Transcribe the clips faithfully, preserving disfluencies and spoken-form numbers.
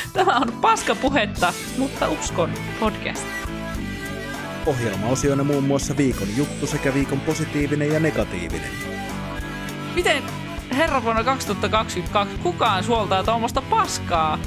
Tämä on Paskapuhetta, mutta uskon podcast. Ohjelmaosioina muun muassa viikon juttu sekä viikon positiivinen ja negatiivinen. Miten herra vuonna kaksituhattakaksikymmentäkaksi kukaan suoltaa tuommoista paskaa?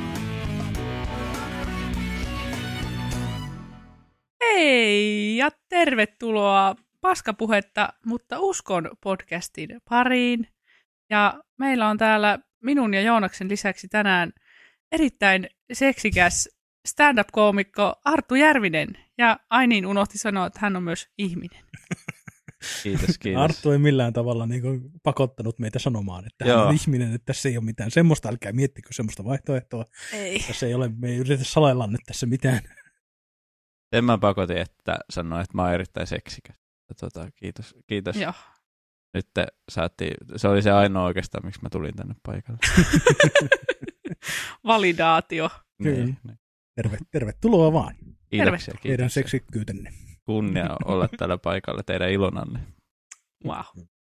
Hei ja tervetuloa Paskapuhetta, mutta uskon podcastin pariin. Ja meillä on täällä minun ja Joonaksen lisäksi tänään erittäin seksikäs stand-up-koomikko Arttu Järvinen. Ja Ainiin unohti sanoa, että hän on myös ihminen. Kiitos, kiitos. Arttu ei millään tavalla niin kuin pakottanut meitä sanomaan, että hän Joo. on ihminen, että tässä ei ole mitään semmoista, älkää miettikö semmoista vaihtoehtoa. Ei. Tässä ei ole, me ei yritä salailla nyt tässä mitään. En mä pakotin, että sanoin, että mä oon erittäin seksikäs. Tota, kiitos, kiitos. Joo. Nyt te saatiin, se oli se ainoa oikeastaan, miksi mä tulin tänne paikalle. Validaatio. Kyllä. Niin, niin. Terve, tervetuloa vaan. Kiitoksia, Teidän kiitos. seksikkyytenne. Kunnia olla täällä paikalla teidän ilonanne. Wow.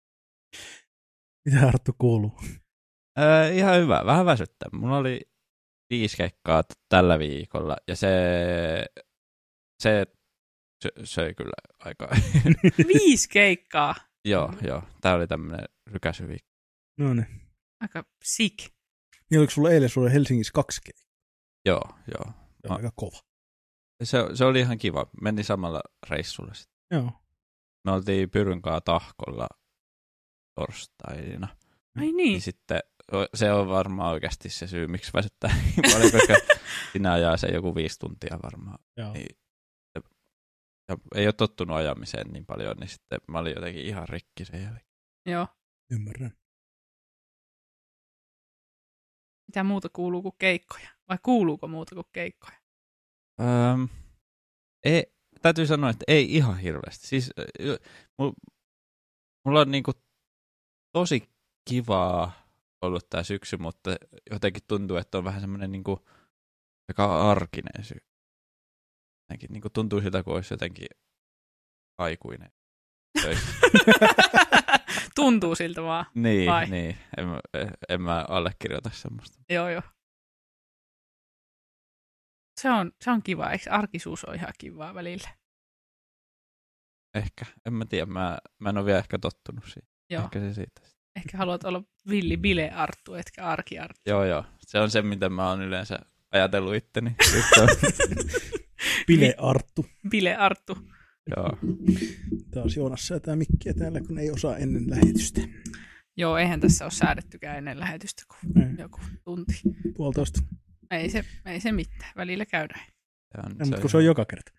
Mitä Arttu kuuluu? Öö, ihan hyvä, vähän väsyttää. Mulla oli viisi keikkaa t- tällä viikolla ja se, se sö- söi kyllä aikaa. Viisi keikkaa. Joo, joo. Tää oli tämmönen rykäsyviikko. No niin. Aika sick. Niin oliko sulla eilen sulla Helsingissä kaksi keikkaa? Joo, joo. Se on aika kova. Se, se oli ihan kiva. Meni samalla reissulla sitten. Joo. Me oltiin Pyrynkaa Tahkolla torstaina. Ai niin. Niin sitten se on varmaan oikeasti se syy, miksi väsyttää niin paljon, koska sinä ajaa se joku viisi tuntia varmaan. Joo. Niin, ja, ja ei ole tottunut ajamiseen niin paljon, niin sitten mä olin jotenkin ihan rikki sen jälkeen. Joo. Ymmärrän. Mitä muuta kuuluu kuin keikkoja? Vai kuuluuko muuta kuin keikkoja? Öm, ei, täytyy sanoa, että ei ihan hirveästi. Siis, mulla on niinku tosi kivaa ollut tää syksy, mutta jotenkin tuntuu, että on vähän semmoinen niinku aika arkinen syy. Jotenkin niinku tuntuu siltä, kun olisi jotenkin aikuinen töissä. Tuntuu siltä vaan. Niin, Vai? niin. En, mä- en mä allekirjoita semmoista. Joo, joo. Se on, se on kiva. Eikö arkisuus ole ihan kivaa välillä? Ehkä, en mä tiedä. Mä, mä en ole vielä ehkä tottunut siihen. Joo. Ehkä se siitä. Ehkä haluat olla villi bile Arttu, etkä arki Arttu. Joo, joo. Se on se, mitä mä oon yleensä ajatellut itteni. Pile Arttu. Bile Arttu. Joo. Taas Joonas säätää mikkiä täällä, kun ei osaa ennen lähetystä. Joo, eihän tässä ole säädettykään ennen lähetystä kuin Ei. joku tunti. Puolitoista. Ei se, ei se mitään. Välillä käydään. Se on, Ja, mutta kun se on joka kerta.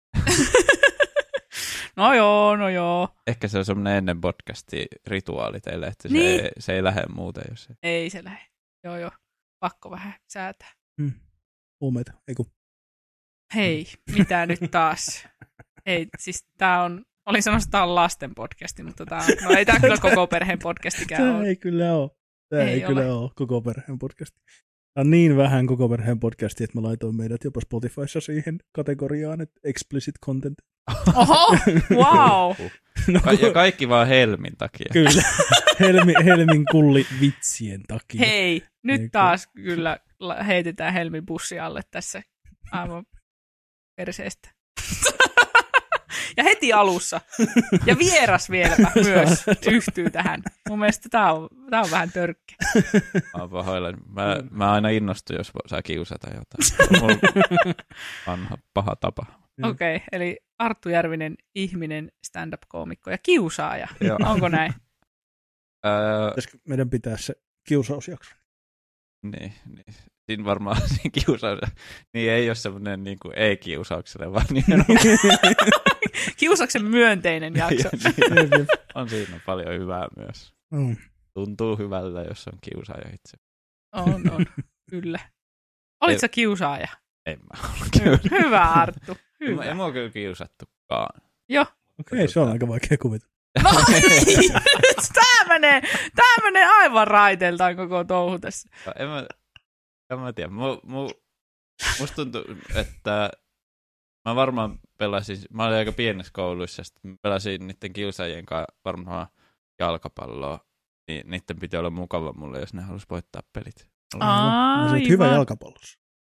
No joo, no joo. Ehkä se on semmoinen ennen podcastin rituaali teille, että se, Niin. ei, se ei lähde muuten, jos se... Ei se lähde. Joo, joo. Pakko vähän säätää. Hmm. Huumeita, ei kun. Hei, mitä nyt taas? Ei, siis tää on, oli sanossa, että tää on lasten podcasti, mutta tää on, no ei tää kyllä koko perheen podcastikään Tämä ole. ei kyllä ole. Tämä Ei ei, ei ole. kyllä ole koko perheen podcasti. Tämä on niin vähän koko perheen podcasti, että mä laitoin meidät jopa Spotifyssa siihen kategoriaan, että explicit content. Oho, wow. No, Ka- ja kaikki vaan Helmin takia. kyllä. Helmi, Helmin kulli vitsien takia. Hei, nyt Eikö? taas kyllä la- heitetään Helmin bussi alle tässä aivan perseestä. Ja heti alussa. Ja vieras vieläpä myös yhtyy tähän. Mun mielestä tää on, tää on vähän törkkä. Mä oon pahoillani. Mä, mä aina innostun, jos saa kiusata jotain. Mulla on vanha paha tapa. Mm. Okei, okay, eli Arttu Järvinen, ihminen, stand-up-koomikko ja kiusaaja. Joo. Onko näin? Öö, Pitäisikö meidän pitää se kiusausjakso? niin, niin. Siinä varmaan siinä kiusaus. Niin ei ole semmoinen niin kuin ei-kiusaukselle, vaan nimenomaan. Kiusauksen myönteinen jakso. Niin, on siinä paljon hyvää myös. Mm. Tuntuu hyvältä, jos on kiusaaja itse. On, on, kyllä. Olitko sä kiusaaja? En mä ollut kyllä. Hyvä, Arttu. En, mä- Hyvä. en mä ole kyllä kiusattukaan. Joo. Okei, se on aika vaikea kuvitella. No ei, nyt tää menee, tää menee aivan raiteiltaan koko touhu tässä. En mä, en mä tiedä. Mu, mu, musta tuntuu, että mä varmaan pelasin, mä olin aika pienessä kouluissa, sitten mä pelasin niiden kiusaajien kanssa varmaan jalkapalloa. Niin niiden piti olla mukava mulle, jos ne halusi voittaa pelit. Aa, sä olet hyvä Aivan. jalkapallossa.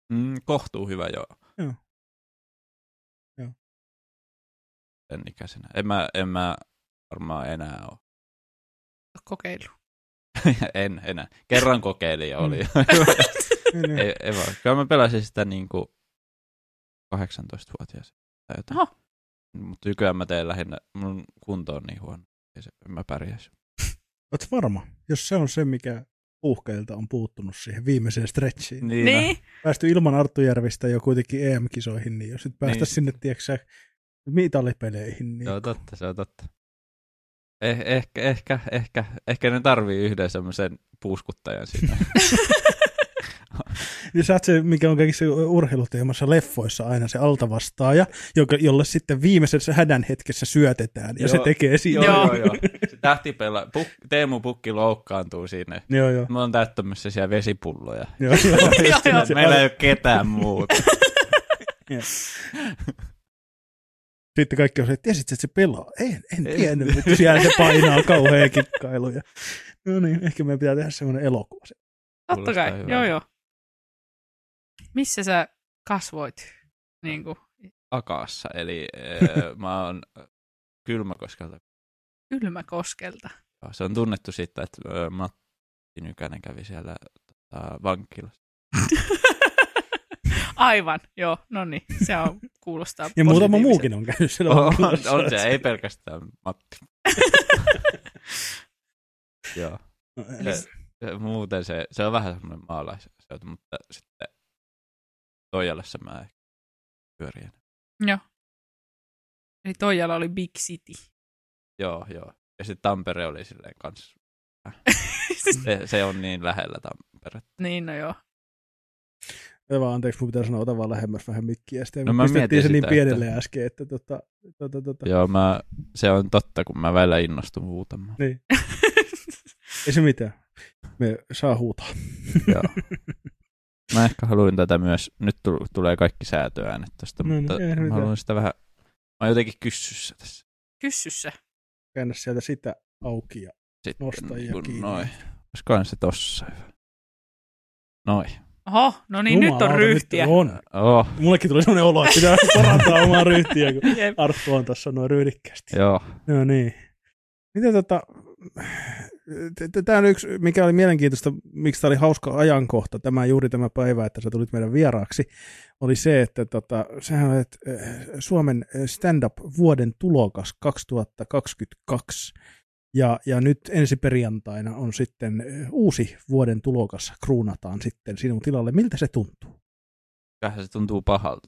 Mm, kohtuu hyvä, joo. Joo. Joo. Sen ikäisenä. En mä, en mä varmaan enää ole. Kokeilu. en enää. Kerran kokeilin ja oli. Mm. ei, ei vaan. Kyllä mä pelasin sitä niin kuin kahdeksantoistavuotias tai jotain. Oho. Mutta nykyään mä teen lähinnä, mun kunto on niin huono, ei se, mä pärjäisin. Oot varma, jos se on se, mikä puuhkeilta on puuttunut siihen viimeiseen stretchiin. Niin. Niin. Päästy ilman Arttujärvistä jo kuitenkin E M-kisoihin, niin jos nyt päästä Niin. sinne, tiedätkö mitalipeleihin. Niin... Se on totta, se on totta. Eh, ehkä, ehkä, ehkä, ehkä ne tarvii yhden semmoisen puuskuttajan siinä. Ja sä oot se, mikä on kaikissa urheiluteemassa leffoissa aina se altavastaaja, joka, jolle sitten viimeisessä hädän hetkessä syötetään, ja Joo. se tekee siinä. Joo, joo, joo. Se tähtipela, puk, Teemu Pukki loukkaantuu sinne. Joo, joo. Mä oon täyttämässä siellä vesipulloja. Joo, joo. Joo, joo. Meillä ei ole ketään muuta. Sitten kaikki on se, että tiesitkö, että se pelaa? En, en tiennyt, että siellä se painaa kauhean kikkailuja. No niin, ehkä meidän pitää tehdä semmoinen elokuva. Totta kai, hyvältä. joo joo. Missä sä kasvoit? Niin kuin, Akaassa, eli äh, mä oon Kylmäkoskelta. Kylmäkoskelta. Se on tunnettu siitä, että äh, Matti Nykänen kävi siellä tota, vankilassa. Aivan, joo, no niin, se on, kuulostaa Ja muutama positiiviselta. muukin on käynyt siellä. On, vankilassa. on se, ei pelkästään Matti. Joo. No, Eli- Se, se, muuten se, se on vähän semmoinen maalaiseutu, mutta sitten Toijalassa mä ehkä pyörin. Joo. Eli Toijala oli Big City. Joo, joo. Ja sitten Tampere oli silleen kanssa. Se, se on niin lähellä Tamperetta. Niin, no joo. Ei vaan, anteeksi, mun pitää sanoa, ota vaan lähemmäs vähän mikkiä. Sitten No me mä pistettiin mietin se niin sitä, pienelle että- äsken, että tota, tota, tota. Joo, mä, se on totta, kun mä välillä innostun huutamaan. Niin. Ei se mitään. Me saa huutaa. Joo. Mä ehkä haluin tätä myös, nyt tu- tulee kaikki säätöäänet tästä, No, mutta no, ei mä mitään. haluan sitä vähän, mä oon jotenkin kyssyssä tässä. Kyssyssä. Käännä sieltä sitä auki ja Sitten nosta ja kun kiinni. noin. Olisikohan se tossa hyvä? Noin. Oho, no niin, nyt on Jumalauta, ryhtiä. Nyt on. Oh, Mullekin tuli sellainen olo, että pitää parantaa omaa ryhtiä, kun Jep. Arttu on tässä noin ryhdikkäästi. joo. No niin. Miten tota, tämä on yksi, mikä oli mielenkiintoista, miksi tämä oli hauska ajankohta, tämä juuri tämä päivä, että sä tulit meidän vieraaksi, oli se, että tota, sähän olet äh, Suomen stand-up vuoden tulokas kaksituhattakaksikymmentäkaksi, ja, ja nyt ensi perjantaina on sitten äh, uusi vuoden tulokas, kruunataan sitten sinun tilalle. Miltä se tuntuu? Kyllähän se tuntuu pahalta.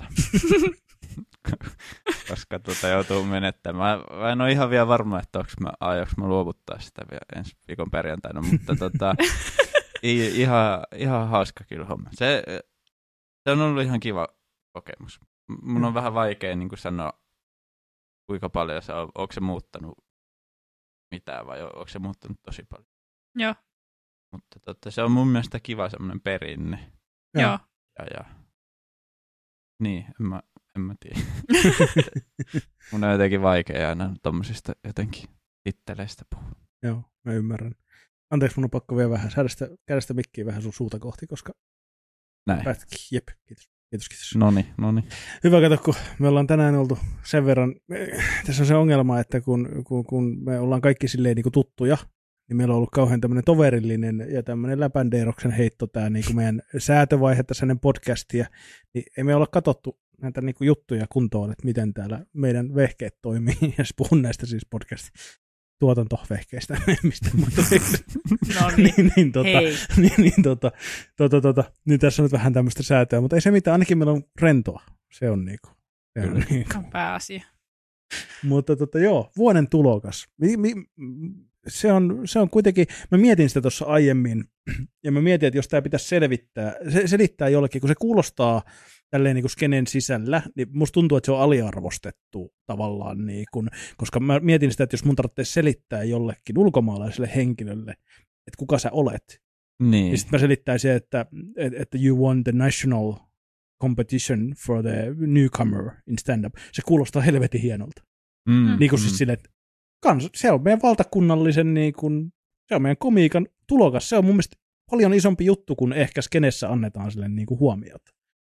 Koska tuota joutuu menettämään. Mä, mä en ole ihan vielä varma, että onko mä, aionko mä luovuttaa sitä vielä ensi viikon perjantaina, mutta tota, i, ihan, ihan hauska kyllä homma. Se, se on ollut ihan kiva kokemus. Mun on vähän vaikea niin kuin sanoa, kuinka paljon se on, onko se muuttanut mitään vai onko se muuttanut tosi paljon. Joo, Mutta tota, se on mun mielestä kiva semmoinen perinne. joo. Ja, ja. Niin, en mä, en mä tiedä. Mun on jotenkin vaikea aina tommosista jotenkin titteleistä puhua. Joo, mä ymmärrän. Anteeksi, mun on pakko vielä vähän säädä sitä, käydä sitä mikkiä vähän sun suuta kohti, koska Näin. päästäkin. Jep, kiitos. Kiitos, kiitos. Noni, noni. Hyvä, kato, kun me ollaan tänään oltu sen verran, tässä on se ongelma, että kun, kun, kun me ollaan kaikki silleen niin kuin tuttuja, niin meillä on ollut kauhean tämmöinen toverillinen ja tämmöinen läpändeeroksen heitto tämä niin kuin meidän säätövaihe tässä ennen podcastia, niin ei me olla katsottu näitä niin kuin juttuja kuntoon, että miten täällä meidän vehkeet toimii, ja puhun näistä siis podcast tuotantovehkeistä, mistä muuta No niin, niin, niin, tota, hei. niin, niin, tota, tota, tota, niin tässä on nyt vähän tämmöistä säätöä, mutta ei se mitään, ainakin meillä on rentoa. Se on niinku. Se on niinku. On pääasia. Mutta tota, joo, vuoden tulokas. Mi, mi, se, on, se on kuitenkin, mä mietin sitä tuossa aiemmin, ja mä mietin, että jos tämä pitäisi selvittää, se, selittää jollekin, kun se kuulostaa tälleen niin kuin skenen sisällä, niin musta tuntuu, että se on aliarvostettu tavallaan, niin kuin, koska mä mietin sitä, että jos mun tarvitsee selittää jollekin ulkomaalaiselle henkilölle, että kuka sä olet, Niin. ja sitten mä selittäisin, että, että you won the national competition for the newcomer in stand-up. Se kuulostaa helvetin hienolta. Mm, Niin kuin siis sille, että kans, se on meidän valtakunnallisen, niin kuin, se on meidän komiikan tulokas. Se on mun mielestä paljon isompi juttu, kun ehkä skenessä annetaan sille niin kuin huomiota.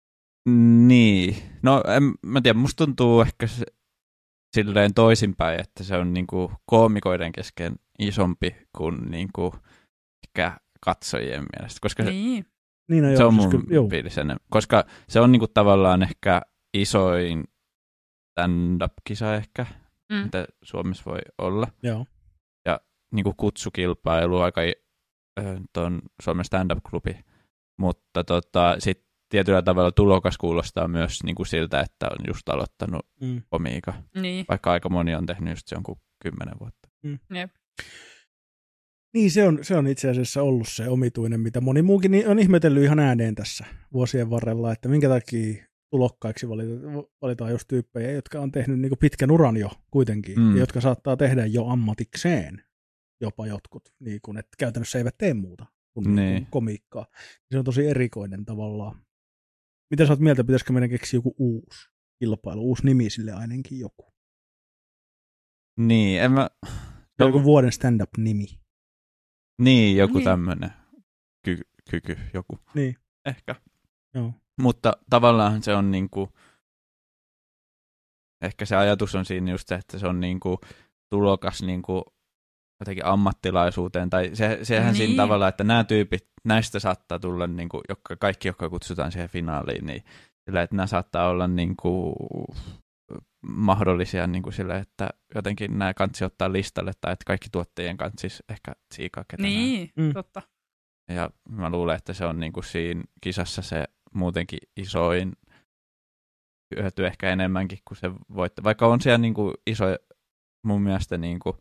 Niin. No en, mä tiedän, musta tuntuu ehkä se, silleen toisinpäin, että se on niinku koomikoiden kesken isompi kuin niinku ehkä katsojien mielestä, koska Niin. se, Niin, no se joo, on siis mun kyllä, joo. fiilis ennen. Koska se on niinku tavallaan ehkä isoin stand-up-kisa ehkä, Mm. mitä Suomessa voi olla. Joo. Ja niinku kutsukilpailu aika äh, tuon Suomen stand-up-klubi, mutta tota, sitten tietyllä tavalla tulokas kuulostaa myös niinku siltä, että on just aloittanut Mm. komiika, Niin. vaikka aika moni on tehnyt just jonkun kymmenen vuotta. Mm. Jep. Niin, se on, se on itse asiassa ollut se omituinen, mitä moni muukin niin on ihmetellyt ihan ääneen tässä vuosien varrella, että minkä takia tulokkaiksi valitaan, valitaan just tyyppejä, jotka on tehnyt niin kuin pitkän uran jo kuitenkin, Mm. ja jotka saattaa tehdä jo ammatikseen jopa jotkut, niin kuin, että käytännössä eivät tee muuta kuin, Niin. kuin komiikkaa. Se on tosi erikoinen tavallaan. Mitä sä oot mieltä, pitäisikö meidän keksiä joku uusi kilpailu, uusi nimi sille ainakin joku? Niin, en mä... Joku vuoden stand-up-nimi. Niin, joku Niin. tämmönen ky- kyky, joku. Niin. Ehkä. Joo. Mutta tavallaan se on niinku, ehkä se ajatus on siinä just se, että se on niinku tulokas niinku jotenkin ammattilaisuuteen, tai se, sehän Niin. siinä tavalla, että nämä tyypit, näistä saattaa tulla niinku, jotka, kaikki, jotka kutsutaan siihen finaaliin, niin sillä, että nämä saattaa olla niinku mahdollisia niinku sillä, että jotenkin nämä kansi ottaa listalle, tai että kaikki tuottajien kansis ehkä tsiikaa, ketä Niin, Mm. totta. nämä. Ja mä luulen, että se on niinku siinä kisassa se muutenkin isoin hyöty ehkä enemmänkin kuin se voittaa. Vaikka on siellä niinku iso, mun mielestä niinku,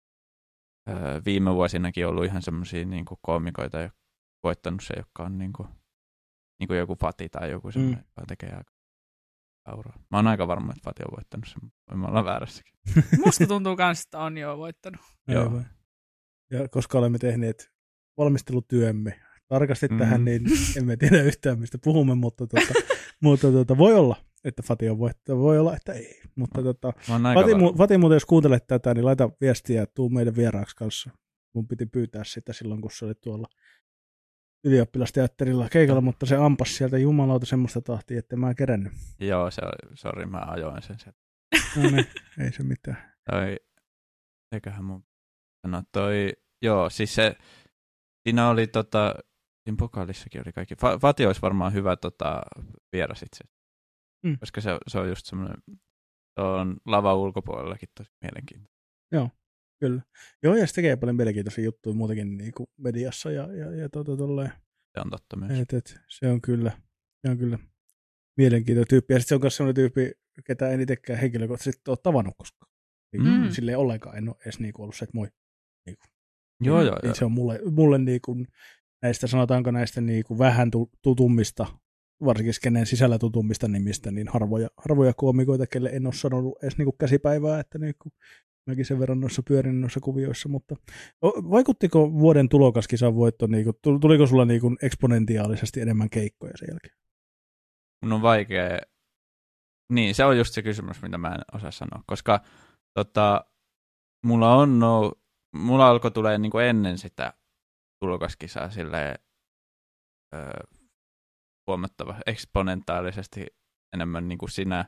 öö, viime vuosinakin ollut ihan semmoisia niinku koomikoita, jotka voittanut se, jotka on niinku, niinku joku Fati tai joku semmoinen, Mm. joka tekee aika auroa. Mä oon aika varma, että Fati on voittanut sen, voimme olla väärässäkin. Musta tuntuu kans, että on jo voittanut. Joo. Aivan. Ja koska olemme tehneet valmistelutyömme tarkasti Mm. tähän, niin emme tiedä yhtään, mistä puhumme, mutta, tuota, mutta tuota, voi olla, että Fati on voittanut, voi olla, että ei. Mutta tuota, Mä oon aika Fati, varma. mu- Fati, muuten jos kuuntelet tätä, niin laita viestiä ja tuu meidän vieraaksi kanssa. Mun piti pyytää sitä silloin, kun se oli tuolla ylioppilasteatterilla keikalla, mutta se ampas sieltä jumalauta semmoista tahtia, että mä en kerännyt. Joo, se oli, sori, mä ajoin sen sieltä. No niin, ei se mitään. Toi, eiköhän mun sanoa, toi, joo, siis se, siinä oli tota, siinä pokaalissakin oli kaikki. Fa- Fati olisi varmaan hyvä tota, vieras itse, Mm. koska se, se on just semmoinen, se on lava ulkopuolellakin tosi mielenkiintoinen. Kyllä. Joo, ja se tekee paljon mielenkiintoisia juttuja muutenkin niin kuin mediassa ja, ja, ja tuota, tolleen. Se on totta myös. Et, et, se on kyllä, se on kyllä mielenkiintoinen tyyppi. Ja sitten se on myös sellainen tyyppi, ketä en itsekään henkilökohtaisesti ole tavannut koskaan. Niin, Mm. Silleen ollenkaan en ole edes niinku ollut se, että moi. Niinku. Joo, niin, joo, niin joo. se on mulle, mulle niinku näistä, sanotaanko näistä niinku vähän tu- tutummista, varsinkin skenen sisällä tutummista nimistä, niin harvoja, harvoja koomikoita, kelle en ole sanonut edes niinku käsipäivää, että niinku, mäkin sen verran noissa pyörin noissa kuvioissa, mutta o- vaikuttiko vuoden tulokaskisan voitto, niinku, tu- tuliko sulla niinku eksponentiaalisesti enemmän keikkoja sen jälkeen? Mun on vaikea, niin se on just se kysymys, mitä mä en osaa sanoa, koska tota, mulla on, no, mulla alkoi tulee niinku ennen sitä tulokaskisaa silleen öö, huomattava eksponentaalisesti enemmän niin kuin sinä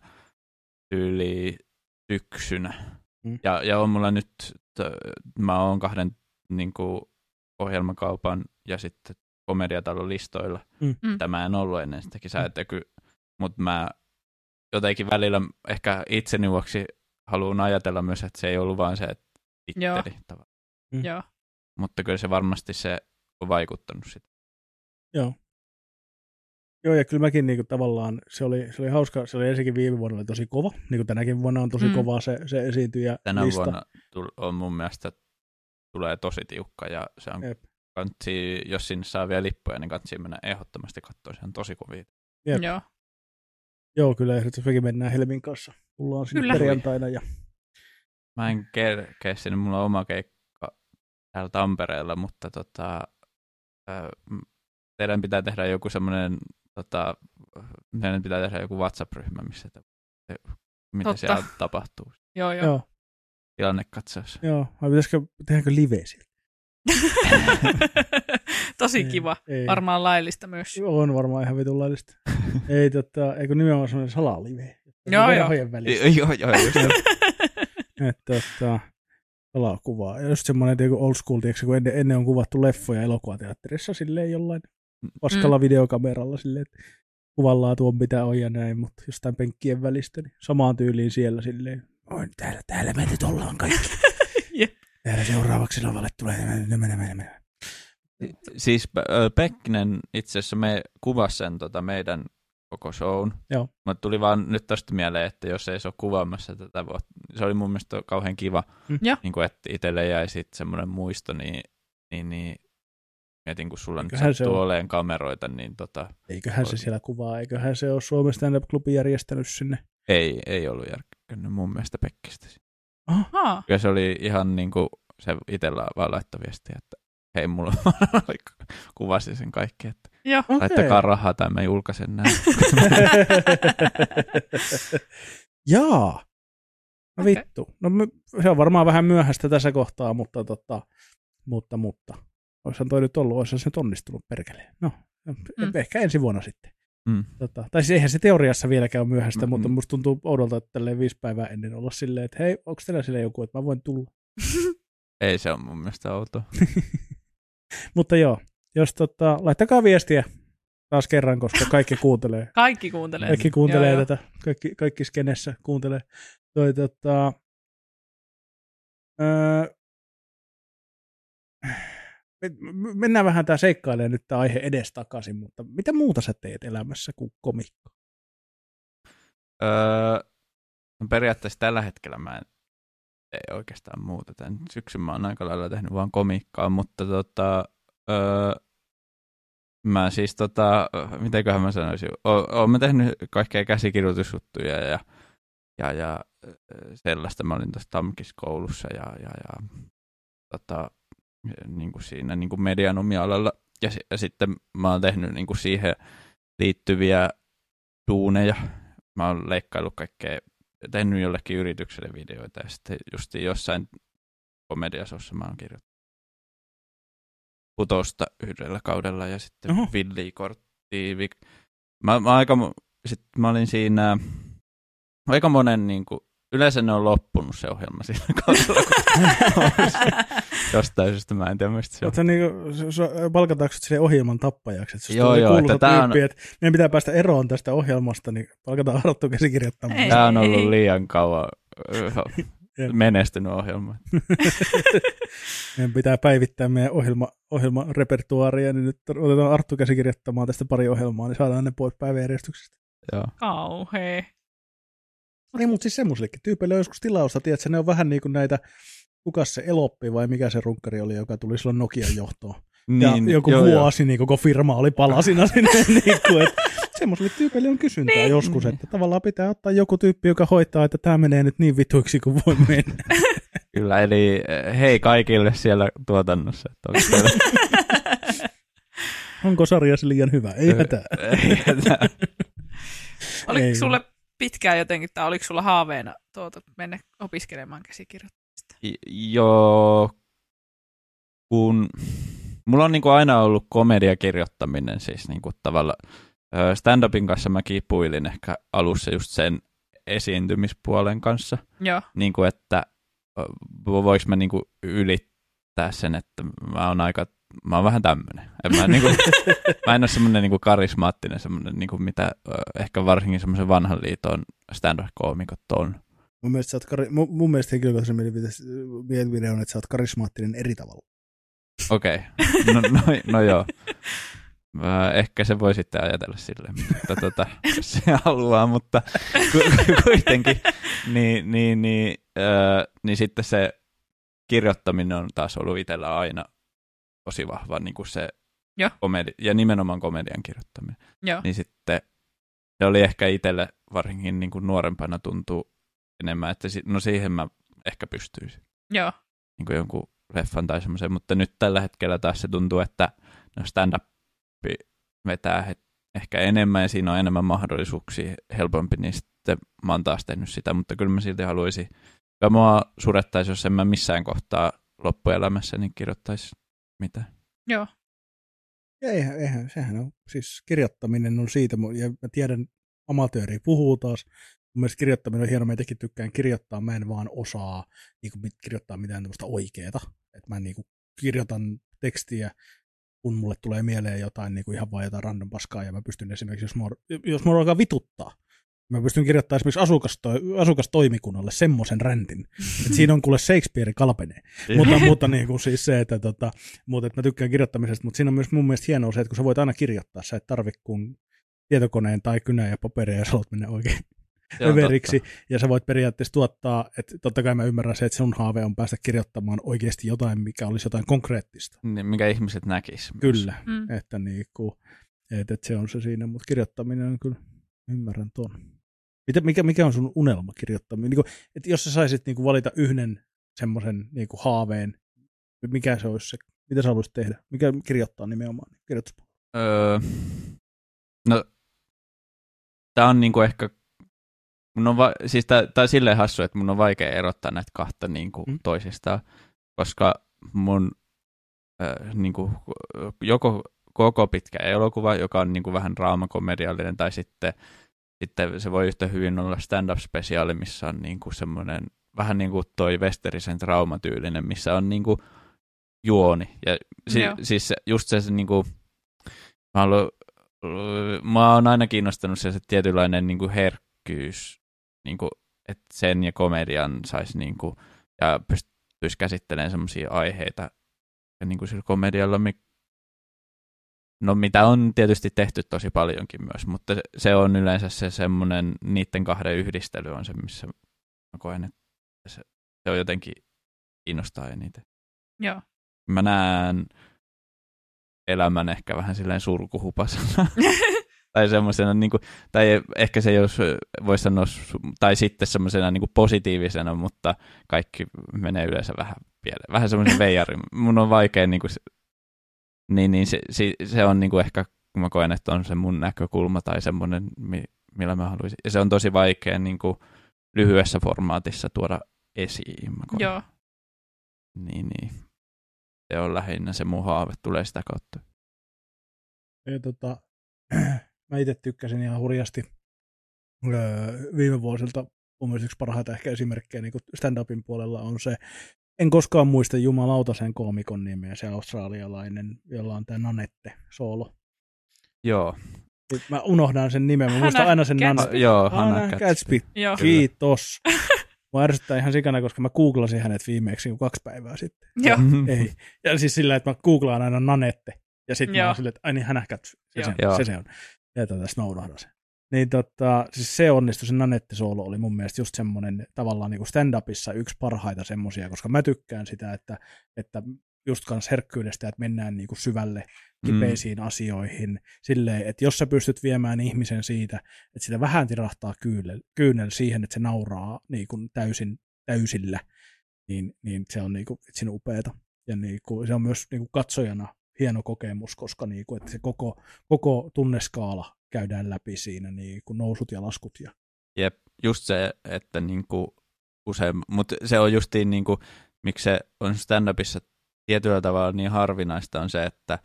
yli syksynä. Mm. Ja, ja on mulla nyt, t- mä oon kahden niin kuin ohjelmakaupan ja sitten komediatalon listoilla. Mm. Mm. Tämä en ollut ennen sitä kisaa, mutta mä jotenkin välillä ehkä itseni vuoksi haluan ajatella myös, että se ei ollut vaan se, että Joo. titteli tavallaan. Mm. Joo. Mutta kyllä se varmasti se on vaikuttanut sitä. Joo. Joo, ja kyllä mäkin niinku, tavallaan, se oli, se oli hauska, se oli ensinnäkin viime vuonna oli tosi kova, niin kuin tänäkin vuonna on tosi Mm. mm. kova se, se esiintyjä Tänä lista. vuonna tul- on mun mielestä tulee tosi tiukka ja se on Jep. kansi, jos sinne saa vielä lippuja, niin kansi mennä ehdottomasti katsoa, se on tosi kovia. Jep. Joo. Joo, kyllä ehdottomasti mekin mennään Helmin kanssa. Tullaan sinne Kyllä. perjantaina. Ja... Mä en kerkeä sinne, mulla on oma keikka täällä Tampereella, mutta tota, ää, teidän pitää tehdä joku semmoinen, tota, meidän pitää tehdä joku WhatsApp-ryhmä, missä te, mitä Totta. siellä tapahtuu. Joo, joo. Joo, Tilannekatsaus. joo. Vai pitäisikö, tehdäänkö live siellä? Tosi Ei, kiva. ei. Varmaan laillista myös. On varmaan ihan vitun laillista. Ei tota, eikö nimenomaan semmoinen salalive. Joo, joo. Verhojen välissä. Joo, joo, just. Että tota, salakuvaa. Ja just semmoinen joku old school, tiiäksä, kun ennen, ennen on kuvattu leffoja elokuvateatterissa silleen jollain paskalla mm. videokameralla silleen, että kuvanlaatu on mitä on ja näin, mutta jostain penkkien välistä, niin samaan tyyliin siellä silleen, oi, täällä, täällä me nyt ollaan kaikki. yeah. Täällä seuraavaksi lavalle tulee, mene, mene, mene, mene. Siis Pekkinen itse asiassa me kuvasi sen tota meidän koko shown. Joo. Mutta tuli vaan nyt tosta mieleen, että jos ei se ole kuvaamassa tätä vuotta, se oli mun mielestä kauhean kiva, Mm. niin kuin, että itselle jäi sitten semmoinen muisto, niin, niin, niin mietin, kun sulla Eiköhän nyt se sattuu ole. oleen kameroita, niin tota, Eiköhän se siellä kuvaa, eiköhän se ole Suomen stand-up-klubi järjestänyt sinne. ei, ei ollut järkännyt mun mielestä Pekkistä. Aha. Ja se oli ihan niin kuin se itsellä vaan laittoi viestiä, että hei, mulla kuvasi sen kaikki, että Joo. Okay. laittakaa rahaa tai mä julkaisen näin. Jaa. No Okei. vittu. No me, se on varmaan vähän myöhäistä tässä kohtaa, mutta tota, mutta, mutta. Olisihan toi nyt ollut, olisihan se nyt onnistunut perkeleen. No, Mm. ehkä ensi vuonna sitten. Mm. Tota, tai siis eihän se teoriassa vieläkään ole myöhäistä, Mm-mm. mutta musta tuntuu oudolta, että tälleen viisi päivää ennen olla silleen, että hei, onko teillä silleen joku, että mä voin tulla? Ei se on mun mielestä outoa. Mutta joo, jos tota, laittakaa viestiä taas kerran, koska kaikki kuuntelee. Kaikki kuuntelee. Kaikki kuuntelee Joo, joo. tätä, kaikki, kaikki skenessä kuuntelee. Toi, tota, öö, me- mennään vähän tää seikkailemaan nyt tää aihe edes takaisin, mutta mitä muuta sä teet elämässä kuin komikko? Öö, no periaatteessa tällä hetkellä mä en tee oikeastaan muuta. Tän syksyn mä oon aika lailla tehnyt vaan komikkaa, mutta tota, öö, mä siis tota, mitenköhän mä sanoisin, o- oon mä tehnyt kaikkea käsikirjoitusjuttuja ja, ja, ja sellaista. Mä olin tuossa Tamkis-koulussa ja, ja, ja tota, niin kuin siinä niin kuin median alalla. Ja, ja sitten mä oon tehnyt niin kuin siihen liittyviä duuneja. Mä oon leikkaillut kaikkea, tehnyt jollekin yritykselle videoita ja sitten just jossain komediasossa mä oon kirjoittanut Putosta yhdellä kaudella ja sitten Oho. Villiä korttia. Mä, mä, aika, sit mä olin siinä aika monen, niin kuin, yleensä ne on loppunut se ohjelma siinä kaudella, jostain syystä mä en tiedä mistä se on. Oletko niinku, s- s- palkataanko sut siihen ohjelman tappajaksi? Että Joo, joo, että tää on- tyyppi, että meidän pitää päästä eroon tästä ohjelmasta, niin palkataan Arttu käsikirjoittamaan. Ei. Tämä on ollut liian kauan ö, Jep. menestynyt ohjelma. Meidän pitää päivittää meidän ohjelma, ohjelmarepertuaaria, niin nyt otetaan Arttu käsikirjoittamaan tästä pari ohjelmaa, niin saadaan ne pois päiväjärjestyksestä. Joo. Kauhea. Niin, mutta siis semmoisellekin tyypeille on joskus tilausta, tiedätkö, ne on vähän niin kuin näitä, kukas se Eloppi vai mikä se runkkari oli, joka tuli silloin Nokian johtoon. Ja Niin, joku joo, joo. vuosi, niin koko firma oli palasina sinne. niin kuin, että semmoiselle tyypeille on kysyntää Niin. joskus, että tavallaan pitää ottaa joku tyyppi, joka hoitaa, että tämä menee nyt niin vituiksi kuin voi mennä. Kyllä, eli hei kaikille siellä tuotannossa. Että onko teillä... Onko sarjasi liian hyvä? Ei hätää. Ei hätää. Oliko Ei. sulle pitkään jotenkin, tai oliko sulla haaveena tuota, mennä opiskelemaan käsikirjoittamista? I- Joo, kun mulla on niinku aina ollut komediakirjoittaminen siis niinku tavalla. ö, Stand-upin kanssa mä kipuilin ehkä alussa just sen esiintymispuolen kanssa. Joo. Niinku, että ö, voiko mä niinku ylittää sen, että mä oon aika, mä oon vähän tämmönen. En mä, niinku, mä en ole semmoinen niinku karismaattinen, semmoinen niinku mitä ö, ehkä varsinkin semmoisen vanhan liiton stand-up-koomikot on. Mun mielestä, sä oot kari- mun, mun mielestä henkilökohtaisen mielipide on, että sä oot karismaattinen eri tavalla. Okei, okay. no, no, no joo. Mä ehkä se voi sitten ajatella silleen, mutta tota, jos se haluaa, mutta ku- kuitenkin, niin, niin, niin, äh, niin sitten se kirjoittaminen on taas ollut itsellä aina tosi vahva, niin kuin se Joo. komedi- ja nimenomaan komedian kirjoittaminen. Joo. Niin sitten se oli ehkä itselle varsinkin niin kuin nuorempana tuntuu enemmän, että si- no siihen mä ehkä pystyisin. Joo. Niin kuin jonkun leffan tai semmoisen, mutta nyt tällä hetkellä taas se tuntuu, että no stand-up vetää he, ehkä enemmän ja siinä on enemmän mahdollisuuksia helpompi, niin sitten mä oon taas tehnyt sitä, mutta kyllä mä silti haluaisin, ja mua surettaisi, jos en mä missään kohtaa loppuelämässä niin kirjoittaisi mitään. Joo. Eihän, eihän, sehän on, siis kirjoittaminen on siitä, ja mä tiedän, amatööriä puhuu taas. Mun mielestä kirjoittaminen on hieno, mä etenkin tykkään kirjoittaa, mä en vaan osaa niin kuin, kirjoittaa mitään tämmöistä oikeeta. Että mä niin kuin, kirjoitan tekstiä, kun mulle tulee mieleen jotain niin kuin ihan vaan jotain random paskaa, ja mä pystyn esimerkiksi, jos mua, jos mua alkaa vituttaa, mä pystyn kirjoittamaan esimerkiksi asukasto, asukastoimikunnalle semmoisen räntin, että siinä on kuule Shakespeare kalpenee. mutta mutta niin kuin siis se, että, tota, mutta, että mä tykkään kirjoittamisesta, mutta siinä on myös mun mielestä hienoa se, että kun sä voit aina kirjoittaa, sä et tarvi kuin tietokoneen tai kynän ja paperia, ja sä haluat mennä oikein överiksi, ja sä voit periaatteessa tuottaa, että totta kai mä ymmärrän se, että sun haave on päästä kirjoittamaan oikeasti jotain, mikä olisi jotain konkreettista. Niin, mikä ihmiset näkis. Kyllä, mm. että, niinku, että, että se on se siinä, mutta kirjoittaminen on kyllä, ymmärrän ton. Mitä, mikä, mikä on sun unelma kirjoittaminen? Niin kuin, että jos sä saisit niin kuin valita yhden semmoisen niin kuin haaveen, mikä se olisi se, mitä sä haluaisit tehdä? Mikä kirjoittaa nimenomaan? Öö, no, tää on niinku ehkä, mun on va- siis tää, tää on silleen hassu, että mun on vaikea erottaa näitä kahta niinku mm. toisistaan, koska mun äh, niinku, joko koko pitkä elokuva, joka on niinku vähän draamakomediallinen, tai sitten Sitten se voi yhtä hyvin olla stand-up-spesiaali, missä on niinku semmoinen vähän niin kuin toi Westerisen traumatyylinen, missä on niinku juoni. Ja si- siis just se, se niinku, mä, haluan, mä oon aina kiinnostanut se, se tietynlainen niinku herkkyys, niinku, että sen ja komedian saisi niinku, ja pystyisi käsittelemään semmoisia aiheita. Ja niinku sillä komedialla, no mitä on tietysti tehty tosi paljonkin myös, mutta se on yleensä se semmoinen, niiden kahden yhdistely on se, missä mä koen, että se, se on jotenkin kiinnostaa eniten. Joo. Mä näen elämän ehkä vähän silleen surkuhupasena. tai semmoisena, niin kuin, tai ehkä se jos voisi sanoa, tai sitten semmoisena niin kuin positiivisena, mutta kaikki menee yleensä vähän pieleen. Vähän semmoisen veijarin. Mun on vaikea niin kuin, Niin, niin se, se, se on niinku ehkä, kun mä koen, että on se mun näkökulma tai semmoinen, millä mä haluaisin. Ja se on tosi vaikea niinku lyhyessä formaatissa tuoda esiin. Mä koen. Joo. Niin, niin. Se on lähinnä se mun haave, tulee sitä kautta. Ja, tota, mä itse tykkäsin ihan hurjasti öö, viime vuosilta. Mun mielestä yksi parhaita ehkä esimerkkejä niin stand-upin puolella on se, en koskaan muista jumalauta sen koomikon nimeä, se australialainen, jolla on tämä Nanette-soolo. Joo. Nyt mä unohdan sen nimen, mä muistan aina sen Nanette. Joo, Hannah Gadsby. Kiitos. Mä ärsyttää ihan sikana, koska mä googlasin hänet viimeksi kaksi päivää sitten. Joo. Ei. Ja siis sillä, että mä googlaan aina Nanette. Ja sitten mä oon silleen, että ai niin, Hannah Gadsby. Se, se, se, se on. Ja tätä sitten mä unohdan sen. Niin tota, siis se onnistui, se Nanette-soolo oli mun mielestä just semmoinen tavallaan niin kuin stand-upissa yksi parhaita semmoisia, koska mä tykkään sitä, että, että just kans herkkyydestä, että mennään niin kuin syvälle kipeisiin mm. asioihin, silleen, että jos sä pystyt viemään ihmisen siitä, että sitä vähän tirahtaa kyynel, kyynel siihen, että se nauraa niin kuin täysin, täysillä, niin, niin se on niin kuin, siinä upeata. Ja niin kuin, se on myös niin kuin katsojana hieno kokemus, koska niin kuin, että se koko, koko tunneskaala käydään läpi siinä, niin kuin nousut ja laskut. Ja... Jep, just se, että niin kuin usein, mutta se on justiin niin kuin, miksi se on stand-upissa tietyllä tavalla niin harvinaista on se, että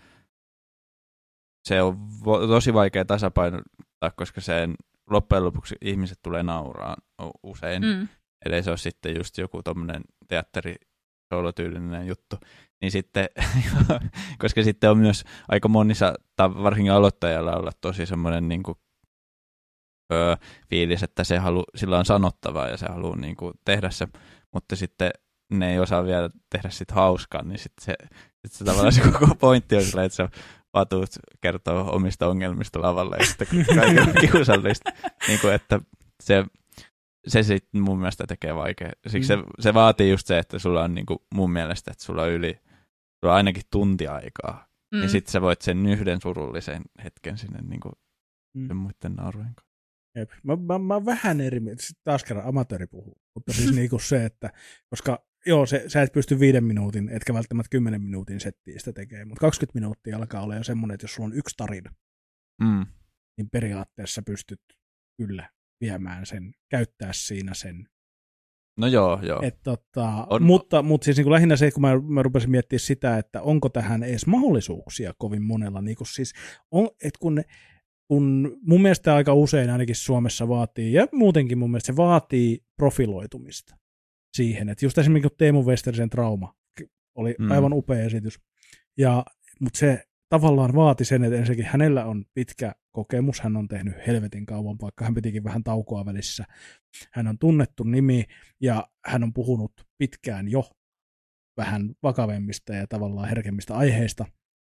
se on vo- tosi vaikea tasapainottaa, koska sen loppujen lopuksi ihmiset tulee nauraa usein, mm. ellei se ole sitten just joku tommonen teatteri-soolotyylinen juttu, niin sitten, koska sitten on myös aika monissa, tai varsinkin aloittajalla olla tosi semmoinen niin kuin, öö, fiilis, että se halu, sillä on sanottavaa ja se haluaa niin kuin, tehdä se, mutta sitten ne ei osaa vielä tehdä sitä hauskaa, niin sitten se, sit se tavallaan se koko pointti on sillä, että se vatuut kertoo omista ongelmista lavalla ja sitten kaikki on kiusallista. niin kuin, että se, se sitten mun mielestä tekee vaikea. Siksi mm. se, se vaatii just se, että sulla on niin kuin mun mielestä, että sulla on yli, sulla on ainakin tunti aikaa. Mm. Niin sitten sä voit sen yhden surullisen hetken sinne niin kuin mm. sen muiden naurujen kanssa. Jep. Mä, mä, mä oon vähän eri mieltä, taas kerran amatööri puhuu, mutta siis niinku se, että koska joo, se, sä et pysty viiden minuutin, etkä välttämättä kymmenen minuutin settiä sitä tekee, mutta kaksikymmentä minuuttia alkaa olla jo semmoinen, että jos sulla on yksi tarina, mm. niin periaatteessa pystyt kyllä viemään sen, käyttää siinä sen No joo, joo. Et, tota, on, mutta, mutta siis niin kuin lähinnä se, kun mä, mä rupesin miettimään sitä, että onko tähän edes mahdollisuuksia kovin monella. Niin kuin siis on, et kun, ne, kun mun mielestä aika usein ainakin Suomessa vaatii, ja muutenkin mun mielestä se vaatii profiloitumista siihen. Että just esimerkiksi Teemu Westerisen Trauma oli mm. aivan upea esitys. Ja, mutta se tavallaan vaati sen, että ensinnäkin hänellä on pitkä kokemus, hän on tehnyt helvetin kauan, vaikka hän pitikin vähän taukoa välissä. Hän on tunnettu nimi ja hän on puhunut pitkään jo vähän vakavemmista ja tavallaan herkemmistä aiheista.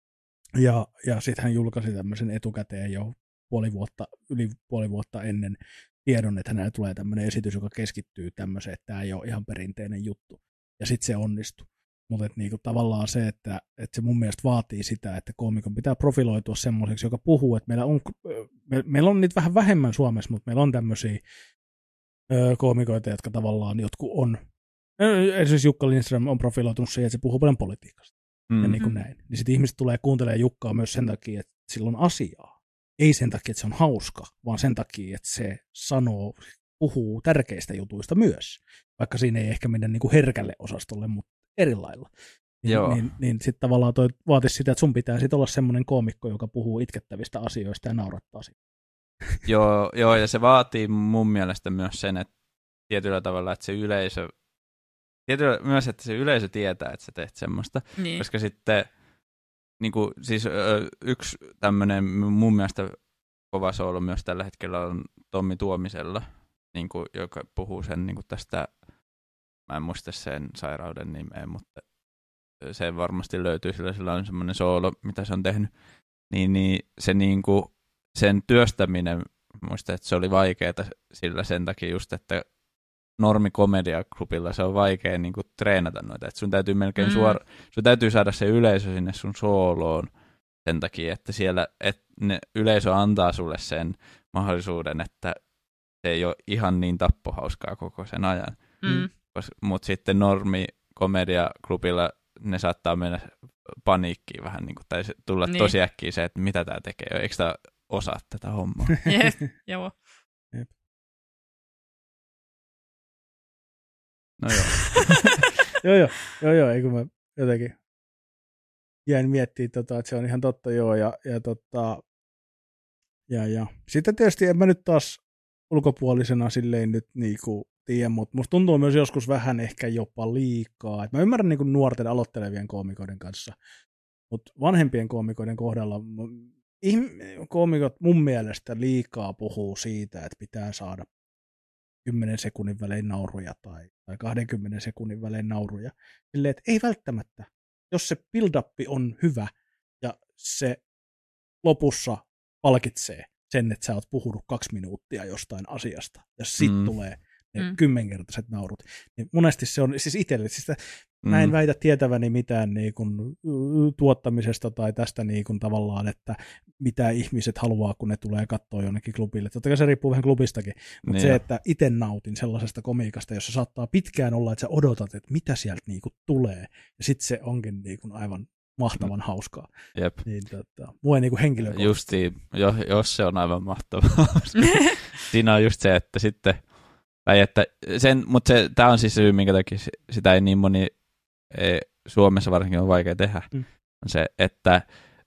Ja, ja sitten hän julkaisi tämmöisen etukäteen jo puoli vuotta, yli puoli vuotta ennen tiedon, että hänelle tulee tämmöinen esitys, joka keskittyy tämmöiseen, että tämä ei ole ihan perinteinen juttu. Ja sitten se onnistui. Mutta niinku tavallaan se, että, että se mun mielestä vaatii sitä, että koomikon pitää profiloitua semmoiseksi, joka puhuu, että meillä on, me, meillä on niitä vähän vähemmän Suomessa, mutta meillä on tämmöisiä ö, koomikoita, jotka tavallaan jotkut on, esimerkiksi Jukka Lindström on profiloitunut siihen, että se puhuu paljon politiikasta. Mm. Ja niin kuin näin. Niin sitten ihmiset tulee kuuntelemaan Jukkaa myös sen takia, että sillä on asiaa. Ei sen takia, että se on hauska, vaan sen takia, että se sanoo, puhuu tärkeistä jutuista myös. Vaikka siinä ei ehkä mennä niin kuin herkälle osastolle, mutta eri lailla. Niin, niin, niin sitten tavallaan toi vaatisi sitä, että sun pitää sit olla semmoinen koomikko, joka puhuu itkettävistä asioista ja naurattaa sitä. Joo, joo, ja se vaatii mun mielestä myös sen, että tietyllä tavalla, että se yleisö, tietyllä, myös, että se yleisö tietää, että sä teet semmoista, niin. Koska sitten niin kuin, siis yksi tämmöinen mun mielestä kova soolo myös tällä hetkellä on Tommi Tuomisella, niin kuin, joka puhuu sen niin kuin tästä, mä en muista sen sairauden nimeä, mutta se varmasti löytyy, sillä sillä on semmoinen soolo, mitä se on tehnyt, niin, niin se niin kuin, sen työstäminen, muistan, että se oli vaikeaa sillä sen takia just, että normikomediaklubilla se on vaikea niin kuin treenata noita, että sun täytyy melkein mm. suora, sun täytyy saada se yleisö sinne sun sooloon sen takia, että siellä, että ne yleisö antaa sulle sen mahdollisuuden, että se ei ole ihan niin tappohauskaa koko sen ajan. Mm. Mutta sitten normikomediaklubilla ne saattaa mennä paniikkiin vähän, niin kuin, tai tulla niin. tosi äkkiä se, että mitä tämä tekee, eikö tämä osaa tätä hommaa. Jep, joo. Jep. No joo. joo, joo, joo, joo, eikö mä jotenkin jäin miettimään, tota, että se on ihan totta, joo, ja, ja, tota, ja, ja. Sitten tietysti en mä nyt taas ulkopuolisena silleen nyt niinku tiedä, mutta musta tuntuu myös joskus vähän ehkä jopa liikaa. Et mä ymmärrän niinku nuorten aloittelevien koomikoiden kanssa, mutta vanhempien koomikoiden kohdalla koomikot mun mielestä liikaa puhuu siitä, että pitää saada kymmenen sekunnin välein nauruja tai, tai kaksikymmentä sekunnin välein nauruja. Silleen, että ei välttämättä. Jos se build-up on hyvä ja se lopussa palkitsee sen, että sä oot puhunut kaksi minuuttia jostain asiasta ja sit mm. tulee ne mm. kymmenkertaiset naurut. Niin monesti se on, siis itselle, siis mm. mä en väitä tietäväni mitään niin kuin, tuottamisesta tai tästä niin kuin, tavallaan, että mitä ihmiset haluaa, kun ne tulee katsoa jonnekin klubille. Totta kai se riippuu vähän klubistakin, mutta niin se, jo. Että itse nautin sellaisesta komiikasta, jossa saattaa pitkään olla, että sä odotat, että mitä sieltä niin kuin, tulee, ja sitten se onkin niin kuin, aivan mahtavan hauskaa. Jep. Niin, tota, mua ei niin kuin henkilökohtaisesti. Justiin, jo, jos se on aivan mahtavaa. Siinä on just se, että sitten tai että sen, mutta tämä on siis syy, minkä takia sitä ei niin moni ei, Suomessa varsinkin on vaikea tehdä. Mm. On se, että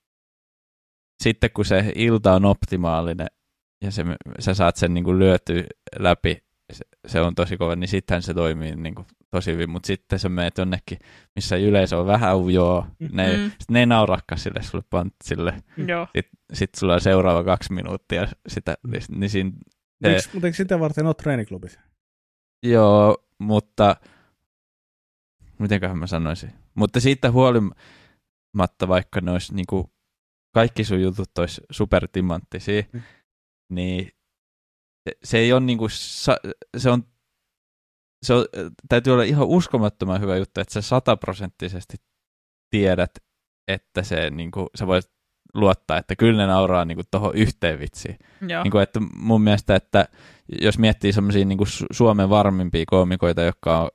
sitten kun se ilta on optimaalinen ja se, sä saat sen niin kuin lyötyä läpi, se, se on tosi kova, niin sittenhän se toimii niin kuin tosi hyvin. Mutta sitten sä menet jonnekin, missä yleisö on vähän ujoa, ne, mm. ne ei naurakaan sille sulle pantsille. Mm. Sitten sit sulla on seuraava kaksi minuuttia sitä, mm. niin siinä Eikö, mutta eikö sitä varten ole treeniklubit? Joo, mutta mitenköhän mä sanoisin. Mutta siitä huolimatta, vaikka ne olisi niin kuin, kaikki sun jutut olisi supertimanttisia, mm. niin se, se ei ole niin kuin, se on, se on, täytyy olla ihan uskomattoman hyvä juttu, että sä sataprosenttisesti tiedät, että se, niin kuin, sä voit luottaa, että kyllä ne nauraa niin tuohon yhteen vitsiin. Niin kuin, että mun mielestä, että jos miettii semmoisia niin Suomen varmimpia koomikoita, jotka on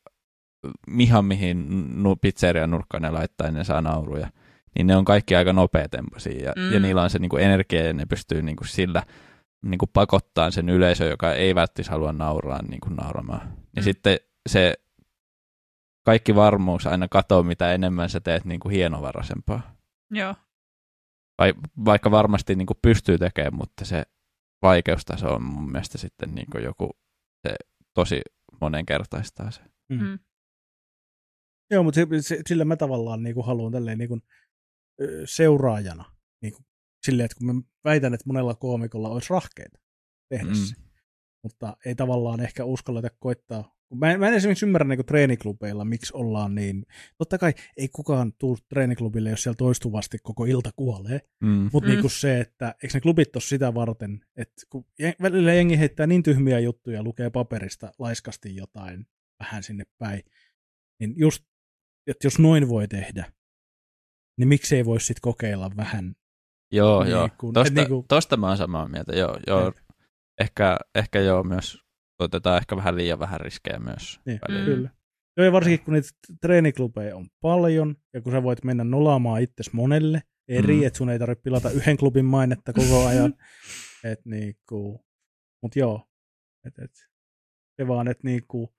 mihan mihin pizzerian nurkkaan ne laittaa, ne saa nauruja, niin ne on kaikki aika nopeatempoisia ja, mm. ja niillä on se niin kuin energia ja ne pystyy niin kuin sillä niin kuin pakottaa sen yleisön, joka ei välttämättä halua nauraa niin kuin nauramaan. Ja mm. sitten se kaikki varmuus aina katoo, mitä enemmän sä teet niin kuin hienovaraisempaa. Joo. Vai, vaikka varmasti niin kuin pystyy tekemään, mutta se vaikeustaso on mun mielestä sitten niin kuin joku se tosi monenkertaistaa se. Mm. Mm. Joo, mutta sillä mä tavallaan niin kuin haluan tälleen niin kuin seuraajana. Niin kuin, silleen, että kun mä väitän, että monella koomikolla olisi rahkeita tehdä se, mm. mutta ei tavallaan ehkä uskalleta koittaa. Mä en, mä en esimerkiksi ymmärrä niin kuin treeniklubeilla, miksi ollaan niin. Totta kai ei kukaan tule treeniklubille, jos siellä toistuvasti koko ilta kuolee. Mm. Mutta mm. niin se, että eikö ne klubit ole sitä varten, että kun välillä jengi heittää niin tyhmiä juttuja, lukee paperista laiskasti jotain vähän sinne päin, niin just, että jos noin voi tehdä, niin miksei voi sitten kokeilla vähän. Joo, niin joo. Kun, tosta, niin kuin, tosta mä oon samaa mieltä. Joo, joo. Ehkä, ehkä joo myös. Otetaan ehkä vähän liian vähän riskejä myös. Niin, kyllä. Joo, ja varsinkin kun niitä treeniklubeja on paljon, ja kun sä voit mennä nolaamaan itsesi monelle eri, mm. että sun ei tarvitse pilata yhden klubin mainetta koko ajan. et niinku, mut joo, et, et, se vaan, että niinku,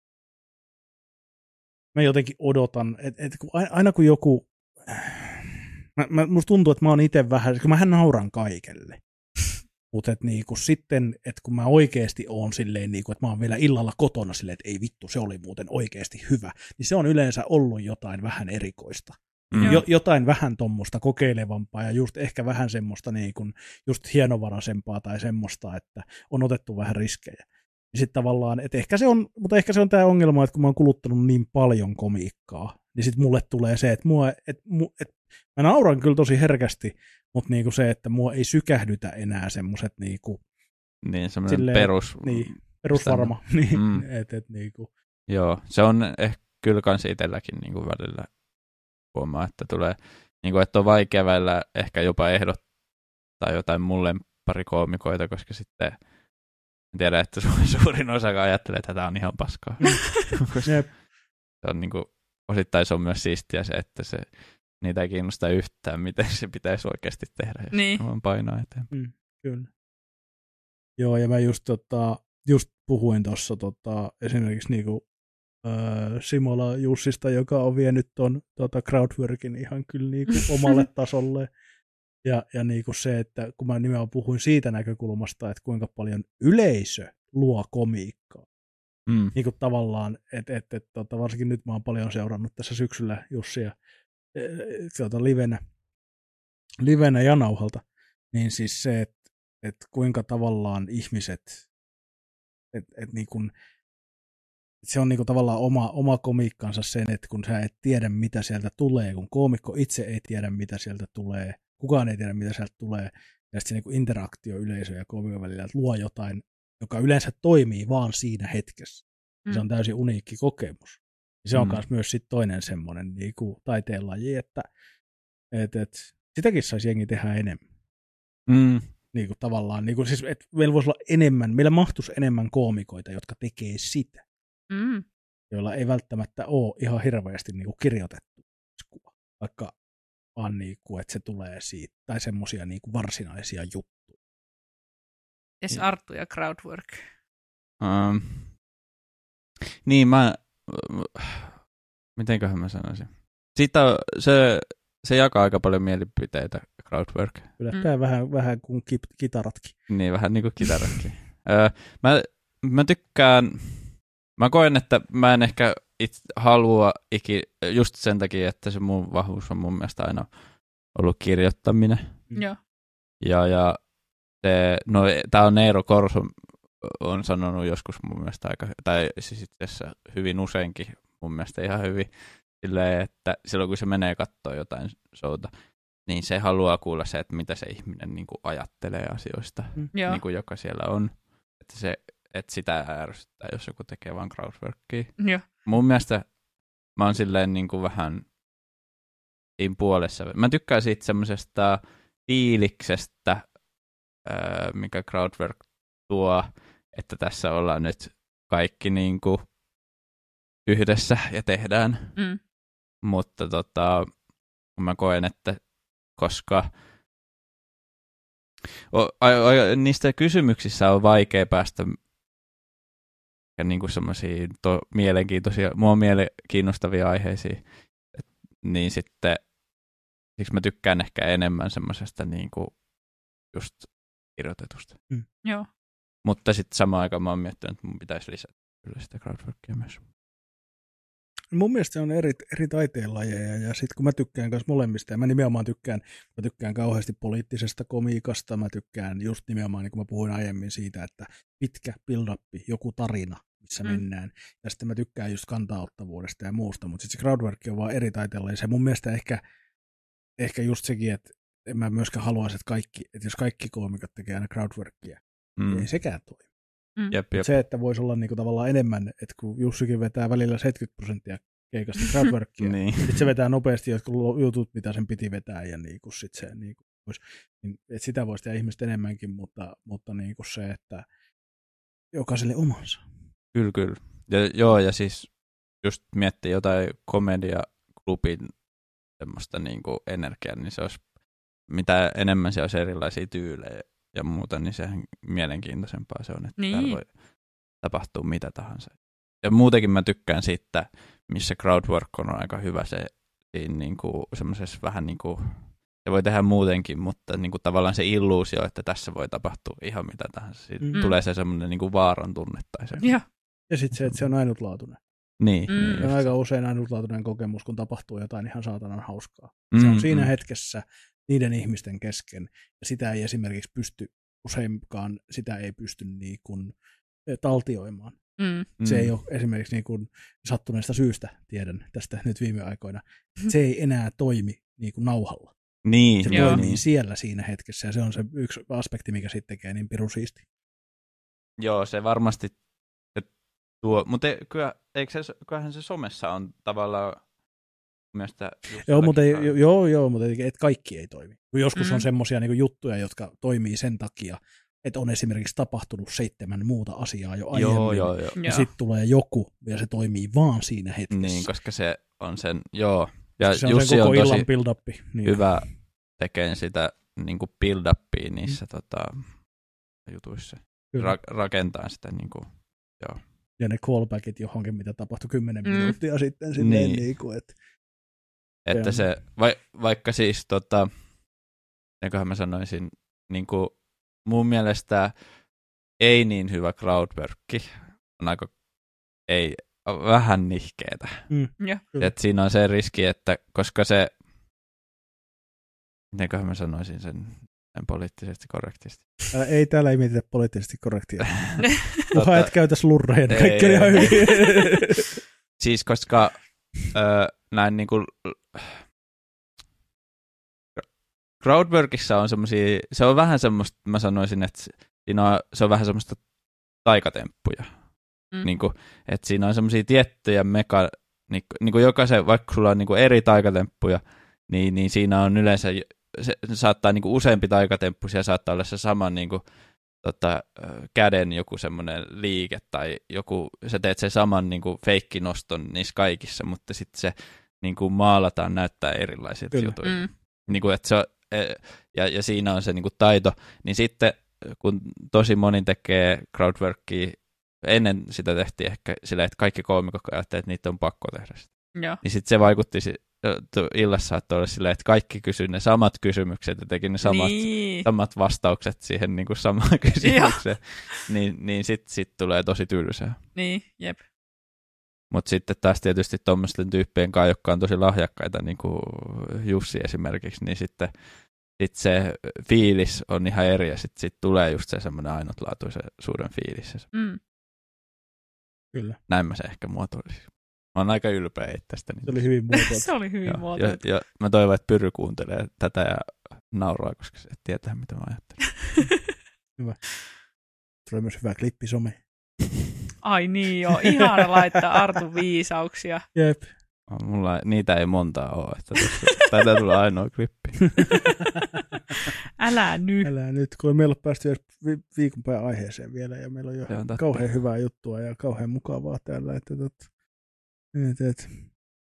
mä jotenkin odotan, että et, aina kun joku, mä, mä, musta tuntuu, että mä oon itse vähän, kun mähän nauran kaikelle. Mutta et niinku sitten, että kun mä oikeasti oon silleen, niinku, että mä oon vielä illalla kotona silleen, että ei vittu, se oli muuten oikeasti hyvä, niin se on yleensä ollut jotain vähän erikoista. Mm. Jo, jotain vähän tommoista kokeilevampaa ja just ehkä vähän semmoista niinku, just hienovaraisempaa tai semmoista, että on otettu vähän riskejä. Ja sitten tavallaan, että ehkä se on, mutta ehkä se on tämä ongelma, että kun mä oon kuluttanut niin paljon komiikkaa, niin sitten mulle tulee se, että mua, et, mu, et, mä nauran kyllä tosi herkästi, mutta niinku se, että mua ei sykähdytä enää semmoiset niinku, niin, semmoinen perus... Niin, perusvarma. Niin, mm. et, et, niinku. Joo, se on ehkä kyllä kans itselläkin niinku välillä huomaa, että tulee, niinku, että on vaikea välillä ehkä jopa ehdottaa jotain mulle pari koomikoita, koska sitten en tiedä, että suurin osa ajattelee, että tämä on ihan paskaa. se on niinku, osittain se on myös siistiä se, että se niitä ei kiinnosta yhtään, miten se pitäisi oikeasti tehdä, jos niin. vaan painaa eteen. Mm, kyllä. Joo, ja mä just, tota, just puhuin tuossa tota, esimerkiksi niinku, äh, Simola Jussista, joka on vienyt ton tota, crowdworkin ihan kyllä niinku omalle tasolle. Ja, ja niinku se, että kun mä nimenomaan puhuin siitä näkökulmasta, että kuinka paljon yleisö luo komiikkaa. Mm. Niinku tavallaan, että et, et, tota, varsinkin nyt mä oon paljon seurannut tässä syksyllä Jussia tuota, livenä, livenä ja nauhalta, niin siis se, että et kuinka tavallaan ihmiset, että et niin kun, se on niinku tavallaan oma, oma komiikkansa sen, että kun sä et tiedä, mitä sieltä tulee, kun koomikko itse ei tiedä, mitä sieltä tulee, kukaan ei tiedä, mitä sieltä tulee, ja sitten se niinku interaktio yleisö ja koomikon välillä, että luo jotain, joka yleensä toimii vaan siinä hetkessä. Mm. Se on täysin uniikki kokemus. Ja se on mm. myös sit toinen semmoinen niinku taiteenlaji, että et, et, sitäkin saisi jengi tehdä enemmän. Mm. Niinku tavallaan, niinku, siis, et meillä voisi olla enemmän, meillä mahtuisi enemmän koomikoita, jotka tekee sitä, mm. joilla ei välttämättä ole ihan hirveästi niinku kirjoitettu, vaikka vaan niinku, että se tulee siitä, tai semmoisia niinku varsinaisia juttuja. Yes, Arttu ja crowdwork. Um, niin, mä mitenköhän mä sanoisin? Siitä se, se jakaa aika paljon mielipiteitä, crowdwork. Yllättää mm. vähän, vähän kuin kitaratkin. Niin, vähän niin kuin kitaratkin. öö, mä, mä tykkään, mä koen, että mä en ehkä itse halua iki, just sen takia, että se mun vahvuus on mun mielestä aina ollut kirjoittaminen. Mm. Ja, ja, ja se, no, tää on Eero Korso on sanonut joskus mun mielestä aika, tai siis itse asiassa hyvin useinkin mun mielestä ihan hyvin, silleen, että silloin kun se menee katsoa jotain showta, niin se haluaa kuulla se, että mitä se ihminen niin kuin ajattelee asioista, mm. niin kuin joka siellä on. Että, se, että sitä ärsyttää, jos joku tekee vaan crowdworkia. Ja. Mun mielestä mä oon silleen niin kuin vähän in puolessa. Mä tykkään siitä semmoisesta fiiliksestä, mikä crowdwork tuo, että tässä ollaan nyt kaikki niin kuin yhdessä ja tehdään. Mm. Mutta tota, mä koen, että koska O, a, a, niistä kysymyksissä on vaikea päästä niin kuin semmoisia mielenkiintoisia, mua mielenkiinnostavia aiheisiin. Et, niin sitten, siksi mä tykkään ehkä enemmän semmoisesta niin kuin just kirjoitetusta. Mm. Joo. Mutta sitten samaan aikaan mä oon miettinyt, että mun pitäisi lisätä kyllä sitä crowdworkia myös. Mun mielestä on eri, eri taiteenlajeja, ja sitten kun mä tykkään myös molemmista, ja mä nimenomaan tykkään, mä tykkään kauheasti poliittisesta komiikasta, mä tykkään just nimenomaan, niin kuin mä puhuin aiemmin siitä, että pitkä build-up, joku tarina, missä mm. mennään, ja sitten mä tykkään just kantaottavuudesta ja muusta, mutta sitten se crowdwork on vaan eri taiteenlajeja, ja mun mielestä ehkä, ehkä just sekin, että en mä myöskään haluaisi, että kaikki, että jos kaikki koomikot tekee aina crowdworkia, mm. niin ei sekään toimi. Mm. Jep, jep. Se, että voisi olla niinku tavallaan enemmän, että kun Jussikin vetää välillä seitsemänkymmentä prosenttia keikasta crowdworkia, niin. Sitten se vetää nopeasti jotkut jutut, mitä sen piti vetää, ja niinku sit se, niinku, vois, niin, että sitä voisi tehdä ihmiset enemmänkin, mutta, mutta niinku se, että jokaiselle omansa. Kyllä, kyllä. Ja, joo, ja siis just miettii jotain komediaklubin semmoista niinku energiaa, niin se olisi, mitä enemmän se olisi erilaisia tyylejä ja muuta, niin sehän mielenkiintoisempaa se on, että niin. Täällä voi tapahtua mitä tahansa. Ja muutenkin mä tykkään siitä, missä crowdwork on aika hyvä se siinä niinku semmoisessa vähän niin kuin, se voi tehdä muutenkin, mutta niinku tavallaan se illuusio, että tässä voi tapahtua ihan mitä tahansa. Siitä mm. tulee se semmoinen niinku vaaran tunne. Tai se. Ja, ja sitten se, että se on ainutlaatuinen. Niin. Mm. niin se on aika usein ainutlaatuinen kokemus, kun tapahtuu jotain ihan saatanan hauskaa. Mm. Se on siinä mm. hetkessä niiden ihmisten kesken, ja sitä ei esimerkiksi pysty, useinkaan sitä ei pysty niin kuin taltioimaan. Mm. Se ei ole esimerkiksi niin kuin sattuneesta syystä, tiedän tästä nyt viime aikoina, se ei enää toimi niin kuin nauhalla. Niin, se joo, toimii niin. siellä siinä hetkessä, ja se on se yksi aspekti, mikä sitten tekee niin pirun siisti. Joo, se varmasti tuo, mutta ei, kyllä, eikö se, kyllähän se somessa on tavallaan mielestä joo, mutta ei, joo, joo, mutta ei, et kaikki ei toimi. Joskus mm-hmm. on semmoisia niin kuin juttuja, jotka toimii sen takia, että on esimerkiksi tapahtunut seitsemän muuta asiaa jo aiemmin, joo, joo, joo. ja sitten tulee joku, ja se toimii vaan siinä hetkessä. Niin, koska se on sen, joo. Ja se on Jussi sen koko on illan build-up. Niin. Hyvä tekemään sitä niin kuin build-upia niissä mm. tota, jutuissa. Ra- rakentaa sitä, niin kuin, joo. Ja ne callbackit johonkin, mitä tapahtui kymmenen mm. minuuttia sitten. Silleen, niin. Niin kuin, että että se, vai, vaikka siis, tota, enköhän mä sanoisin, niin kuin mun mielestä ei niin hyvä crowdworkki on aika, ei, vähän nihkeetä. Mm. Että siinä on se riski, että koska se, mitenköhän mä sanoisin sen, sen poliittisesti korrektisti. Älä, ei täällä ei mietitä poliittisesti korrektia. Kunhan et käytä slurreja, niin kaikki on ihan hyvin. Siis koska öö, näin niin kuin crowdworkissa on semmosia, se on vähän semmoista, mä sanoisin, että siinä on, se on vähän semmoista taikatemppuja. Mm. Niin kuin, että siinä on semmosia tiettyjä meka, niin, niin kuin jokaisen, vaikka sulla on niin kuin eri taikatemppuja, niin, niin siinä on yleensä, se, se saattaa niin kuin useampi taikatemppu, siellä saattaa olla se sama niin kuin, tota, käden joku semmoinen liike, tai joku, sä teet sen saman niin kuin feikkinoston niissä kaikissa, mutta sitten se niin kuin maalataan näyttää erilaisilta jutuilta. Mm. Niin kuin, että se on, ja, ja siinä on se niin kuin taito, niin sitten kun tosi moni tekee crowdworkia, ennen sitä tehtiin ehkä silleen, että kaikki koomikot ajattelivat, että niitä on pakko tehdä sitä. Joo. Niin sitten se vaikutti, illassa saattoi olla silleen, että kaikki kysyivät ne samat kysymykset ja teki ne samat, niin. samat vastaukset siihen niin kuin samaan kysymykseen. niin niin sitten sit tulee tosi tylsää. Niin, jep. Mutta sitten taas tietysti tuommoisten tyyppien kanssa, jotka on tosi lahjakkaita, niin kuin Jussi esimerkiksi, niin sitten sit se fiilis on ihan eri ja sitten sit tulee just se semmoinen ainutlaatuisen suuren fiilis. Mm. Kyllä. Näin mä se ehkä muotoilisin. Mä oon aika ylpeä itsestä. Se oli hyvin muotoiltu. Se oli hyvin muotoiltu. Ja, ja mä toivon, että Pyry kuuntelee tätä ja nauraa, koska se tietää, mitä mä ajattelin. Hyvä. Tulee myös hyvä klippi some. Ai niin joo, ihana laittaa Artun viisauksia. Jep. Mulla niitä ei montaa ole, että taitaa tulla ainoa klippi. Älä nyt. Älä nyt, kun meillä on päästy vi- viikon päin aiheeseen vielä ja meillä on jo on kauhean hyvää juttua ja kauhean mukavaa täällä. Että, että, että, että.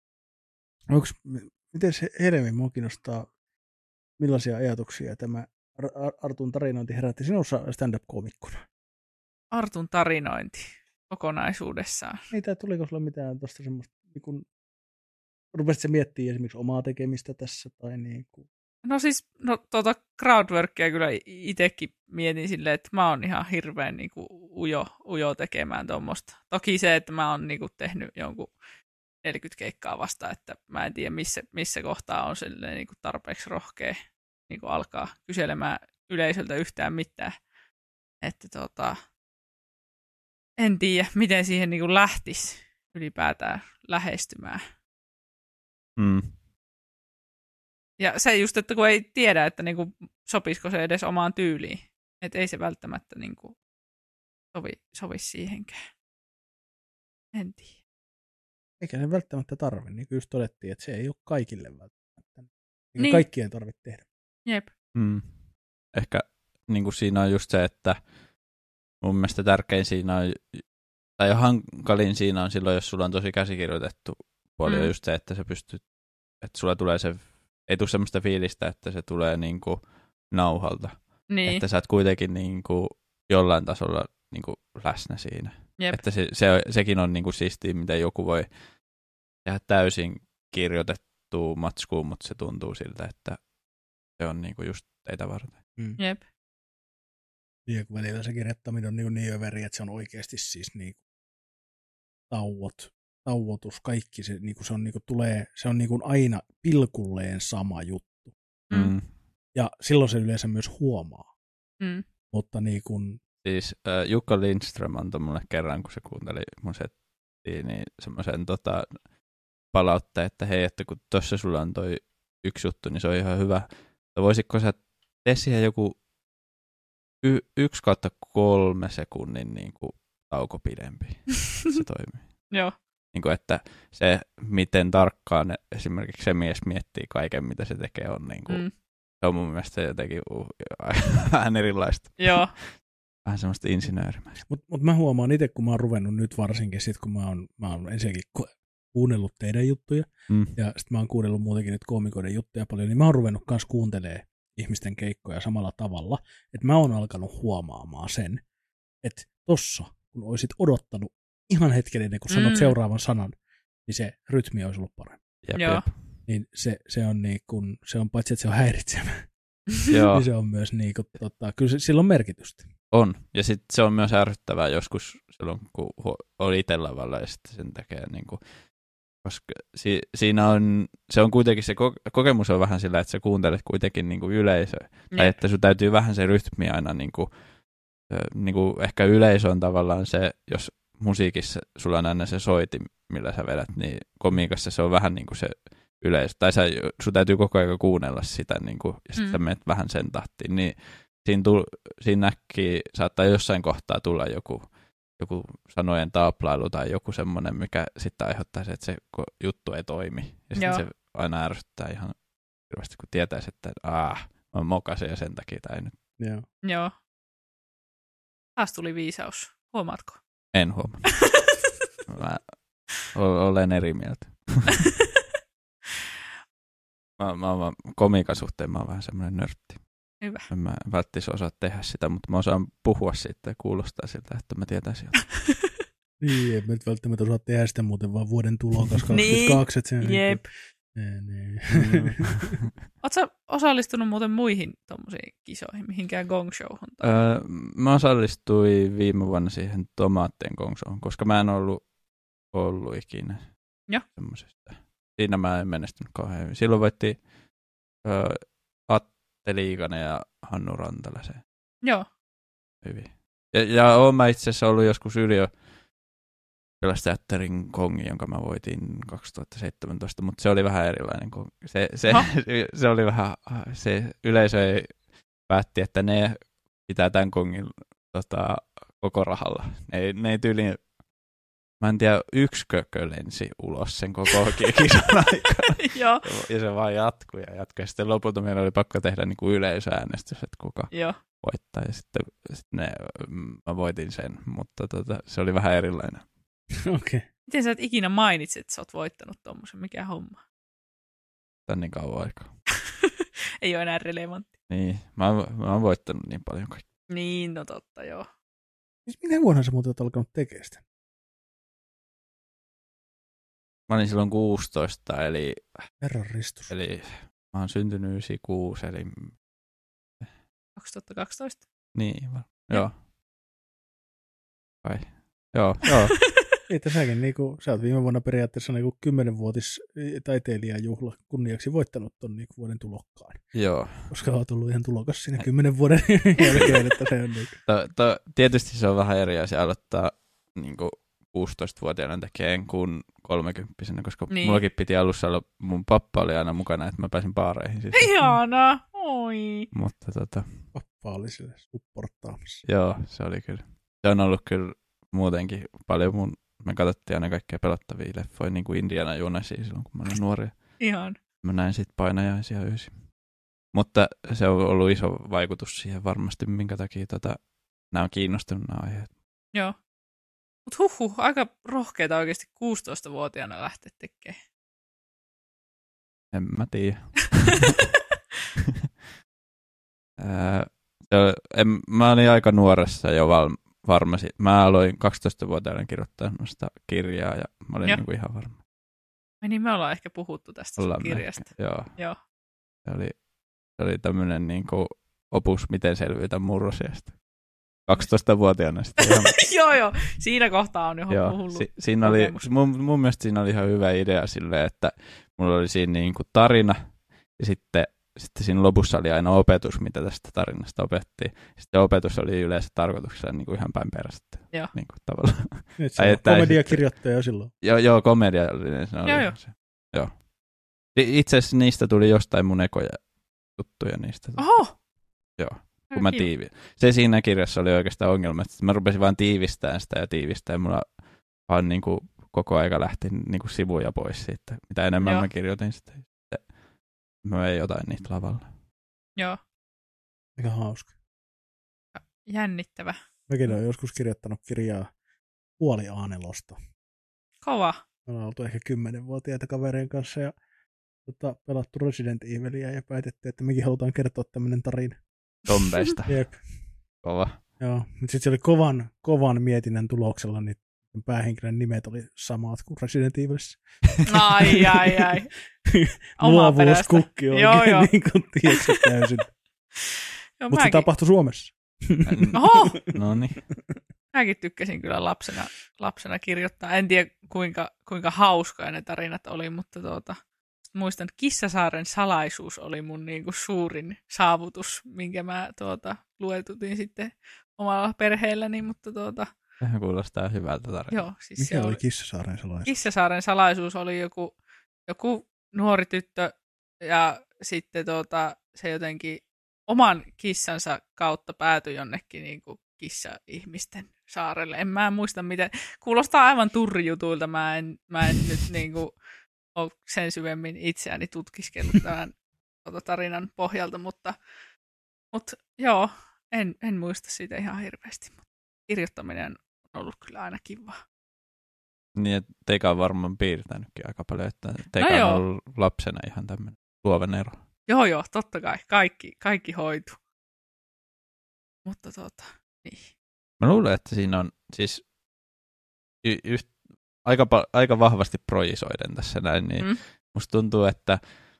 Onks, miten se Helmi mua kiinnostaa, millaisia ajatuksia tämä Artun tarinointi herätti sinussa stand-up-koomikkona? Artun tarinointi kokonaisuudessaan. Niitä tuliko sulla mitään tuosta semmoista, niin kun, rupesit se miettimään esimerkiksi omaa tekemistä tässä tai niin kuin? No siis, no tuota crowdworkia kyllä itsekin mietin silleen, että mä oon ihan hirveän niin kuin ujo, ujo tekemään tuommoista. Toki se, että mä oon niin kuin tehnyt jonkun neljäkymmentä keikkaa vasta, että mä en tiedä missä, missä kohtaa on silleen niin kuin tarpeeksi rohkea niin kuin alkaa kyselemään yleisöltä yhtään mitään. Että tota, en tiedä, miten siihen niin kuin lähtisi ylipäätään lähestymään. Mm. Ja se just, että kun ei tiedä, että niin kuin sopisiko se edes omaan tyyliin. Että ei se välttämättä niin kuin sovi, sovi siihenkään. En tiedä. Eikä se välttämättä tarvitse, niin kuin just todettiin, että se ei ole kaikille välttämättä. Eikä Niin. kaikkien tarvitse tehdä. Jep. Mm. Ehkä niin kuin siinä on just se, että mun mielestä tärkein siinä on, tai hankalin siinä on silloin, jos sulla on tosi käsikirjoitettu puoli, mm. just se, että sä pystyt, että sulla tulee se, ei tule semmoista fiilistä, että se tulee niin kuin nauhalta. Niin. Että sä oot kuitenkin niin kuin jollain tasolla niin kuin läsnä siinä. Jep. Että se, se, sekin on niin kuin siistiä, miten joku voi tehdä täysin kirjoitettua matskuun, mutta se tuntuu siltä, että se on niin kuin just teitä varten. Mm. Jep. Ja kun välillä se kirjoittaminen on niin, niin överi, että se on oikeasti siis niin kuin tauot, tauotus, kaikki se, niin kuin se on, niin kuin tulee, se on niin kuin aina pilkulleen sama juttu. Mm. Ja silloin se yleensä myös huomaa. Mm. Mutta niin kuin... Siis äh, Jukka Lindström antoi mulle kerran, kun se kuunteli mun settiä, niin semmoisen tota, palautteen, että hei, että kun tuossa sulla on toi yksi juttu, niin se on ihan hyvä. Voisitko sä tee siihen joku y- yksi kautta kolme sekunnin niin kuin tauko pidempi, se toimii. Joo. Niin kuin, että se, miten tarkkaan esimerkiksi se mies miettii kaiken, mitä se tekee, on niin kuin, mm. se on mun mielestä jotenkin uh, vähän erilaista. Joo. Vähän semmoista insinöörimäistä. Mutta mut mä huomaan itse, kun mä oon ruvennut nyt varsinkin, sit kun mä oon, mä oon ensinnäkin kuunnellut teidän juttuja, mm. ja sitten mä oon kuunnellut muutenkin nyt koomikoiden juttuja paljon, niin mä oon ruvennut kans kuuntelemaan ihmisten keikkoja samalla tavalla, että mä oon alkanut huomaamaan sen, että tossa, kun olisit odottanut ihan hetken ennen kuin sanot mm. seuraavan sanan, niin se rytmi olisi ollut parempi. Jep, Joo. jep. Niin se, se on niin kuin, se on paitsi, että se on häiritsevä, Joo. niin se on myös niin kuin, tota, kyllä se, sillä on merkitystä. On. Ja sitten se on myös ärsyttävää joskus silloin, kun oli itse lavalla ja sitten sen tekee niin kuin, koska si, siinä on, se on kuitenkin se ko, kokemus on vähän sillä, että sä kuuntelet kuitenkin niin kuin yleisöä. Mm. Tai että sun täytyy vähän se rytmi aina, niin kuin, niin kuin ehkä yleisö on tavallaan se, jos musiikissa sulla on aina se soitin, millä sä vedät, niin komiikassa se on vähän niin kuin se yleisö. Tai sä, sun täytyy koko ajan kuunnella sitä, niin kuin, ja sitten mm. sä menet vähän sen tahtiin. Niin siinä, tull, siinä näkki, saattaa jossain kohtaa tulla joku, joku sanojen taaplailu tai joku semmoinen, mikä sitten aiheuttaa se, että se juttu ei toimi. Ja sitten se aina ärsyttää ihan hirveästi, kun tietäisi, että aah, mä mokasin ja sen takia tai nyt. Joo. Joo. Taas tuli viisaus. Huomaatko? En huomannut. Mä olen eri mieltä. mä, mä, mä, komiikan suhteen mä oon vähän semmoinen nörtti. Hyvä. En mä välttis osaa tehdä sitä, mutta mä osaan puhua siitä ja kuulostaa siltä, että mä tietäisin jotain. Niin, ei nyt välttämättä osaa tehdä sitä muuten vaan vuoden tulokas kaksikymmentäkaksi. Että se on jep. Niin, niin. Ootko osallistunut muuten muihin tommosiin kisoihin, mihinkään Gong Showhun? Öö, mä osallistuin viime vuonna siihen Tomaattien Gong Showhun, koska mä en ollut, ollut ikinä semmoisesta. Siinä mä en menestynyt kauhean hyvin. Silloin voitti öö, Atte Liikanen ja Hannu Rantaläsen. Joo. Hyvin. Ja, ja oon mä itse asiassa ollut joskus Ylio Teatterin kongi, jonka mä voitin kaksituhattaseitsemäntoista, mutta se oli vähän erilainen kongi. Se, se, se oli vähän, se yleisö ei päätti, että ne pitää tämän kongin tota, koko rahalla. Ne, ne ei tyyliin, mä en tiedä, yksikö lensi ulos sen koko kisan aikana. Joo. Ja se vaan jatkui ja jatkui. Ja sitten lopulta meillä oli pakko tehdä niin kuin yleisöäänestys, että kuka Joo. voittaa. Ja sitten, sitten ne, mä voitin sen, mutta tota, se oli vähän erilainen. Okei. Okay. Miten sä et ikinä mainitsit, että sä oot voittanut tommosen? Mikä homma? Tän niin kauan aikaa. Ei ole enää relevantti. Niin, mä oon, mä oon voittanut niin paljon kaikkea. Niin, no totta, joo. Siis miten vuonna sä muuten oot alkanut tekemään sitä? Mä olin silloin kuusitoista, eli, Herran ristus. eli mä oon syntynyt yhdeksänkymmentäkuusi, eli kaksituhattakaksitoista. niin, va- Ja. joo. Vai? Joo, joo. Että säkin, niinku, sä oot viime vuonna periaatteessa niinku kymmenvuotis taiteilijajuhla kunniaksi voittanut ton niinku vuoden tulokkaan. joo. Koska oot ollut ihan tulokas siinä kymmenen vuoden jälkeen, että se on niinku. To, to, tietysti se on vähän eri asia aloittaa niin kuin kuusitoistavuotiaana tekemään kuin kolmekymppisenä, koska Niin. niin. mullakin piti alussa olla, mun pappa oli aina mukana, että mä pääsin baareihin. Siis. Ihanaa, oi. Mutta tota, Pappa oli sille supporttaamassa. joo, se oli kyllä. Se on ollut kyllä muutenkin paljon mun, me katsottiin aina kaikkia pelottavia leffoja, niin kuin Indiana Jonesia silloin, kun mä olin nuori. Ihan. Mä näin sit painajaisia öisin. Mutta se on ollut iso vaikutus siihen varmasti, minkä takia tota, nämä on kiinnostunut nämä aiheet. Joo. Mut huhhuh, aika rohkeita oikeasti kuusitoistavuotiaana lähteä tekemään. En mä tiedä. Ää, se oli- en, mä olin aika nuoressa jo val, varma. si- Mä aloin kaksitoistavuotiaana kirjoittaa sitä kirjaa ja mä olin Joo. niinku ihan varma. Ai niin, me ollaan ehkä puhuttu tästä sun Ollaan me kirjasta. ehkä. Joo. Joo. Se oli, se oli tämmöinen niinku opus, miten selvitä murrosiasta. kaksitoistavuotiaana sitten ihan. joo, joo. Siinä kohtaa on jo Joo, hullu. si, siinä oli, kokemus. mun, mun mielestä siinä oli ihan hyvä idea silleen, että mulla oli siinä niinku tarina ja sitten, sitten siinä lopussa oli aina opetus, mitä tästä tarinasta opettiin. Sitten opetus oli yleensä tarkoituksella niinku ihan päin perästä. Joo. Niinku tavallaan. Nyt se Ai, on että ei komediakirjoittaja jo silloin. Joo, joo, komediallinen se oli. Joo, joo. Se. Joo. I- Itse asiassa niistä tuli jostain mun ekoja juttuja niistä. Oho! Joo. Kun mä Kiva. tiivi. Se siinä kirjassa oli oikeastaan ongelma, että mä rupesin vaan tiivistämään sitä ja tiivistämään. Ja mulla vaan niin kuin koko aika lähti niin kuin sivuja pois siitä. Mitä enemmän Joo. mä kirjoitin sitä, sitten mä vein jotain niitä lavalla. Joo. Mikä hauska. Jännittävä. Mäkin olen joskus kirjoittanut kirjaa puoli Aanelosta. Kova. Me ollaan oltu ehkä kymmenvuotiaita kaverien kanssa ja tota, pelattu Resident Evilia ja päätettiin, että mekin halutaan kertoa tämmöinen tarina. Tombeista. Jep. Kova. Joo, mutta sitten se oli kovan, kovan mietinnän tuloksella, niin päähenkilön nimet oli samat kuin Resident Evilissä. Ai, ai, ai. Omaa perästä. Luovuuskukki oikein, Joo, joo. niin kuin tiedätkö täysin. Joo, Mutta se mäkin, tapahtui Suomessa. Oho! No niin. mäkin tykkäsin kyllä lapsena, lapsena kirjoittaa. En tiedä, kuinka, kuinka hauskoja ne tarinat oli, mutta tuota, muistan, että Kissasaaren salaisuus oli mun niinku suurin saavutus, minkä mä tuota, luetutin sitten omalla perheelläni, mutta tuota, Sehän kuulostaa hyvältä tarinalta. joo, siis Mikä se oli oli, Kissasaaren salaisuus? Kissasaaren salaisuus oli joku, joku nuori tyttö ja sitten tuota, se jotenkin oman kissansa kautta päätyi jonnekin niin kuin kissa-ihmisten saarelle. En mä muista miten. Kuulostaa aivan turrijutuilta. Mä en, mä en nyt niin kuin ole sen syvemmin itseäni tutkiskellut tämän tuota, tarinan pohjalta, mutta, mutta joo, en, en muista siitä ihan hirveästi. Kirjoittaminen on ollut kyllä aina kivaa. Niin, että teikä on varmaan piirtänytkin aika paljon, että teikä No on joo. ollut lapsena ihan tämmöinen luovan ero. Joo, joo, totta kai. Kaikki, kaikki hoitu. Mutta tota, niin. Mä luulen, että siinä on siis y- y- aika, pa- aika vahvasti projisoiden tässä näin, niin Mm. musta tuntuu, että